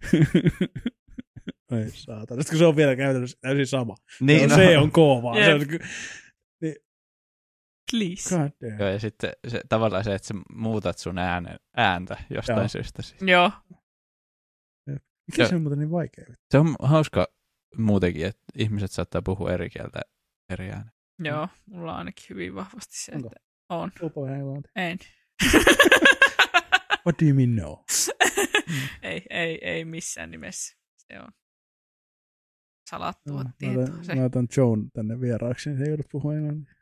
Ai saatana. Sitten kun se on vielä käytännössä täysin sama. Niin, no, se on kovaa. Se on, Jep. Please. God damn. Joo, ja sitten se, tavallaan se, että sä muutat sun äänen, ääntä jostain Joo. syystä. Siis. Joo. Mikä Joo. se on muuten niin vaikea? Se on hauska muutenkin, että ihmiset saattaa puhua eri kieltä eri ääneen. Joo. Mulla on ainakin hyvin vahvasti se, Onko? että on. Opa englanti. En. What do you mean no? ei, ei, ei missään nimessä. Se on salattua Mä tietoa otan, se. mä otan Joan tänne vieraaksi, niin se ei joudut puhua englantia.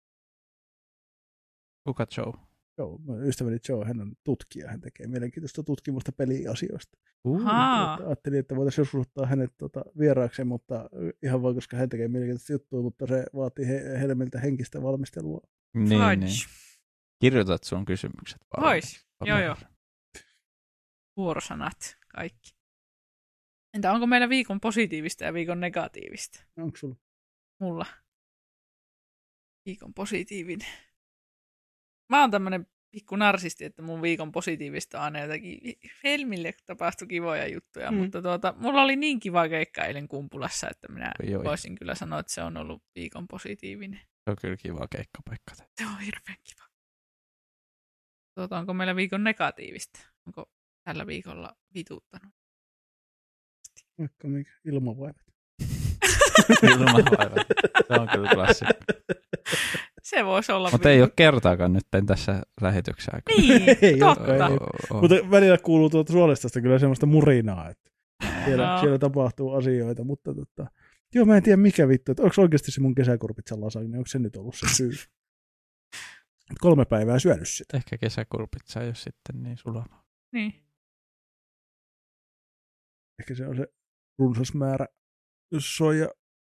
Kuka Joe? Joo, ystäväni Joe, hän on tutkija, hän tekee mielenkiintoista tutkimusta peliasioista. Uh, Aa. Ajattelin, että voitaisiin joskus ottaa hänet tota, vieraakseen, mutta ihan vaan, koska hän tekee mielenkiintoista juttua, mutta se vaatii he, Helmeltä henkistä valmistelua. niin, Fudge. niin. Kirjoitat sun kysymykset. vaan. Vois. Joo, joo. Vuorosanat, kaikki. Entä onko meillä viikon positiivista ja viikon negatiivista? Onko sulla? Mulla. Viikon positiivinen. Mä oon tämmönen pikku narsisti, että mun viikon positiivista on aina jotakin Helmille tapahtui kivoja juttuja, Mm. mm. mutta tuota, mulla oli niin kiva keikka eilen Kumpulassa, että minä Oi, oi. voisin kyllä sanoa, että se on ollut viikon positiivinen. Se on kyllä kiva keikkapaikka. Se on hirveän kiva. Tuota, onko meillä viikon negatiivista? Onko tällä viikolla vituttanut? Vaikka mikä ilmavaivat. Ilmavaivat. Se on kyllä klassikko. Se voisi olla Mutta ei viikon- ole kertaakaan nyt tässä lähetyksen aikana. Niin, Ei totta. olekaan, ei. Oh. Mutta välillä kuuluu tuolta suolestasta kyllä semmoista murinaa, että siellä, Joo. siellä tapahtuu asioita, mutta tota, joo, mä en tiedä mikä vittu, että onko oikeasti se mun kesäkurpitsan lasagne, onko se nyt ollut se syy? Kolme päivää syönyt sitä. Ehkä kesäkurpitsa ei ole sitten niin sulana. Niin. Ehkä se on se runsas määrä soija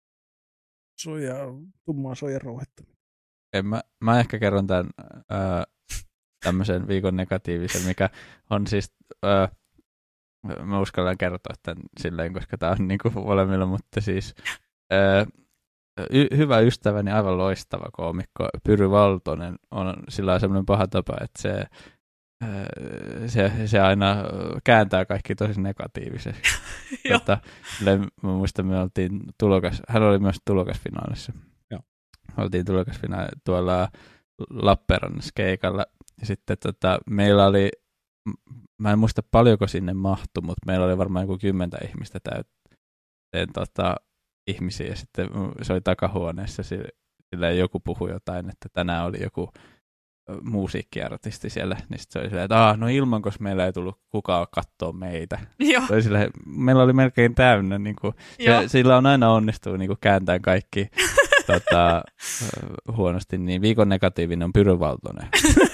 Soja, tummaa soijarouhetta. En mä, mä ehkä kerron tämän ää, tämmöisen viikon negatiivisen, mikä on siis, ää, mä uskallan kertoa tämän silleen, koska tämä on niinku molemmilla, mutta siis ää, y- hyvä ystäväni, aivan loistava koomikko, Pyry Valtonen, on sillä semmoinen paha tapa, että se, ää, se, se aina kääntää kaikki tosi negatiivisesti. tota, mä muistan, me oltiin tulokas, hän oli myös tulokasfinaalissa. Joo. Oltiin tulokasfinaali tuolla Lappeenrannassa keikalla. Ja sitten tota, meillä oli, mä en muista paljonko sinne mahtui, mutta meillä oli varmaan joku kymmentä ihmistä täyteen tota, ihmisiä. Ja sitten se oli takahuoneessa, sillä joku puhui jotain, että tänään oli joku musiikkiartisti siellä, niin sitten se oli silleen, että ah, no ilmankos meillä ei tullut kukaan katsoa meitä. Se silleen, meillä oli melkein täynnä, niin kuin, se, sillä on aina onnistuu niin kuin kääntämään kaikki tota, huonosti, niin viikon negatiivinen on Pyry Valtonen.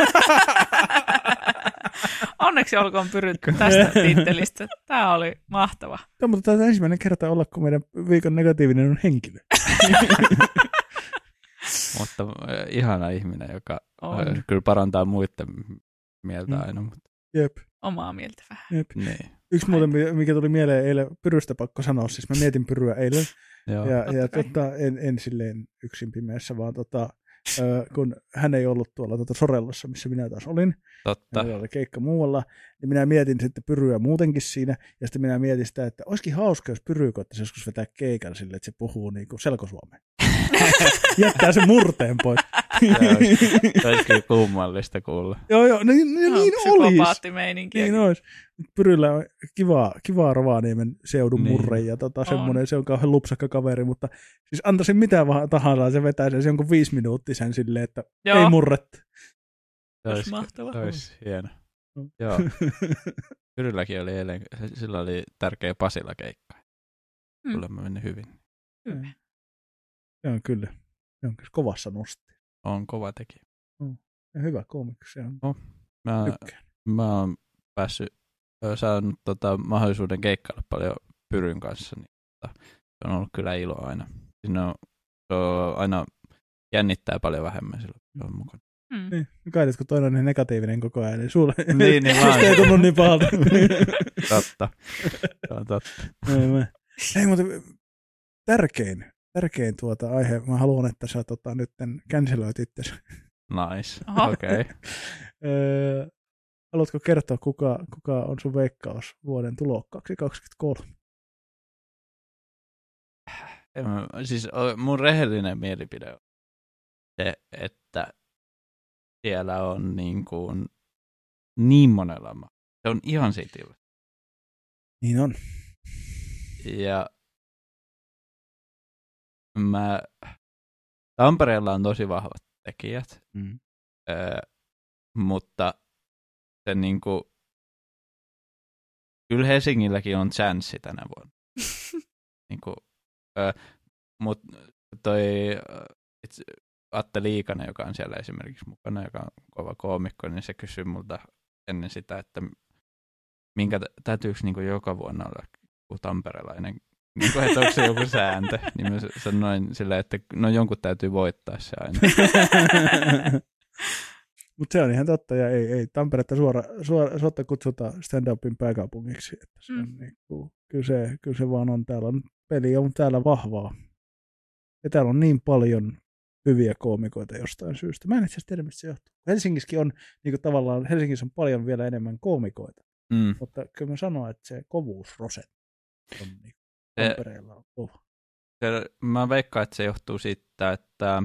Onneksi olkoon Pyry tästä tittelistä. Tämä oli mahtava. Tämä, mutta tämä on ensimmäinen kerta olla, kun meidän viikon negatiivinen on henkilö. Mutta ihana ihminen, joka on. Kyllä parantaa muiden mieltä mm. aina. Mutta... Jep. Omaa mieltä vähän. Jep. Niin. Yksi muuten, mikä tuli mieleen eilen, Pyrystä pakko sanoa, siis mä mietin Pyryä eilen, Joo, ja, ja tota, en, en silleen yksin pimeässä, vaan tota, ö, kun hän ei ollut tuolla tota Sorellossa, missä minä taas olin, Totta. ja oli keikka muualla, niin minä mietin sitten Pyryä muutenkin siinä, ja sitten minä mietin sitä, että olisikin hauska, jos Pyry koittaisi joskus vetää keikan silleen, että se puhuu niin kuin selkosuomeen. Jättää se murteen pois. Se olisi kyllä kummallista kuulla. Joo, joo, niin, niin, no, niin olisi. Psykopaattimeininkiä. Niin olisi. Pyryllä on kivaa, kivaa Rovaniemen seudun niin. murre ja tota, semmoinen, se on kauhean lupsakka kaveri, mutta siis antaisin mitä tahansa, se vetäisi jonkun viisi minuuttisen silleen, että joo. Ei murretta. Se olisi mahtavaa. Se olisi hieno. No. Joo. Pyrylläkin oli eilen, sillä oli tärkeä Pasila-keikka. Mm. Kyllä mä mennyt hyvin. Hyvä. Se on kyllä. Se on kovassa nosti. On kova tekijä. Mm. Ja hyvä koomikko se on. No, mä, mä oon päässyt, saanut tota, mahdollisuuden keikkailla paljon Pyryn kanssa, niin tota, se on ollut kyllä ilo aina. Siinä on, se on aina jännittää paljon vähemmän silloin, kun on mukana. Mm. Niin, kaitit, kun toinen on niin negatiivinen koko ajan, niin sulle niin, niin susta ei tunnu niin pahalta. Totta. Se on totta. Ei, mutta tärkein, tärkein tuota aihe, mä haluan, että sä tota, nyt canceloit itsesi. Nice, okei. Okay. Haluatko kertoa, kuka, kuka on sun veikkaus vuoden tulo kaksituhattakaksikymmentäkolme? Siis mun rehellinen mielipide on se, että siellä on niin, kuin niin monella maa. Se on ihan sitillä. Niin on. Ja mä, Tampereella on tosi vahvat tekijät, mm. ö, mutta se niin kuin, kyllä Helsingilläkin on chanssi tänä vuonna. niin kuin, ö, mutta toi itse, Atte Liikanen, joka on siellä esimerkiksi mukana, joka on kova koomikko, niin se kysyi multa ennen sitä, että minkä täytyykö niin kuin joka vuonna olla tamperelainen, niin kuin, että onko se joku sääntö. Niin mä sanoin silleen, että no jonkun täytyy voittaa se aina. Mutta se on ihan totta, ja ei, ei Tamperetta suora, suora, suotta kutsuta stand-upin pääkaupungiksi. Että se mm. on niin kuin, kyllä, se, kyllä se vaan on, täällä on, peli on täällä vahvaa. Ja täällä on niin paljon hyviä koomikoita jostain syystä. Mä en itse asiassa tiedä, mistä se johtuu. Helsingissäkin on, niin kuin tavallaan, Helsingissä on paljon vielä enemmän koomikoita. Mm. Mutta kyllä mä sanon, että se kovuusprosentti on niin Tampereella on kova. Se, mä veikkaan, että se johtuu siitä, että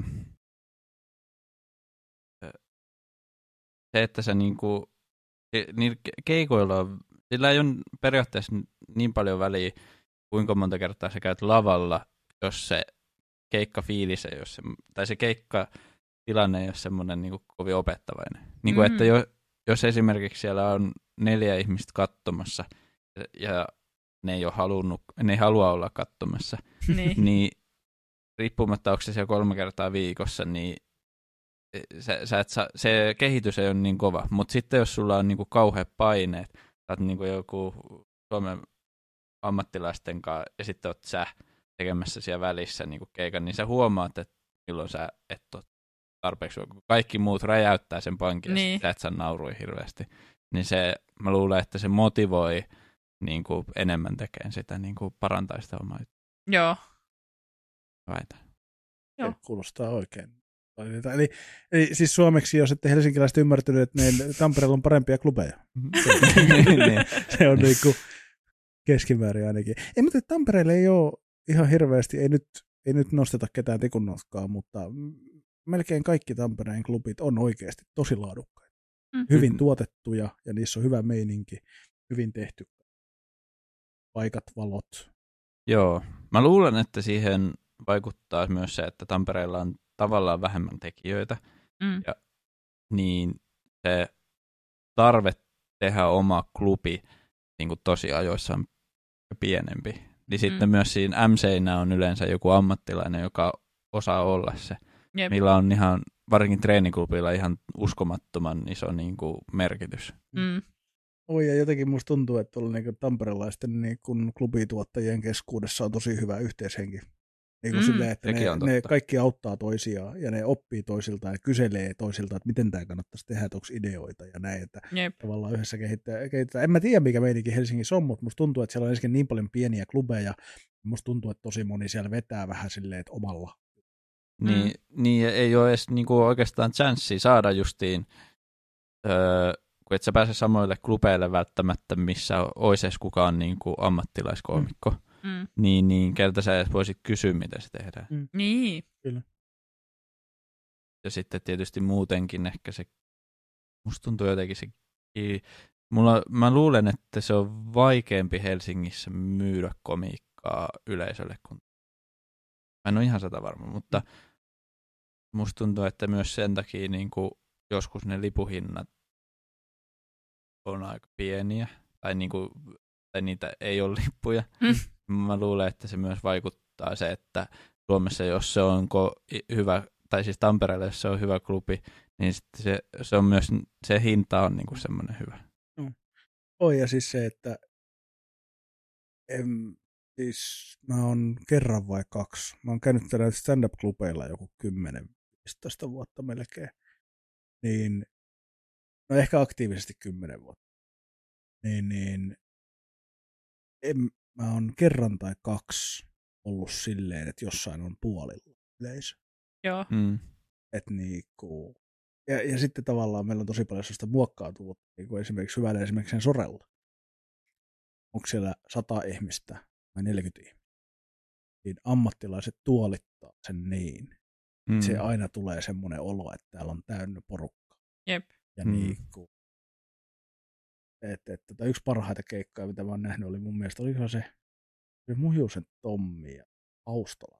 se, että se niinku, niillä keikoilla on, sillä ei ole periaatteessa niin paljon väliä, kuinka monta kertaa sä käyt lavalla, jos se keikkafiilis ei ole se, tai se keikkatilanne ei ole semmoinen niinku kovin opettavainen. Niinku, mm-hmm. että jo, jos esimerkiksi siellä on neljä ihmistä katsomassa ja ne ei ole halunnut, ne ei halua olla katsomassa, niin, niin riippumatta onko se siellä kolme kertaa viikossa, niin se, sä et saa, se kehitys ei ole niin kova. Mutta sitten jos sulla on niinku kauheat paineet, sä oot niinku joku Suomen ammattilaisten kanssa ja sitten oot sä, tekemässä siellä välissä niin kuin keikan, niin sä huomaat, että milloin sä et ole tarpeeksi, kun kaikki muut räjäyttää sen pankin, Niin. ja sä et saa naurui hirveästi. Niin se, mä luulen, että se motivoi niin kuin enemmän tekemään sitä, niin kuin parantaa sitä omaa Joo. väitä. Joo. Kuulostaa oikein. Eli, eli, eli siis suomeksi, jos ette helsinkiläiset ymmärtänyt, että ne Tampereella on parempia klubeja. niin. Se on niin kuin keskimäärin ainakin. Ei, mutta Tampereella ei ole ihan hirveästi, ei nyt, ei nyt nosteta ketään tikunnotkaa, mutta melkein kaikki Tampereen klubit on oikeasti tosi laadukkaita. Mm. Hyvin tuotettuja ja niissä on hyvä meininki, hyvin tehty. Paikat, valot. Joo, mä luulen, että siihen vaikuttaa myös se, että Tampereella on tavallaan vähemmän tekijöitä, Mm. ja niin se tarve tehdä oma klubi niin kuin tosi ajoissa on pienempi. Niin sitten Mm. myös siinä M C:nä on yleensä joku ammattilainen, joka osaa olla se, Jep. millä on ihan, varsinkin treeniklubilla ihan uskomattoman iso niin kuin merkitys. Mm. Oi, ja jotenkin musta tuntuu, että tuolla niin tamperelaisten niin kun klubituottajien keskuudessa on tosi hyvä yhteishenki. Niin kuin Mm. silleen, että Sekin ne, on ne totta. kaikki auttaa toisiaan ja ne oppii toisiltaan ja kyselee toisiltaan, että miten tämä kannattaisi tehdä, että onko ideoita ja näin, että Jep. tavallaan yhdessä kehittää, kehittää. En mä tiedä, mikä meininki Helsingissä on, mutta musta tuntuu, että siellä on ensinnäkin niin paljon pieniä klubeja. Musta tuntuu, että tosi moni siellä vetää vähän silleen, että omalla. Niin, Mm. niin ei ole edes niin kuin oikeastaan chanssiä saada justiin, öö, kun et sä pääse samoille klubeille välttämättä, missä olisi edes kukaan niin kuin ammattilaiskoomikko, Mm. niin, niin keltä sä edes voisit kysyä, miten se tehdään. Mm. Niin. Ja sitten tietysti muutenkin ehkä se, musta tuntuu jotenkin se, mulla, mä luulen, että se on vaikeampi Helsingissä myydä komiikkaa yleisölle kuin, mä en ole ihan sata varma, mutta musta tuntuu, että myös sen takia niin kuin joskus ne lipuhinnat on aika pieniä, tai, niin kuin, tai niitä ei ole lippuja. Mm. Mä luulen, että se myös vaikuttaa se, että Suomessa, jos se on ko- hyvä, tai siis Tampereella, jos se on hyvä klubi, niin sitten se, se on myös, se hinta on niin kuin semmoinen hyvä. Oi, ja siis se, että em, siis mä oon kerran vai kaksi. Mä oon käynyt täällä stand-up-klubeilla joku kymmenen viisitoista vuotta melkein. Niin, no ehkä aktiivisesti kymmenen vuotta. Niin, niin en, mä oon kerran tai kaksi ollut silleen, että jossain on puolilla yleisö. Joo. Mm. Et niinku, ja, ja sitten tavallaan meillä on tosi paljon sellaista muokkautuvuutta, niin kuin esimerkiksi hyvällä esimerkiksi sen Sorella. Onko siellä sata ihmistä vai neljäkymmentä ihmistä? Niin ammattilaiset tuolittaa sen niin. Mm. Se aina tulee semmoinen olo, että täällä on täynnä porukkaa. Jep. Ja Mm. niinku, että et, tota, yksi parhaita keikkoja, mitä mä oon nähnyt, oli mun mielestä, oliko se, se Muhjusen Tommi ja Austola.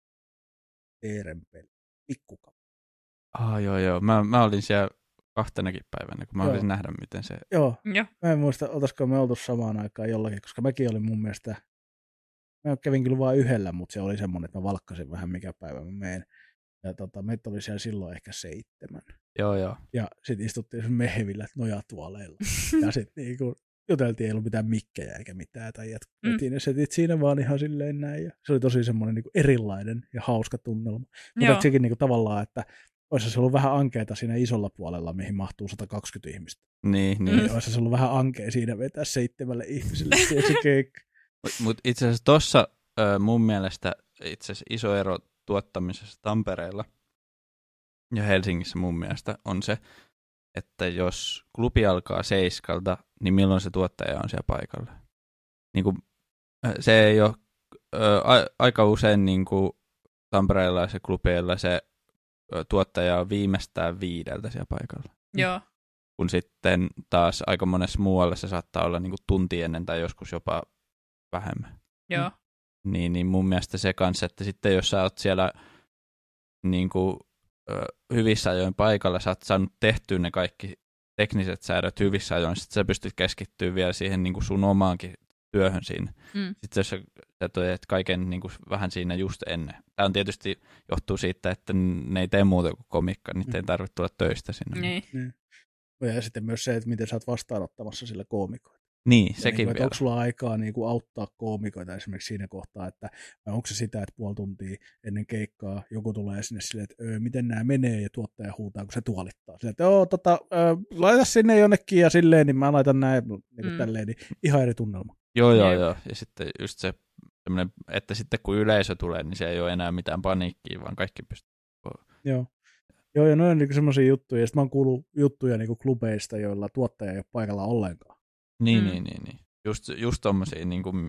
Eerenpeli. Pikkukappi. Ah, joo, joo. Mä, mä olin siellä kahtenakin päivänä, kun mä Joo. olisin nähdä, miten se... Joo, Joo. mä en muista, oltaisiko me oltu samaan aikaan jollakin, koska mäkin olin mun mielestä, mä kävin kyllä vain yhdellä, mutta se oli semmoinen, että mä valkkasin vähän mikä päivä mä menen. Ja tota, meitä oli siellä silloin ehkä seitsemän. Joo, joo. Ja sitten istuttiin sen mehevillä nojatuoleilla. Ja sitten niinku juteltiin, ei ollut mitään mikkejä eikä mitään. Tai jätkin mm. ne setit siinä vaan ihan silleen näin. Ja se oli tosi semmoinen niinku erilainen ja hauska tunnelma. Mutta sekin niinku tavallaan, että olisi se ollut vähän ankeeta siinä isolla puolella, mihin mahtuu sata kaksikymmentä ihmistä. Niin, niin. Niin olisi se ollut vähän ankea siinä vetää seitsemälle ihmiselle se keikka. Mutta mut itse asiassa tuossa mun mielestä itse asiassa iso ero tuottamisessa Tampereella ja Helsingissä mun mielestä on se, että jos klubi alkaa seiskalta, niin milloin se tuottaja on siellä paikalla. Niin kuin, se ei ole a, aika usein niin kuin Tampereella ja se klubeilla se tuottaja on viimeistään viideltä siellä paikalla. Joo. Kun sitten taas aika monessa muualla se saattaa olla niin kuin tunti ennen tai joskus jopa vähemmän. Joo. Niin, niin mun mielestä se kanssa, että sitten jos sä oot siellä niin kuin, ö, hyvissä ajoin paikalla, sä oot saanut tehtyä ne kaikki tekniset säädöt hyvissä ajoin, sitten sä pystyt keskittyä vielä siihen niin kuin sun omaankin työhön siinä. Mm. Sitten jos sä, sä teet kaiken niin kuin vähän siinä just ennen. Tämä on tietysti johtuu siitä, että ne ei tee muuta kuin komikka, niin mm. ei tarvitse tulla töistä sinne. Niin. Niin. Ja sitten myös se, että miten sä oot vastaanottamassa sillä koomikoita. Niin, sekin niin kuin, vielä. onko sulla aikaa niin kuin auttaa koomikoita esimerkiksi siinä kohtaa, että onko se sitä, että puoli tuntia ennen keikkaa joku tulee sinne silleen, että öö, miten nämä menee, ja tuottaja huutaa, kun se tuolittaa. Silleen, että joo, tota, öö, laita sinne jonnekin ja silleen, niin mä laitan näin, niin kuin mm. tälleen, niin ihan eri tunnelma. Joo, joo, joo. Ja sitten just se, että sitten kun yleisö tulee, niin se ei ole enää mitään paniikkiä, vaan kaikki pystyy. Joo. Joo, ja noin on niin semmoisia juttuja, ja sitten mä oon kuullut juttuja niin kuin klubeista, joilla tuottaja ei ole paikalla ollenkaan. Niin, mm. niin, niin, niin. Just, just tommosia, niin kuin,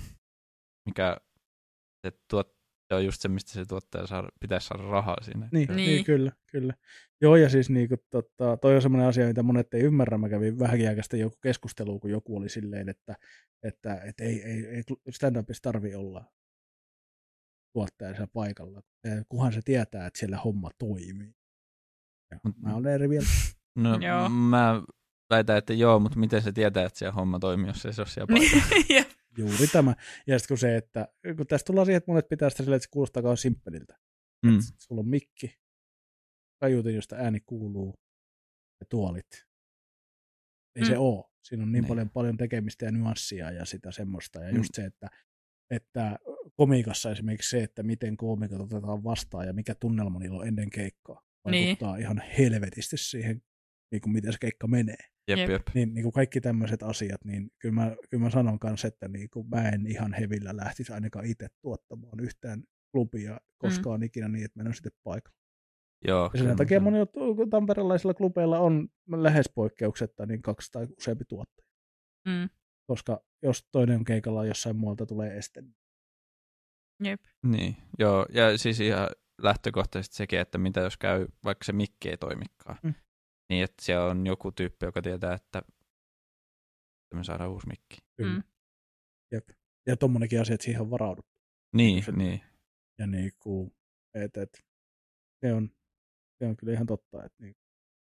mikä se tuottaja on just se, mistä se tuottaja saa, pitäisi saada rahaa siinä. Niin, niin. niin kyllä, kyllä. Joo, ja siis niin kuin, tota, toi on semmoinen asia, mitä monet ei ymmärrä. Mä kävin vähänkin aikaista joku keskustelua, kun joku oli silleen, että, että, että ei, ei, ei stand-upissa tarvitse olla tuottaja siellä paikalla, kunhan se tietää, että siellä homma toimii. Ja mä olen eri mieltä. No, joo. Mä väitän, että joo, mutta miten se tietää, että siellä homma toimii, jos ei se ole siellä paikalla? Juuri tämä. Ja sitten kun se, että kun tästä tullaan siihen, että monet pitää sitä silleen, että se kuulostaa kauan simppeliltä. Mm. Sulla on mikki, kaiutin, josta ääni kuuluu, ja tuolit. Ei mm. se ole. Siinä on niin ne. paljon, paljon tekemistä ja nyanssia ja sitä semmoista. Ja mm. just se, että, että komiikassa esimerkiksi se, että miten koomikot otetaan vastaan ja mikä tunnelma niillä on ennen keikkaa. Vaikuttaa niin. ihan helvetisti siihen, niin kuin miten se keikka menee. Jep, jep. Niin, niin kuin kaikki tämmöiset asiat, niin kyllä mä, kyllä mä sanon kanssa, että niin kuin mä en ihan hevillä lähtisi ainakaan itse tuottamaan yhtään klubia koskaan mm. ikinä niin, että mä en ole sitten paikalla. Joo, ja sen takia monilla tamperelaisilla klubeilla on lähes poikkeuksetta niin kaksi tai useampi tuottaja. Mm. Koska jos toinen keikalla jossain muualta tulee este. Jep. Niin, joo. Ja siis ihan lähtökohtaisesti sekin, että mitä jos käy, vaikka se mikki ei toimikaan. Mm. Niin, että siellä on joku tyyppi, joka tietää, että me saadaan uusi mikki. Mm. Jep. Ja tommonenkin asia, että siihen on varauduttu. Niin, se, niin. Ja niin kuin, että et, se, on, se on kyllä ihan totta, että niin,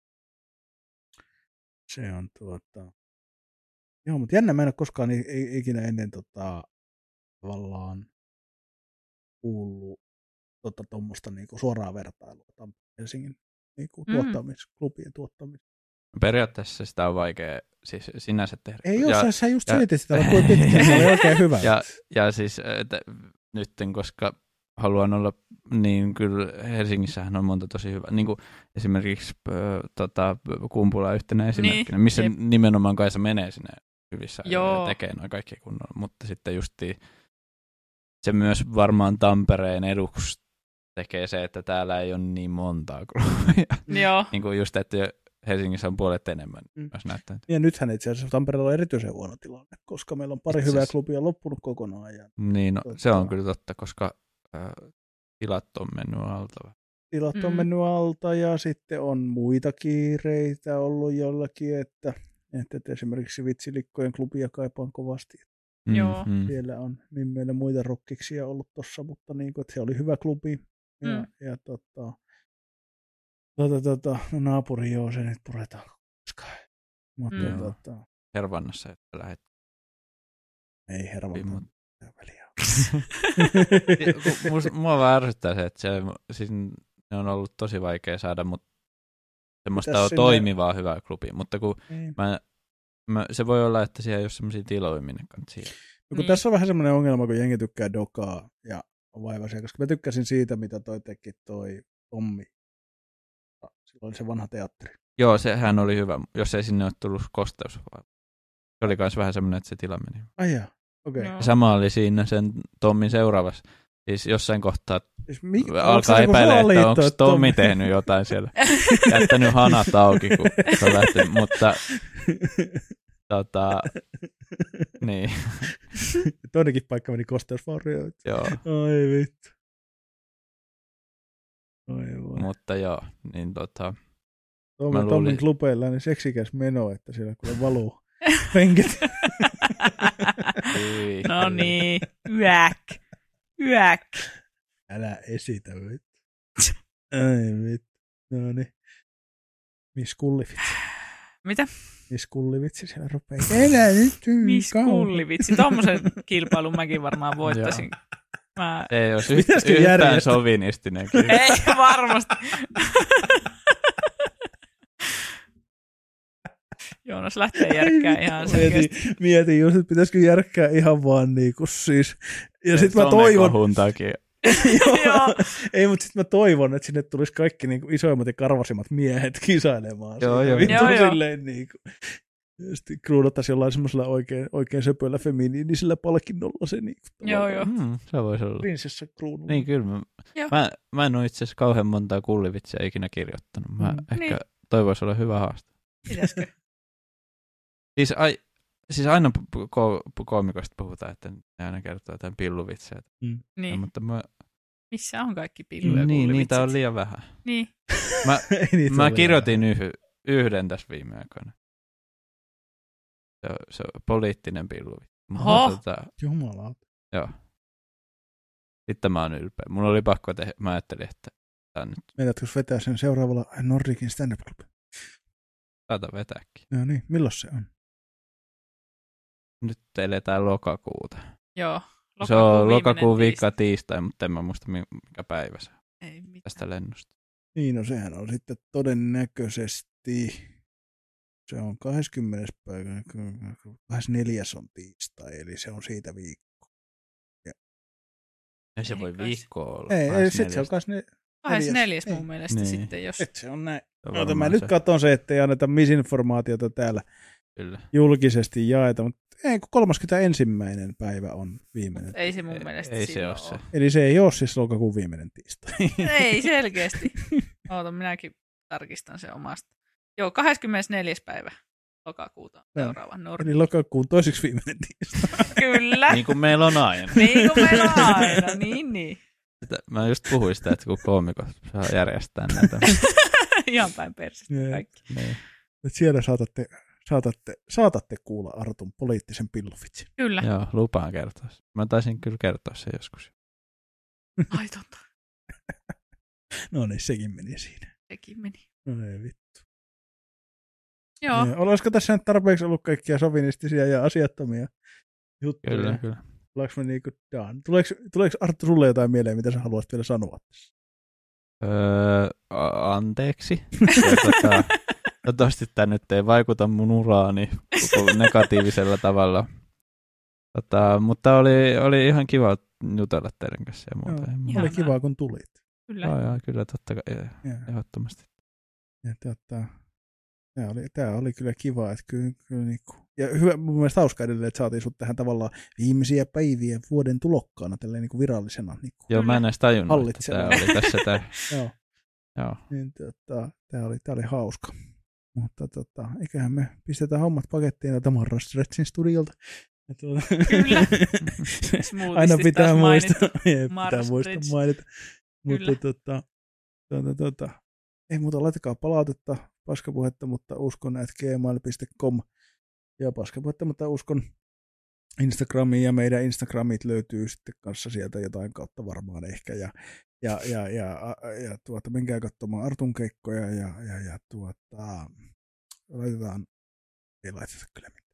se on tuota... Joo, mutta jännä, mä en ole koskaan ikinä ennen tota, tavallaan kuullut tota, tuommoista niinku suoraa vertailua Helsingin niinku, mm. tuottamisklubien tuottamista. Periaatteessa sitä on vaikea siis sinänsä tehdä. Ei ja, ole, sä just selitit sitä, mutta kuinka pitkään, se oli oikein hyvä. Ja, ja siis että, nytten, koska haluan olla, niin kyllä Helsingissähän on monta tosi hyvää. Niin kuin esimerkiksi äh, tota, Kumpula yhtenä esimerkkinä, niin, missä jep. nimenomaan Kaisa menee sinne hyvissä Joo. ja tekee noin kaikki kunnolla. Mutta sitten justiin se myös varmaan Tampereen eduksi tekee se, että täällä ei ole niin montaa klubia. Joo. Niin kuin just, että Helsingissä on puolet enemmän. Mm. Ja nythän itse asiassa Tampereella on erityisen huono tilanne, koska meillä on pari itse hyvää klubia loppunut kokonaan. Ja niin, no, se on kyllä totta, koska äh, tilat on mennyt alta. Tilat on mm. mennyt alta ja sitten on muita kiireitä ollut jollakin, että, että esimerkiksi Vitsilikkojen klubia kaipaan kovasti. Mm-hmm. Siellä on niin meillä muita rokkiksia ollut tossa, mutta niin kuin, että se oli hyvä klubi. Ja, mm. ja tota, tota, tota, no naapuri, joo, se nyt puretaan. Mutta mm. tota... Hervannassa, että lähet. Ei Hervannassa väliä. Mua vaan ärsyttää se, että se, siis ne on ollut tosi vaikea saada, mutta semmoista on sinne... toimivaa hyvää klubia. Mutta kun mä, mä, se voi olla, että siellä ei ole semmoisia tiloja, minne kannattaa. No, niin. Tässä on vähän semmoinen ongelma, kun jengi tykkää dokaa ja on vaivaisia, koska mä tykkäsin siitä, mitä toi teki toi Tommi. Silloin oli se vanha teatteri. Joo, sehän oli hyvä, jos ei sinne ole tullut kosteus. Se oli myös vähän semmoinen, että se tila meni. Ai jaa, okei. Okay. No. Sama oli siinä sen Tommin seuraavassa. Siis jossain kohtaa siis mi- alkaa epäillä, että onko Tommi, Tommi tehnyt jotain siellä. Jättänyt hanat auki, kun se on lähtenyt, mutta tota, niin. Toinenkin paikka meni kosteusvaurioon. Joo. Ai vittu. Ai mutta joo, niin tota... Tommin luulin... Tommin klubeilla niin seksikäs meno, että siellä kun valuu penkit. No niin, yäk, yäk. Älä esitä, vittu. Ai vittu. No niin. Miss Kullivitsi. Mitä? Miss Kullivitsi siellä rupeaa. Elä nyt. Miss Kullivitsi. Tommosen kilpailun mäkin varmaan voittaisin. Mä... Ei olisi yht, yhtään sovinistinen kyllä. Ei varmasti. Joonas lähtee järkkää ihan selkeästi. Mietin, mietin just, että pitäisikö järkkää ihan vaan niinku siis. Ja sit mä toivon... Kohun takia. Joo. Ei, mutta sitten mä toivon, että sinne tulisi kaikki niinku isoimmat ja karvasimmat miehet kisailemaan. Joo, joo. joo, joo. Silleen niinku. Sitten kruudattaisiin jollain semmoisella oikein, oikein söpöllä feminiinisellä palkinnolla se niinku. Joo, joo. Mm, se voisi olla. Prinsessa kruunun. Niin, kyllä. Mä, mä, mä en ole itse asiassa kauhean montaa kullivitsiä ikinä kirjoittanut. Mä mm. ehkä niin. toivoisi olla hyvä haaste. Pitäisikö? Siis, ai, siis aina ko- koomikoista puhutaan, että ne aina kertoo jotain pilluvitsejä. Mm. Niin. Ja, mutta mä... Missä on kaikki pilluja Niin, niitä on liian vähän. Niin. Mä, mä kirjoitin yh, yhden tässä viime aikoina. Se on, se on poliittinen pilluvitsi. Tota, Jumalauta. Joo. Sitten mä oon ylpeä. Mulla oli pakko tehdä. Mä ajattelin, että tää on nyt... Meidätkö vetää sen seuraavalla Nordicin stand-up club? Saata vetääkin. No niin, milloin se on? Nyt eletään lokakuuta. Joo. Se on lokakuun viikka tiistai, mutta en mä muista mikä päivä se on. Ei mitään. Tästä lennosta. Niin, no sehän on sitten todennäköisesti, se on kahdeskymmenes päivä, kahdeskymmenesneljäs on tiistai, eli se on siitä viikko. Ja. Ei se voi viikko olla. Ei, ei sitten se on kahdeskymmenesneljäs. kahdeskymmenesneljäs mun mielestä niin. Sitten, jos... Sitten se on näin. Oota, mä nyt katson se, ettei anneta misinformaatiota täällä Kyllä. julkisesti jaeta, mutta ei, kun kolmaskymmenesensimmäinen päivä on viimeinen. Ei se mun mielestä Ei se ole se. Eli se ei ole siis lokakuun viimeinen tiistai. Ei selkeästi. Oota, minäkin tarkistan se omasta. Joo, kahdeskymmenesneljäs päivä lokakuuta seuraava Nordi. Eli lokakuun toiseksi viimeinen tiistai. Kyllä. Niin kuin meillä on aina. Niin kuin meillä on aina, niin niin. Mä just puhuin sitä, että kun koomikot saa järjestää näitä. Ihan päin persistä kaikki. Niin. Siellä saatatte, saatatte, saatatte kuulla Artun poliittisen pilluvitsin. Kyllä. Joo, lupaan kertoa. Mä taisin kyllä kertoa sen joskus. Ai totta. No niin, sekin meni siinä. Sekin meni. No ei vittu. Joo. Ja, olisiko tässä nyt tarpeeksi ollut kaikkia sovinistisia ja asiattomia juttuja? Kyllä, kyllä. Ollaanko me niinku done? Tuleeko, tuleeko Arttu sulle jotain mieleen, mitä sä haluaisit vielä sanoa tässä? Öö, anteeksi. tota, toivottavasti tämä nyt ei vaikuta mun uraani negatiivisella tavalla. Tota, mutta oli, oli ihan kiva jutella teidän kanssa ja muuta. Joo, oli kiva, kun tulit. Kyllä. Joo, joo, kyllä totta kai. Ehdottomasti. Ja tota, tämä oli, tämä oli kyllä kiva. Että kyllä, kyllä niinku, ja hyvä, mun mielestä hauska edelleen, että saatiin sut tähän tavallaan viimeisiä päiviä vuoden tulokkaana tälleen niinku virallisena. Niinku, joo, mä en edes tajunnut, että tämä oli tässä tämä. Joo. Joo. Niin, tota, tämä oli, tämä oli hauska. Mutta tota, eiköhän me pistetään hommat pakettiin täältä Marra Stretchin studiolta. Tuota, kyllä. Aina pitää muistaa, pitää muistaa mainita. Mutta tota, tota, tota, ei muuta, laittakaa palautetta, paskapuhetta, mutta uskon at gmail piste com ja paskapuhetta, mutta uskon Instagramiin ja meidän Instagramit löytyy sitten kanssa sieltä jotain kautta varmaan ehkä ja ja ja ja, ja tuota menkää katsomaan Artun keikkoja ja ja ja tuota laitetaan ei laiteta kyllä mitään.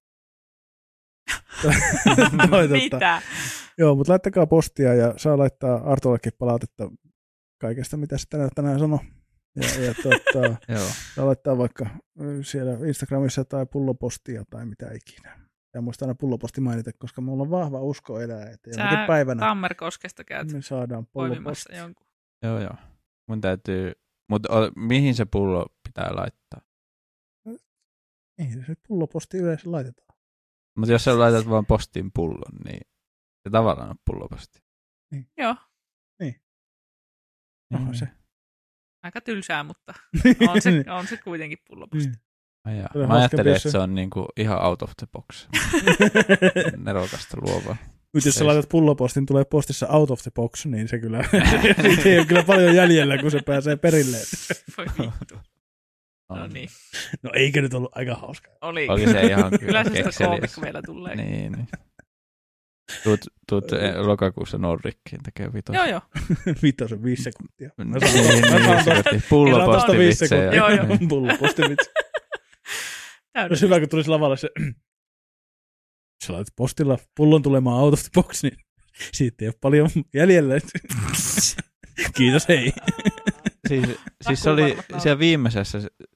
Mitä? Joo, mutta laittakaa postia ja saa laittaa Artollekin palautetta kaikesta, mitä se tänään, tänään sanoi. Ja, ja tuota, saa laittaa vaikka siellä Instagramissa tai pullopostia tai mitä ikinä. Ja muista aina pulloposti mainita, koska mulla on vahva usko elää, että jonakin päivänä Tammerkoskesta käyt me saadaan pulloposti. Jonkun. Joo, joo. Mun täytyy, mutta mihin se pullo pitää laittaa? Mihin se pulloposti yleensä laitetaan? Mutta jos sä laitat vaan postiin pullon, niin se tavallaan on pulloposti. Niin. Joo. Niin. Onhan Mm. se. Aika tylsää, mutta on se, on se kuitenkin pulloposti. Mm. Mä, Mä ajattelin, että se on niinku ihan out of the box. Nerokasta luovaa. Mutta jos sä laitat pullopostin, tulee postissa out of the box, niin se kyllä, siitä ei ole kyllä paljon jäljellä, kun se pääsee perille. Voi vittu. No niin. No eikö nyt ollut aika hauska? Oli. Oli se ihan kyllä. Kyllä se sitä koomikko vielä tulee. Niin, niin. Tuut, tuut lokakuussa Nordickiin tekee vitosen. Joo, joo. Vitosen viisi sekuntia. Mä saan niin, niin, pullopostivitsejä. Joo, joo. Pullopostivitsejä. Olisi hyvä, kun tulisi lavalle se, jos sä laitat postilla pullon tulemaan out of the box, niin siitä ei ole paljon jäljellä. Kiitos, hei. Siis, siis se oli siellä viimeisessä,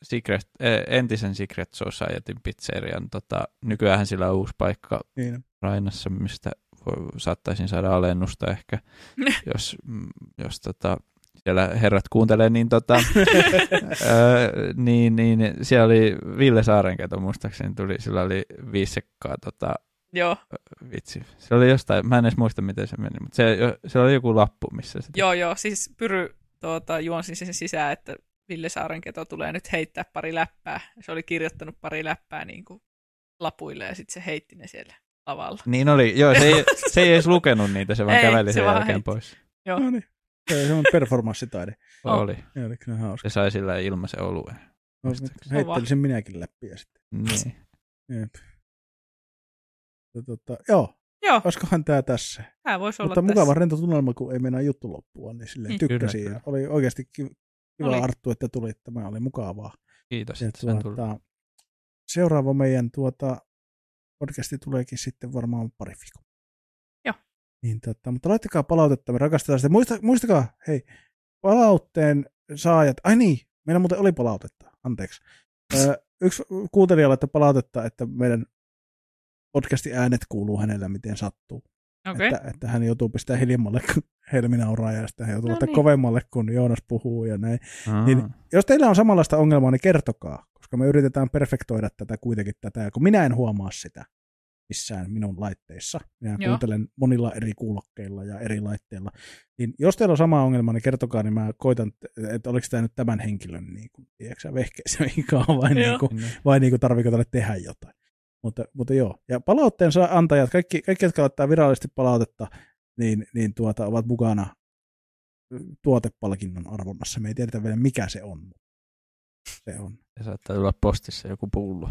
Secret, entisen Secret Societyn pizzerian. Tota, nykyään sillä on uusi paikka niin. Rainassa, mistä voi, saattaisin saada alennusta ehkä, jos, jos tota, siellä herrat kuuntelee, niin, tota, öö, niin, niin siellä oli Ville Saarenketo, muistaakseni tuli, sillä oli viisi sekkaa tota, Joo. vitsi. Se oli jostain, mä en edes muista miten se meni, mutta se, se oli joku lappu, missä se... Joo, joo, siis Pyry tuota, juonsi sen sisään, että Ville Saarenketo tulee nyt heittää pari läppää. Se oli kirjoittanut pari läppää niin kuin lapuille ja sitten se heitti ne siellä lavalla. Niin oli, joo, se ei, se ei edes lukenut niitä, se vaan ei, käveli se sen vaan jälkeen heitti. pois. Joo. No niin, se on performanssitaide. Oh. Oli. Se oli kyllä hauska. Se sai sillä ilmaisen oluen. No, heittelisin minäkin läppiä sitten. Niin. Jep. Tota, joo, Joo, olisikohan tämä tässä. tämä voisi olla Mutta tässä. mukava rento tunnelma, kun ei meinaa juttu loppua, niin silleen Niin. tykkäsin. Kyllä, Ja oli oikeasti kiva Oli. Arttu, että tulit. Tämä oli mukavaa. Kiitos, Ja että sain tulla. tuota, seuraava meidän tuota, podcasti tuleekin sitten varmaan pari viikkoa. Joo. Niin, tota, mutta laittakaa palautetta, me rakastetaan sitä. Muista, muistakaa, hei, palautteen saajat, ai niin, meillä muuten oli palautetta, anteeksi. Ö, yksi kuuntelija laittoi palautetta, että meidän podcastin äänet kuuluu hänellä miten sattuu. Okei. Että, että hän joutuu pistämään hiljemmalle, kun Helmi nauraa, ja sitten hän joutuu No laittaa niin. kovemmalle, kun Joonas puhuu ja näin. Aa. Niin, jos teillä on samanlaista ongelmaa, niin kertokaa, koska me yritetään perfektoida tätä kuitenkin tätä, ja kun minä en huomaa sitä missään minun laitteissa, minä Joo. kuuntelen monilla eri kuulokkeilla ja eri laitteilla, niin jos teillä on sama ongelma, niin kertokaa, niin mä koitan, että oliko tämä nyt tämän henkilön niin kuin, tiedätkö, vehkeisen vikaa, vai, niin kuin, vai niin kuin, tarviiko tälle tehdä jotain. Mutta, mutta joo, ja palautteen saa antajat, kaikki, kaikki jotka laittaa virallisesti palautetta, niin, niin tuota, ovat mukana tuotepalkinnon arvonnassa. Me ei tiedetä vielä, mikä se on. Se on. Se saattaa tulla postissa joku pullo.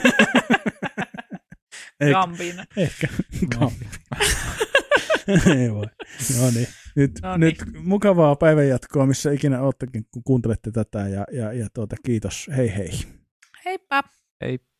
Ehkä. Gambina. Ehkä. Gambi. Ei voi. No niin. Nyt, No nyt niin. mukavaa päivänjatkoa, missä ikinä oottekin, kun kuuntelette tätä. Ja, ja, ja tuota, kiitos. Hei hei. Heippa! Hei.